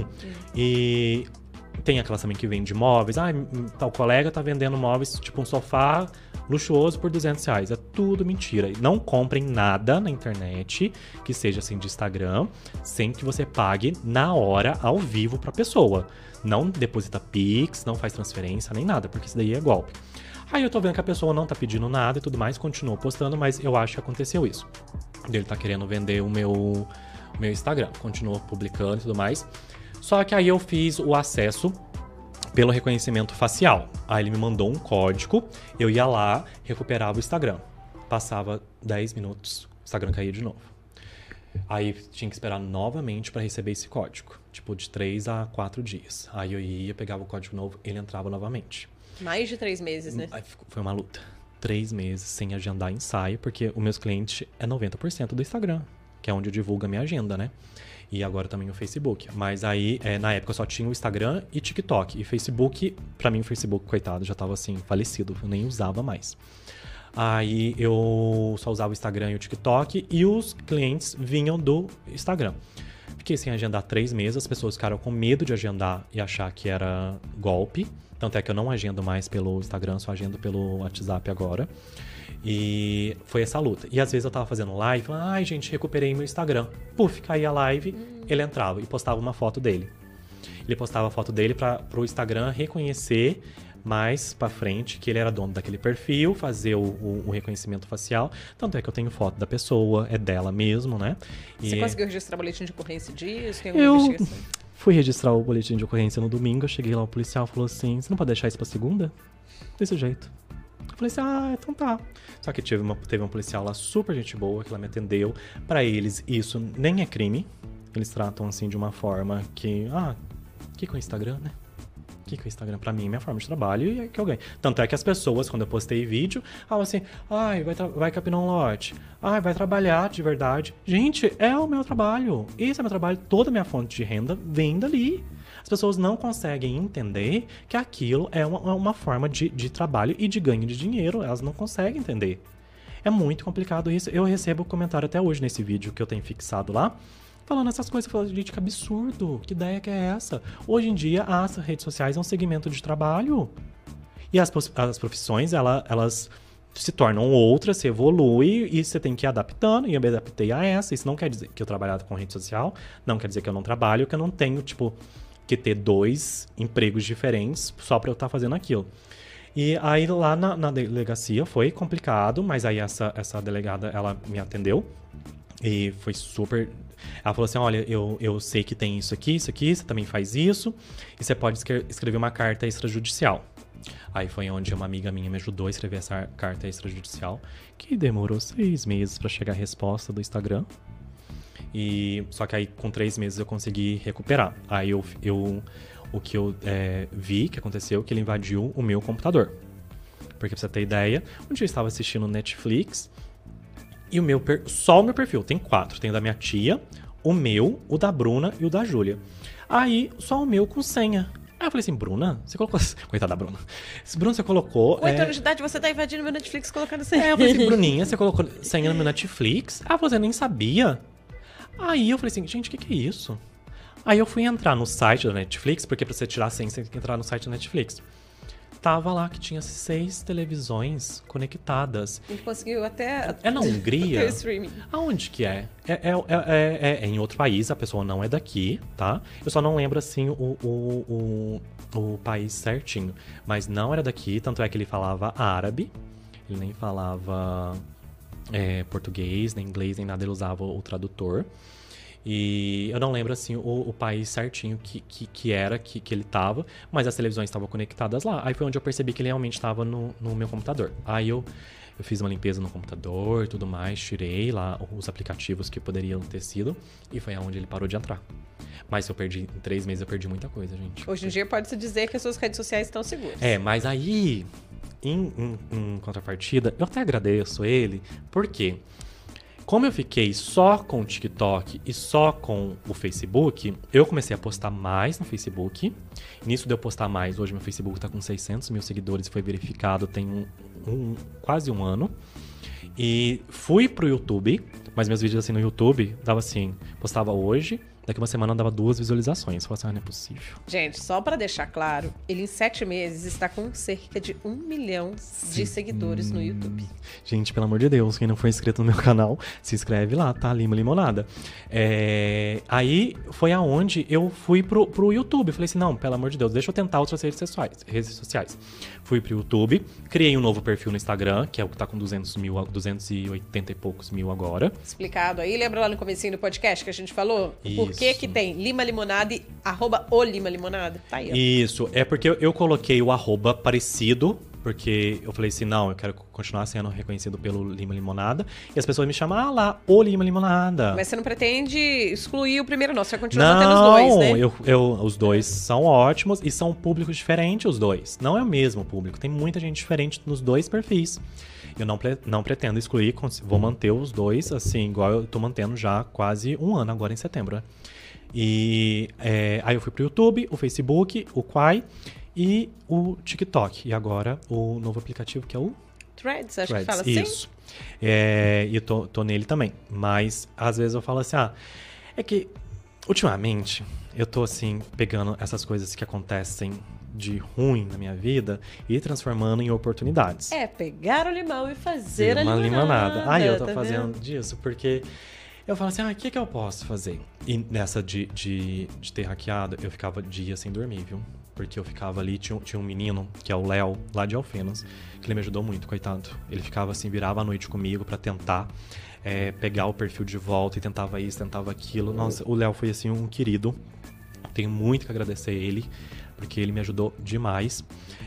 E tem aquelas também que vende móveis. Tal colega tá vendendo móveis, tipo um sofá luxuoso por 200 reais. É tudo mentira. Não comprem nada na internet que seja assim de Instagram, sem que você pague na hora, ao vivo, pra pessoa. Não deposita Pix, não faz transferência, nem nada, porque isso daí é golpe. Aí eu tô vendo que a pessoa não tá pedindo nada e tudo mais, continua postando, mas eu acho que aconteceu isso. Ele tá querendo vender o meu Instagram, continua publicando e tudo mais. Só que aí eu fiz o acesso pelo reconhecimento facial. Aí ele me mandou um código, eu ia lá, recuperava o Instagram. Passava 10 minutos, o Instagram caía de novo. Aí tinha que esperar novamente para receber esse código. Tipo, de 3 a 4 dias. Aí eu ia, pegava o código novo, ele entrava novamente. Mais de 3 meses, né? Aí foi uma luta. 3 meses sem agendar ensaio, porque os meus clientes é 90% do Instagram, que é onde eu divulgo a minha agenda, né? E agora também o Facebook. Mas aí, na época, eu só tinha o Instagram e TikTok. E Facebook, pra mim o Facebook, coitado, já tava assim, falecido. Eu nem usava mais. Aí eu só usava o Instagram e o TikTok e os clientes vinham do Instagram. Fiquei sem agendar 3 meses, as pessoas ficaram com medo de agendar e achar que era golpe. Tanto é que eu não agendo mais pelo Instagram, só agendo pelo WhatsApp agora. E foi essa luta. E às vezes eu tava fazendo live, falando, gente, recuperei meu Instagram. Puf, caía a live, ele entrava e postava uma foto dele. Ele postava a foto dele pro Instagram reconhecer mais pra frente que ele era dono daquele perfil, fazer o reconhecimento facial. Tanto é que eu tenho foto da pessoa, é dela mesmo, né? Você conseguiu registrar o boletim de ocorrência disso? Tem alguma investigação? Fui registrar o boletim de ocorrência no domingo, eu cheguei lá, o policial falou assim, você não pode deixar isso pra segunda? Desse jeito. Eu falei assim, então tá. Só que teve um policial lá super gente boa, que ela me atendeu. Pra eles, isso nem é crime. Eles tratam assim de uma forma que, que é o Instagram, né? O que é o Instagram? Pra mim, é minha forma de trabalho e é que eu ganho. Tanto é que as pessoas, quando eu postei vídeo, falam assim, vai capinar um lote. Vai trabalhar de verdade. Gente, é o meu trabalho. Esse é o meu trabalho. Toda a minha fonte de renda vem dali. As pessoas não conseguem entender que aquilo é uma forma de trabalho e de ganho de dinheiro. Elas não conseguem entender. É muito complicado isso. Eu recebo comentário até hoje nesse vídeo que eu tenho fixado lá, falando essas coisas. Eu falo, gente, que absurdo. Que ideia que é essa? Hoje em dia, as redes sociais é um segmento de trabalho. E as profissões, elas se tornam outras, se evolui e você tem que ir adaptando. E eu me adaptei a essa. Isso não quer dizer que eu trabalho com rede social. Não quer dizer que eu não trabalho, que eu não tenho, que ter 2 empregos diferentes só pra eu estar fazendo aquilo. E aí lá na delegacia foi complicado, mas aí essa delegada, ela me atendeu e foi super... Ela falou assim, olha, eu sei que tem isso aqui, você também faz isso, e você pode escrever uma carta extrajudicial. Aí foi onde uma amiga minha me ajudou a escrever essa carta extrajudicial, que demorou 6 meses pra chegar a resposta do Instagram. Só que aí com 3 meses eu consegui recuperar. Aí o que eu vi que aconteceu, que ele invadiu o meu computador. Porque pra você ter ideia, um dia eu estava assistindo Netflix e só o meu perfil, tem 4. Tem o da minha tia, o meu, o da Bruna e o da Júlia. Aí, só o meu com senha. Aí eu falei assim, Bruna, você colocou... Coitada da Bruna. Bruna, você colocou... 8 anos de idade, você tá invadindo meu Netflix colocando senha. Eu falei assim, Bruninha, você colocou senha no meu Netflix? Ela falou assim, eu nem sabia. Aí eu falei assim, gente, o que é isso? Aí eu fui entrar no site da Netflix, porque pra você tirar a senha, você tem que entrar no site da Netflix. Tava lá que tinha 6 televisões conectadas. E conseguiu até... É na Hungria? Até o streaming. Aonde que é? É em outro país, a pessoa não é daqui, tá? Eu só não lembro, assim, o país certinho. Mas não era daqui, tanto é que ele falava árabe. Ele nem falava português, nem inglês, nem nada. Ele usava o tradutor. E eu não lembro, assim, o país certinho que ele tava, mas as televisões estavam conectadas lá. Aí foi onde eu percebi que ele realmente estava no meu computador. Aí eu fiz uma limpeza no computador e tudo mais, tirei lá os aplicativos que poderiam ter sido, e foi aonde ele parou de entrar. Mas em 3 meses eu perdi muita coisa, gente. Hoje em dia pode-se dizer que as suas redes sociais estão seguras. Mas aí, em contrapartida, eu até agradeço ele, porque... Como eu fiquei só com o TikTok e só com o Facebook, eu comecei a postar mais no Facebook. Nisso de eu postar mais, hoje meu Facebook tá com 600 mil seguidores, foi verificado tem quase um ano. E fui pro YouTube, mas meus vídeos assim no YouTube, dava assim, postava hoje, daqui uma semana dava 2 visualizações. Eu falei assim, não é possível. Gente, só pra deixar claro, ele em 7 meses está com cerca de 1 milhão de seguidores no YouTube. Gente, pelo amor de Deus, quem não for inscrito no meu canal, se inscreve lá, tá? Lima Limonada. Aí foi aonde eu fui pro YouTube. Falei assim, não, pelo amor de Deus, deixa eu tentar outras redes sociais. Fui pro YouTube, criei um novo perfil no Instagram, que é o que tá com 280 e poucos mil agora. Explicado aí, lembra lá no comecinho do podcast que a gente falou? Isso. Por que tem Lima Limonada e @o Lima Limonada? Tá aí, ó. Isso, é porque eu coloquei o @ parecido, porque eu falei assim, não, eu quero continuar sendo reconhecido pelo Lima Limonada. E as pessoas me chamam, lá, o Lima Limonada. Mas você não pretende excluir o primeiro, não? Você vai continuar mantendo os dois, né? Não, os dois são ótimos e são públicos diferentes, os dois. Não é o mesmo público, tem muita gente diferente nos 2 perfis. Eu não pretendo excluir, vou manter os 2, assim, igual eu tô mantendo já há quase 1 ano, agora em setembro, né? E aí eu fui pro YouTube, o Facebook, o Quai e o TikTok. E agora o novo aplicativo que é o Threads, acho que fala assim. Isso. E eu tô nele também. Mas às vezes eu falo assim, é que ultimamente eu tô assim, pegando essas coisas que acontecem de ruim na minha vida e transformando em oportunidades. Pegar o limão e fazer uma limonada. Eu tô tá fazendo vendo? Disso, porque eu falo assim, o que eu posso fazer? E nessa de ter hackeado, eu ficava dias sem dormir, viu? Porque eu ficava ali, tinha um menino, que é o Léo, lá de Alfenas, que ele me ajudou muito, coitado. Ele ficava assim, virava a noite comigo pra tentar pegar o perfil de volta e tentava isso, tentava aquilo. Nossa, o Léo foi assim um querido. Tenho muito que agradecer ele, porque ele me ajudou demais.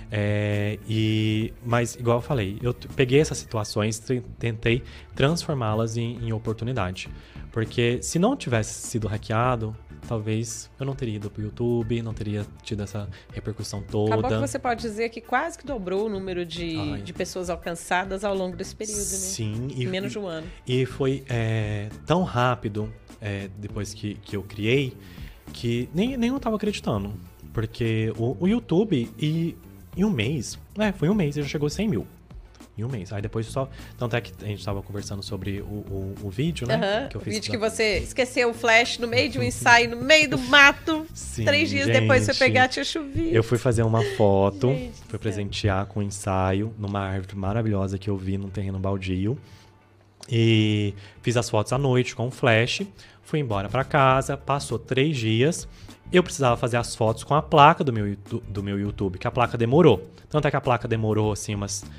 Mas, igual eu falei, eu peguei essas situações e tentei transformá-las em oportunidade. Porque se não tivesse sido hackeado, talvez eu não teria ido pro YouTube, não teria tido essa repercussão toda. Acabou que você pode dizer que quase que dobrou o número de pessoas alcançadas ao longo desse período, né? Sim. Em menos de um ano. E foi tão rápido, depois que eu criei, que nem eu tava acreditando. Porque o YouTube, em um mês, foi um mês e já chegou a 100 mil. Em um mês. Aí depois só... Tanto é que a gente tava conversando sobre o vídeo, né? Que eu fiz vídeo que você esqueceu o flash no meio de um ensaio, no meio do mato. Sim, 3 dias depois você pegar, tinha chovido. Eu fui fazer uma foto, fui presentear com um ensaio numa árvore maravilhosa que eu vi num terreno baldio. E fiz as fotos à noite com o flash, fui embora pra casa, passou 3 dias. Eu precisava fazer as fotos com a placa do meu YouTube, que a placa demorou. Tanto é que a placa demorou, assim,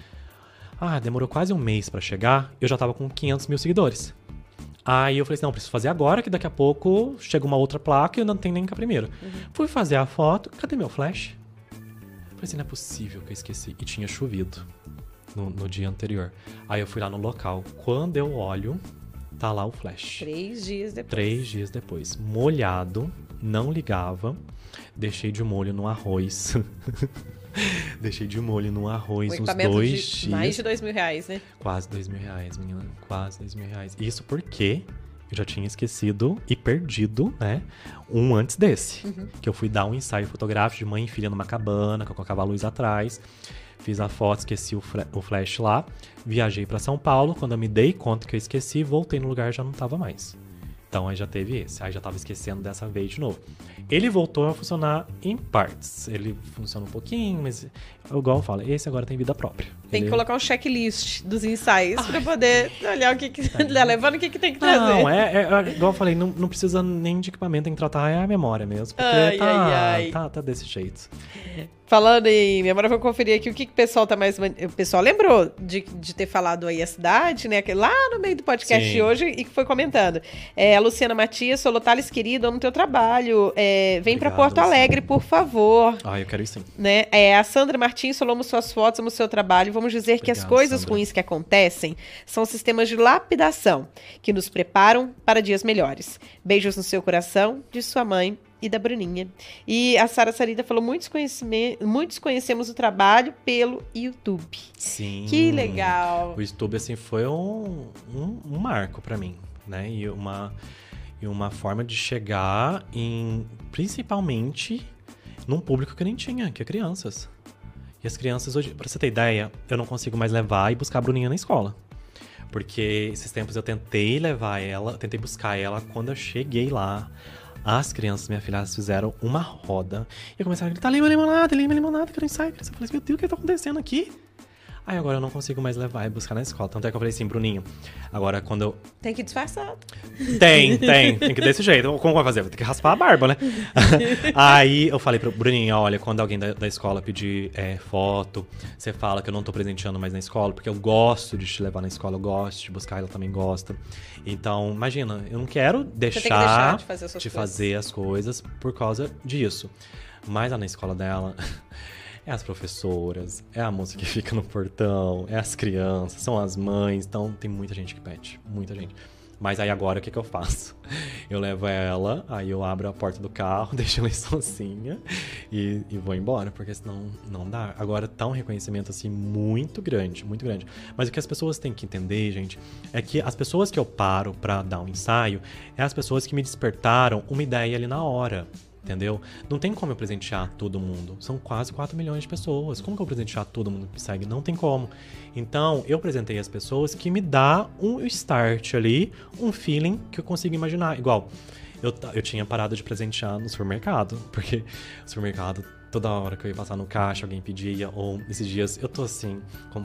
demorou quase um mês pra chegar. Eu já tava com 500 mil seguidores. Aí eu falei assim, não, preciso fazer agora, que daqui a pouco chega uma outra placa e eu não tenho nem com a primeira. Fui fazer a foto, cadê meu flash? Falei assim, não é possível que eu esqueci. E tinha chovido no dia anterior. Aí eu fui lá no local. Quando eu olho, tá lá o flash. 3 dias depois. 3 dias depois. Molhado, não ligava. Deixei de molho no arroz. Deixei de molho no arroz uns 2 dias. Mais de R$2.000, né? Quase R$2.000, menina. Quase R$2.000. Isso porque eu já tinha esquecido e perdido, né? Um antes desse. Que eu fui dar um ensaio fotográfico de mãe e filha numa cabana, que eu colocava a luz atrás. Fiz a foto, esqueci o flash lá. Viajei pra São Paulo. Quando eu me dei conta que eu esqueci, voltei no lugar e já não tava mais. Então aí já teve esse. Aí já tava esquecendo dessa vez de novo. Ele voltou a funcionar em partes. Ele funciona um pouquinho, mas igual eu falo, esse agora tem vida própria. Tem que colocar um checklist dos ensaios pra poder olhar o que levando, o que tem que trazer. Não, igual eu falei, não precisa nem de equipamento, tem que tratar a memória mesmo. Porque tá desse jeito. Falando em memória, vou conferir aqui o que o pessoal tá mais... O pessoal lembrou de ter falado aí a cidade, né? Lá no meio do podcast de hoje e que foi comentando. A Luciana Matias, sou Thales querido, amo teu trabalho. Vem pra Porto Alegre, por favor. Eu quero ir sim. Né? A Sandra Martins falou, amo suas fotos, amo seu trabalho. Vamos dizer que as coisas ruins que acontecem são sistemas de lapidação que nos preparam para dias melhores. Beijos no seu coração, de sua mãe e da Bruninha. E a Sara Sarita falou, muitos conhecemos o trabalho pelo YouTube. Sim. Que legal. O YouTube, assim, foi um marco pra mim, né? E uma forma de chegar principalmente num público que eu nem tinha, que é crianças. E as crianças hoje, pra você ter ideia, eu não consigo mais levar e buscar a Bruninha na escola. Porque esses tempos eu tentei buscar ela, quando eu cheguei lá, as crianças, minha filha, fizeram uma roda e começaram a gritar, lima limonada, quero ensaio. Eu falei assim, meu Deus, o que tá acontecendo aqui? Aí agora eu não consigo mais levar e buscar na escola. Tanto é que eu falei assim, Bruninho, agora quando eu... Tem que disfarçar. Tem que desse jeito. Como vai fazer? Vou ter que raspar a barba, né? Aí eu falei pro Bruninho, olha, quando alguém da escola pedir foto, você fala que eu não tô presenteando mais na escola, porque eu gosto de te levar na escola, eu gosto de buscar, ela também gosta. Então, imagina, eu não quero deixar de fazer as coisas por causa disso. Mas lá na escola dela... É as professoras, é a moça que fica no portão, é as crianças, são as mães. Então tem muita gente que pede, muita gente. Mas aí agora o que eu faço? Eu levo ela, aí eu abro a porta do carro, deixo ela sozinha e vou embora, porque senão não dá. Agora tá um reconhecimento assim muito grande, muito grande. Mas o que as pessoas têm que entender, gente, é que as pessoas que eu paro pra dar um ensaio é as pessoas que me despertaram uma ideia ali na hora. Entendeu? Não tem como eu presentear todo mundo. São quase 4 milhões de pessoas. Como que eu presentear todo mundo que me segue? Não tem como. Então, eu presentei as pessoas que me dá um start ali, um feeling que eu consigo imaginar. Igual, eu tinha parado de presentear no supermercado, porque o supermercado, toda hora que eu ia passar no caixa, alguém pedia, ou esses dias eu tô assim,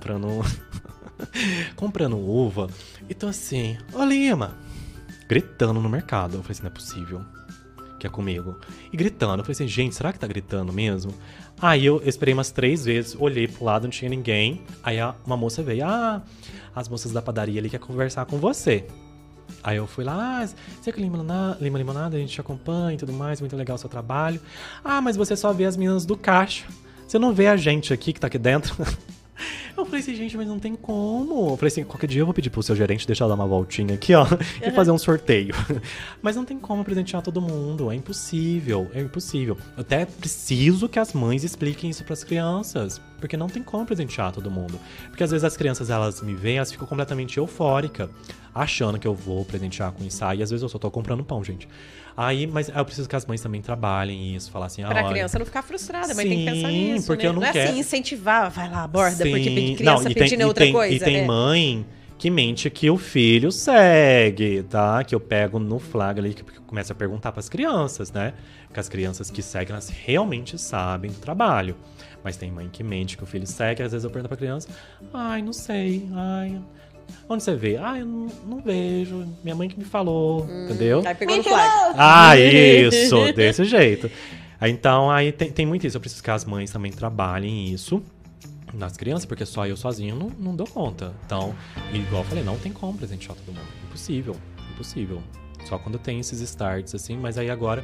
comprando uva, e tô assim, ô Lima, gritando no mercado. Eu falei assim, não é possível que é comigo. E gritando. Eu falei assim, gente, será que tá gritando mesmo? Aí eu esperei umas 3 vezes, olhei pro lado, não tinha ninguém. Aí uma moça veio, as moças da padaria ali querem conversar com você. Aí eu fui lá, você que Lima Limonada, a gente te acompanha e tudo mais, muito legal o seu trabalho. Mas você só vê as meninas do caixa. Você não vê a gente aqui que tá aqui dentro. Eu falei assim, gente, mas não tem como. Eu falei assim, qualquer dia eu vou pedir pro seu gerente deixar eu dar uma voltinha aqui, ó, e fazer um sorteio. Mas não tem como presentear todo mundo, é impossível, é impossível. Eu até preciso que as mães expliquem isso pras crianças, porque não tem como presentear todo mundo. Porque às vezes as crianças, elas me veem, elas ficam completamente eufóricas, achando que eu vou presentear com ensaio, e às vezes eu só tô comprando pão, gente. Mas eu preciso que as mães também trabalhem isso, falar assim, pra criança não ficar frustrada, mas sim, tem que pensar nisso, porque né? eu não é quero... assim, incentivar, vai lá, aborda, sim, porque criança pedindo é outra coisa. E tem mãe que mente que o filho segue, tá? Que eu pego no flag ali, que começa a perguntar pras crianças, né? Porque as crianças que seguem, elas realmente sabem do trabalho. Mas tem mãe que mente que o filho segue, às vezes eu pergunto pra criança, não sei, Onde você vê? Ah, eu não vejo. Minha mãe que me falou, entendeu? Aí pegou no flag. Ah, isso! Desse jeito. Então, aí tem muito isso. Eu preciso que as mães também trabalhem isso nas crianças, porque só eu sozinho não dou conta. Então, igual eu falei, não tem como presentear todo mundo. Impossível. Só quando tem esses starts, assim. Mas aí agora,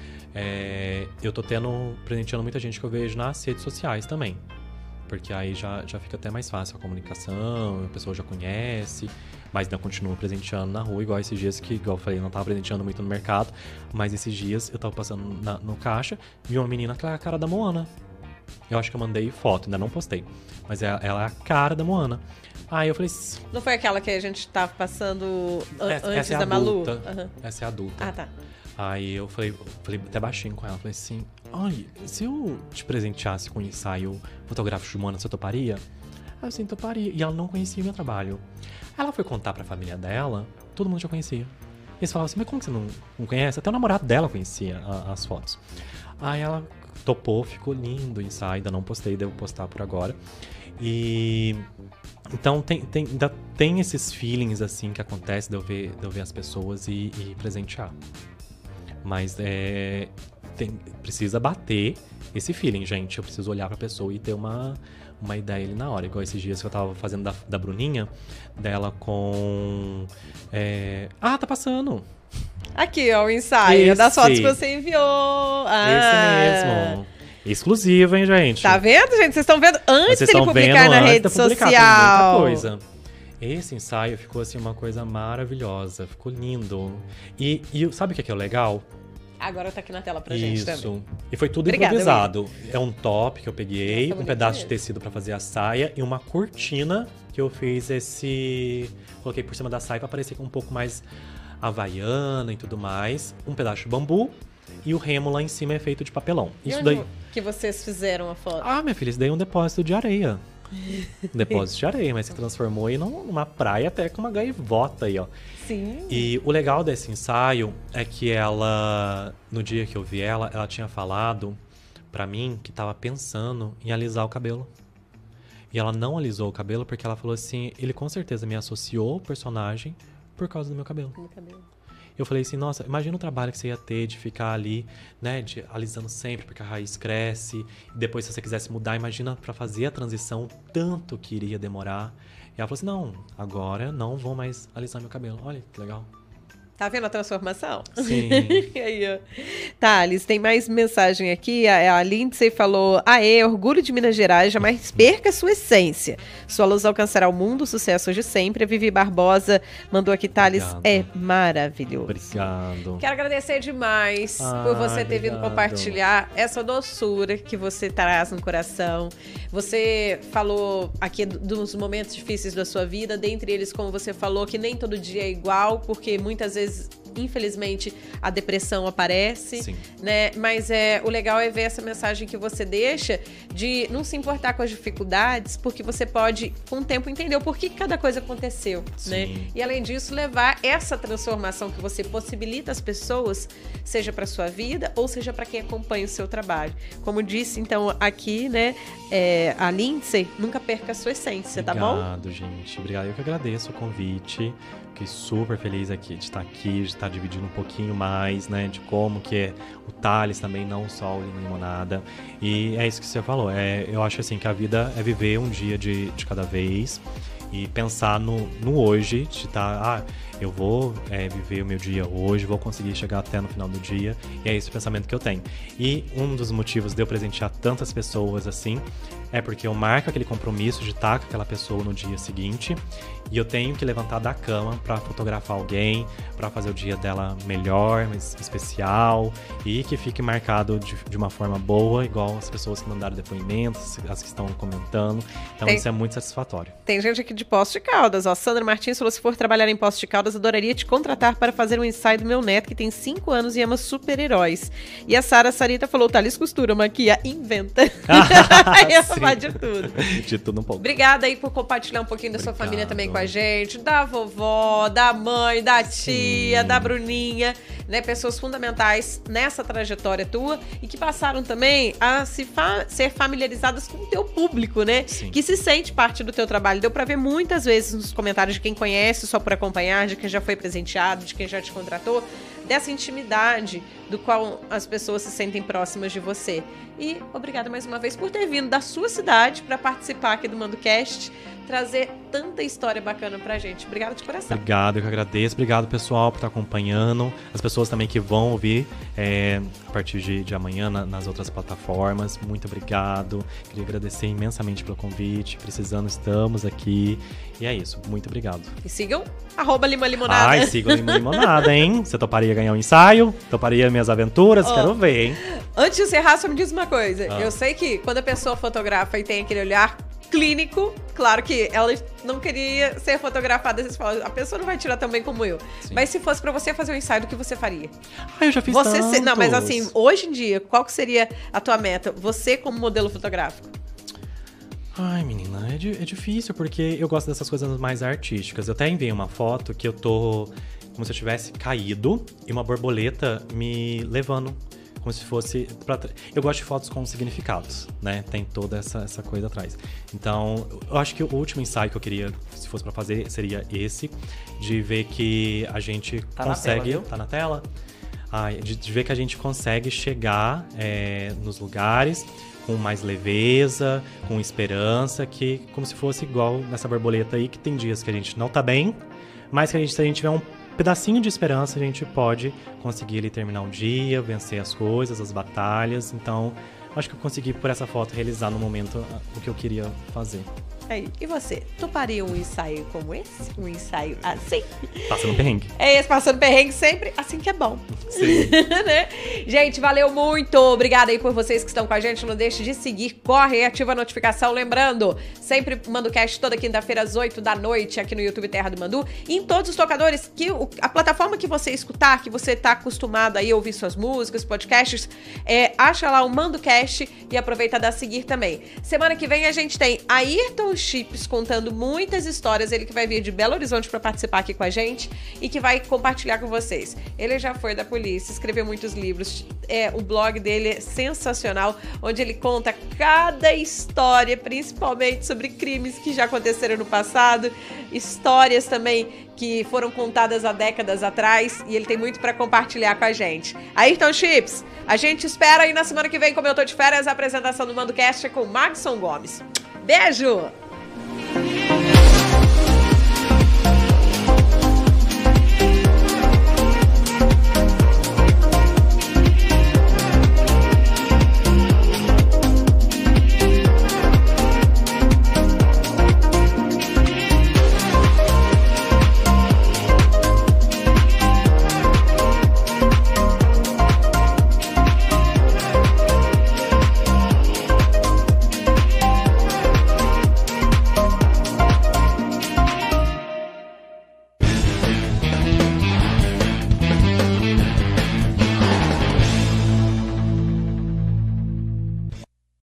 eu tô presenteando muita gente que eu vejo nas redes sociais também. Porque aí já fica até mais fácil a comunicação, a pessoa já conhece, mas não continua presenteando na rua, igual esses dias que, igual eu falei, não tava presenteando muito no mercado, mas esses dias eu tava passando no caixa, vi uma menina com a cara da Moana. Eu acho que eu mandei foto, ainda não postei, mas ela é a cara da Moana. Aí eu falei... Não foi aquela que a gente tava passando antes essa é da Malu? Essa é a adulta. Ah, tá. Aí eu falei até baixinho com ela, falei assim, ai, se eu te presenteasse com um ensaio fotográfico de Moana, você toparia? Aí eu assim, toparia. E ela não conhecia o meu trabalho. Ela foi contar pra família dela, todo mundo já conhecia. E eles falavam assim, mas como que você não conhece? Até o namorado dela conhecia as fotos. Aí ela topou, ficou lindo o ensaio, ainda não postei, devo postar por agora. E... Então ainda tem esses feelings assim que acontecem de eu ver as pessoas e presentear. Mas precisa bater esse feeling, gente. Eu preciso olhar pra pessoa e ter uma ideia ali na hora. Igual esses dias que eu tava fazendo da Bruninha, dela com... tá passando. Aqui, ó, o ensaio das fotos que você enviou. Esse mesmo. Exclusivo, hein, gente? Tá vendo, gente? Vocês estão vendo antes de ele publicar na rede social. Tem muita coisa. Esse ensaio ficou assim uma coisa maravilhosa, ficou lindo. E sabe o que é o legal? Agora tá aqui na tela pra gente também. Isso. E foi tudo improvisado. É um top que eu peguei, um pedaço de tecido pra fazer a saia e uma cortina que eu fiz coloquei por cima da saia pra parecer um pouco mais havaiana e tudo mais. Um pedaço de bambu e o remo lá em cima é feito de papelão. Isso daí que vocês fizeram a foto? Ah, minha filha, isso daí é um depósito de areia. Um depósito de areia, mas se transformou aí numa praia até com uma gaivota aí, ó. Sim. E o legal desse ensaio é que ela, no dia que eu vi ela tinha falado pra mim que tava pensando em alisar o cabelo. E ela não alisou o cabelo porque ela falou assim, ele com certeza me associou ao personagem por causa do meu cabelo. Eu falei assim, nossa, imagina o trabalho que você ia ter de ficar ali, né, alisando sempre, porque a raiz cresce. E depois, se você quisesse mudar, imagina pra fazer a transição, o tanto que iria demorar. E ela falou assim, não, agora não vou mais alisar meu cabelo. Olha, que legal. Tá vendo a transformação? Sim. E aí, ó. Thales, tem mais mensagem aqui. A Lindsay falou, orgulho de Minas Gerais, jamais perca sua essência. Sua luz alcançará o mundo, sucesso de sempre. A Vivi Barbosa mandou aqui, Thales, é maravilhoso. Obrigado. Quero agradecer demais por você ter vindo compartilhar essa doçura que você traz no coração. Você falou aqui dos momentos difíceis da sua vida, dentre eles, como você falou, que nem todo dia é igual, porque muitas vezes, infelizmente, a depressão aparece, sim, né? Mas o legal é ver essa mensagem que você deixa de não se importar com as dificuldades, porque você pode, com o tempo, entender o porquê que cada coisa aconteceu, sim, né? E, além disso, levar essa transformação que você possibilita às pessoas, seja para sua vida ou seja para quem acompanha o seu trabalho. Como disse, então, aqui, né, a Lindsay, nunca perca a sua essência, obrigado, tá bom? Obrigado, gente. Obrigado. Eu que agradeço o convite. Fiquei super feliz aqui de estar aqui, de estar dividindo um pouquinho mais, né, de como que é o Thales também, não só o Limonada. E é isso que você falou, eu acho assim que a vida é viver um dia de cada vez e pensar no hoje, de estar, eu vou viver o meu dia hoje, vou conseguir chegar até no final do dia, e é esse o pensamento que eu tenho. E um dos motivos de eu presentear tantas pessoas assim, é porque eu marco aquele compromisso de estar com aquela pessoa no dia seguinte, e eu tenho que levantar da cama para fotografar alguém, para fazer o dia dela melhor, mais especial, e que fique marcado de uma forma boa, igual as pessoas que mandaram depoimentos, as que estão comentando. Então isso é muito satisfatório. Tem gente aqui de Poços de Caldas, ó. Sandra Martins falou, se for trabalhar em Poços de Caldas, adoraria te contratar para fazer um ensaio do meu neto, que tem 5 anos e ama super-heróis. E a Sara Sarita falou, Thales costura, maquia, inventa. De tudo. De tudo um pouco. Obrigada aí por compartilhar um pouquinho da sua família também com a gente, da vovó, da mãe, da tia, da Bruninha. né, pessoas fundamentais nessa trajetória tua e que passaram também a ser familiarizadas com o teu público, né? Sim. Que se sente parte do teu trabalho. Deu pra ver muitas vezes nos comentários de quem conhece só por acompanhar, de quem já foi presenteado, de quem já te contratou, dessa intimidade do qual as pessoas se sentem próximas de você. E obrigada mais uma vez por ter vindo da sua cidade para participar aqui do MandoCast, trazer tanta história bacana pra gente. Obrigada de coração. Obrigado, eu que agradeço. Obrigado, pessoal, por estar acompanhando. As pessoas também que vão ouvir a partir de amanhã nas outras plataformas. Muito obrigado. Queria agradecer imensamente pelo convite. Precisando, estamos aqui. E é isso. Muito obrigado. E sigam @LimaLimonada. Ai, sigam Lima Limonada, hein? Você toparia ganhar um ensaio? Toparia minhas aventuras? Quero ver, hein? Antes de encerrar, só me diz uma coisa. Eu sei que quando a pessoa fotografa e tem aquele olhar clínico, claro que ela não queria ser fotografada. Você fala, a pessoa não vai tirar tão bem como eu. Sim. Mas se fosse pra você fazer um ensaio, do que você faria? Eu já fiz tantos. Não, mas assim, hoje em dia, qual que seria a tua meta? Você como modelo fotográfico? Ai, menina, é difícil, porque eu gosto dessas coisas mais artísticas. Eu até enviei uma foto que eu tô como se eu tivesse caído e uma borboleta me levando. Como se fosse... Eu gosto de fotos com significados, né? Tem toda essa coisa atrás. Então, eu acho que o último ensaio que eu queria, se fosse pra fazer, seria esse. De ver que a gente consegue... Na tela, tá na tela? De ver que a gente consegue chegar nos lugares com mais leveza, com esperança, que como se fosse igual nessa borboleta aí, que tem dias que a gente não tá bem, mas que se a gente tiver um pedacinho de esperança, a gente pode conseguir ali terminar um dia, vencer as coisas, as batalhas. Então, acho que eu consegui, por essa foto, realizar no momento o que eu queria fazer. Aí, e você? Toparia um ensaio como esse? Um ensaio assim? Passando perrengue. É esse, passando perrengue sempre assim que é bom. Sim. Né? Gente, valeu muito. Obrigada aí por vocês que estão com a gente. Não deixe de seguir, corre e ativa a notificação. Lembrando, sempre MandoCast toda quinta-feira às 8 da noite aqui no YouTube Terra do Mandu. E em todos os tocadores, a plataforma que você escutar, que você tá acostumado aí a ouvir suas músicas, podcasts, acha lá o MandoCast e aproveita a seguir também. Semana que vem a gente tem Ayrton Chips contando muitas histórias, ele que vai vir de Belo Horizonte para participar aqui com a gente e que vai compartilhar com vocês. Ele já foi da polícia, escreveu muitos livros, o blog dele é sensacional, onde ele conta cada história, principalmente sobre crimes que já aconteceram no passado, histórias também que foram contadas há décadas atrás, e ele tem muito para compartilhar com a gente. Ayrton Chips, a gente espera aí na semana que vem, como eu tô de férias, a apresentação do MandoCast com Maxson Gomes. Beijo!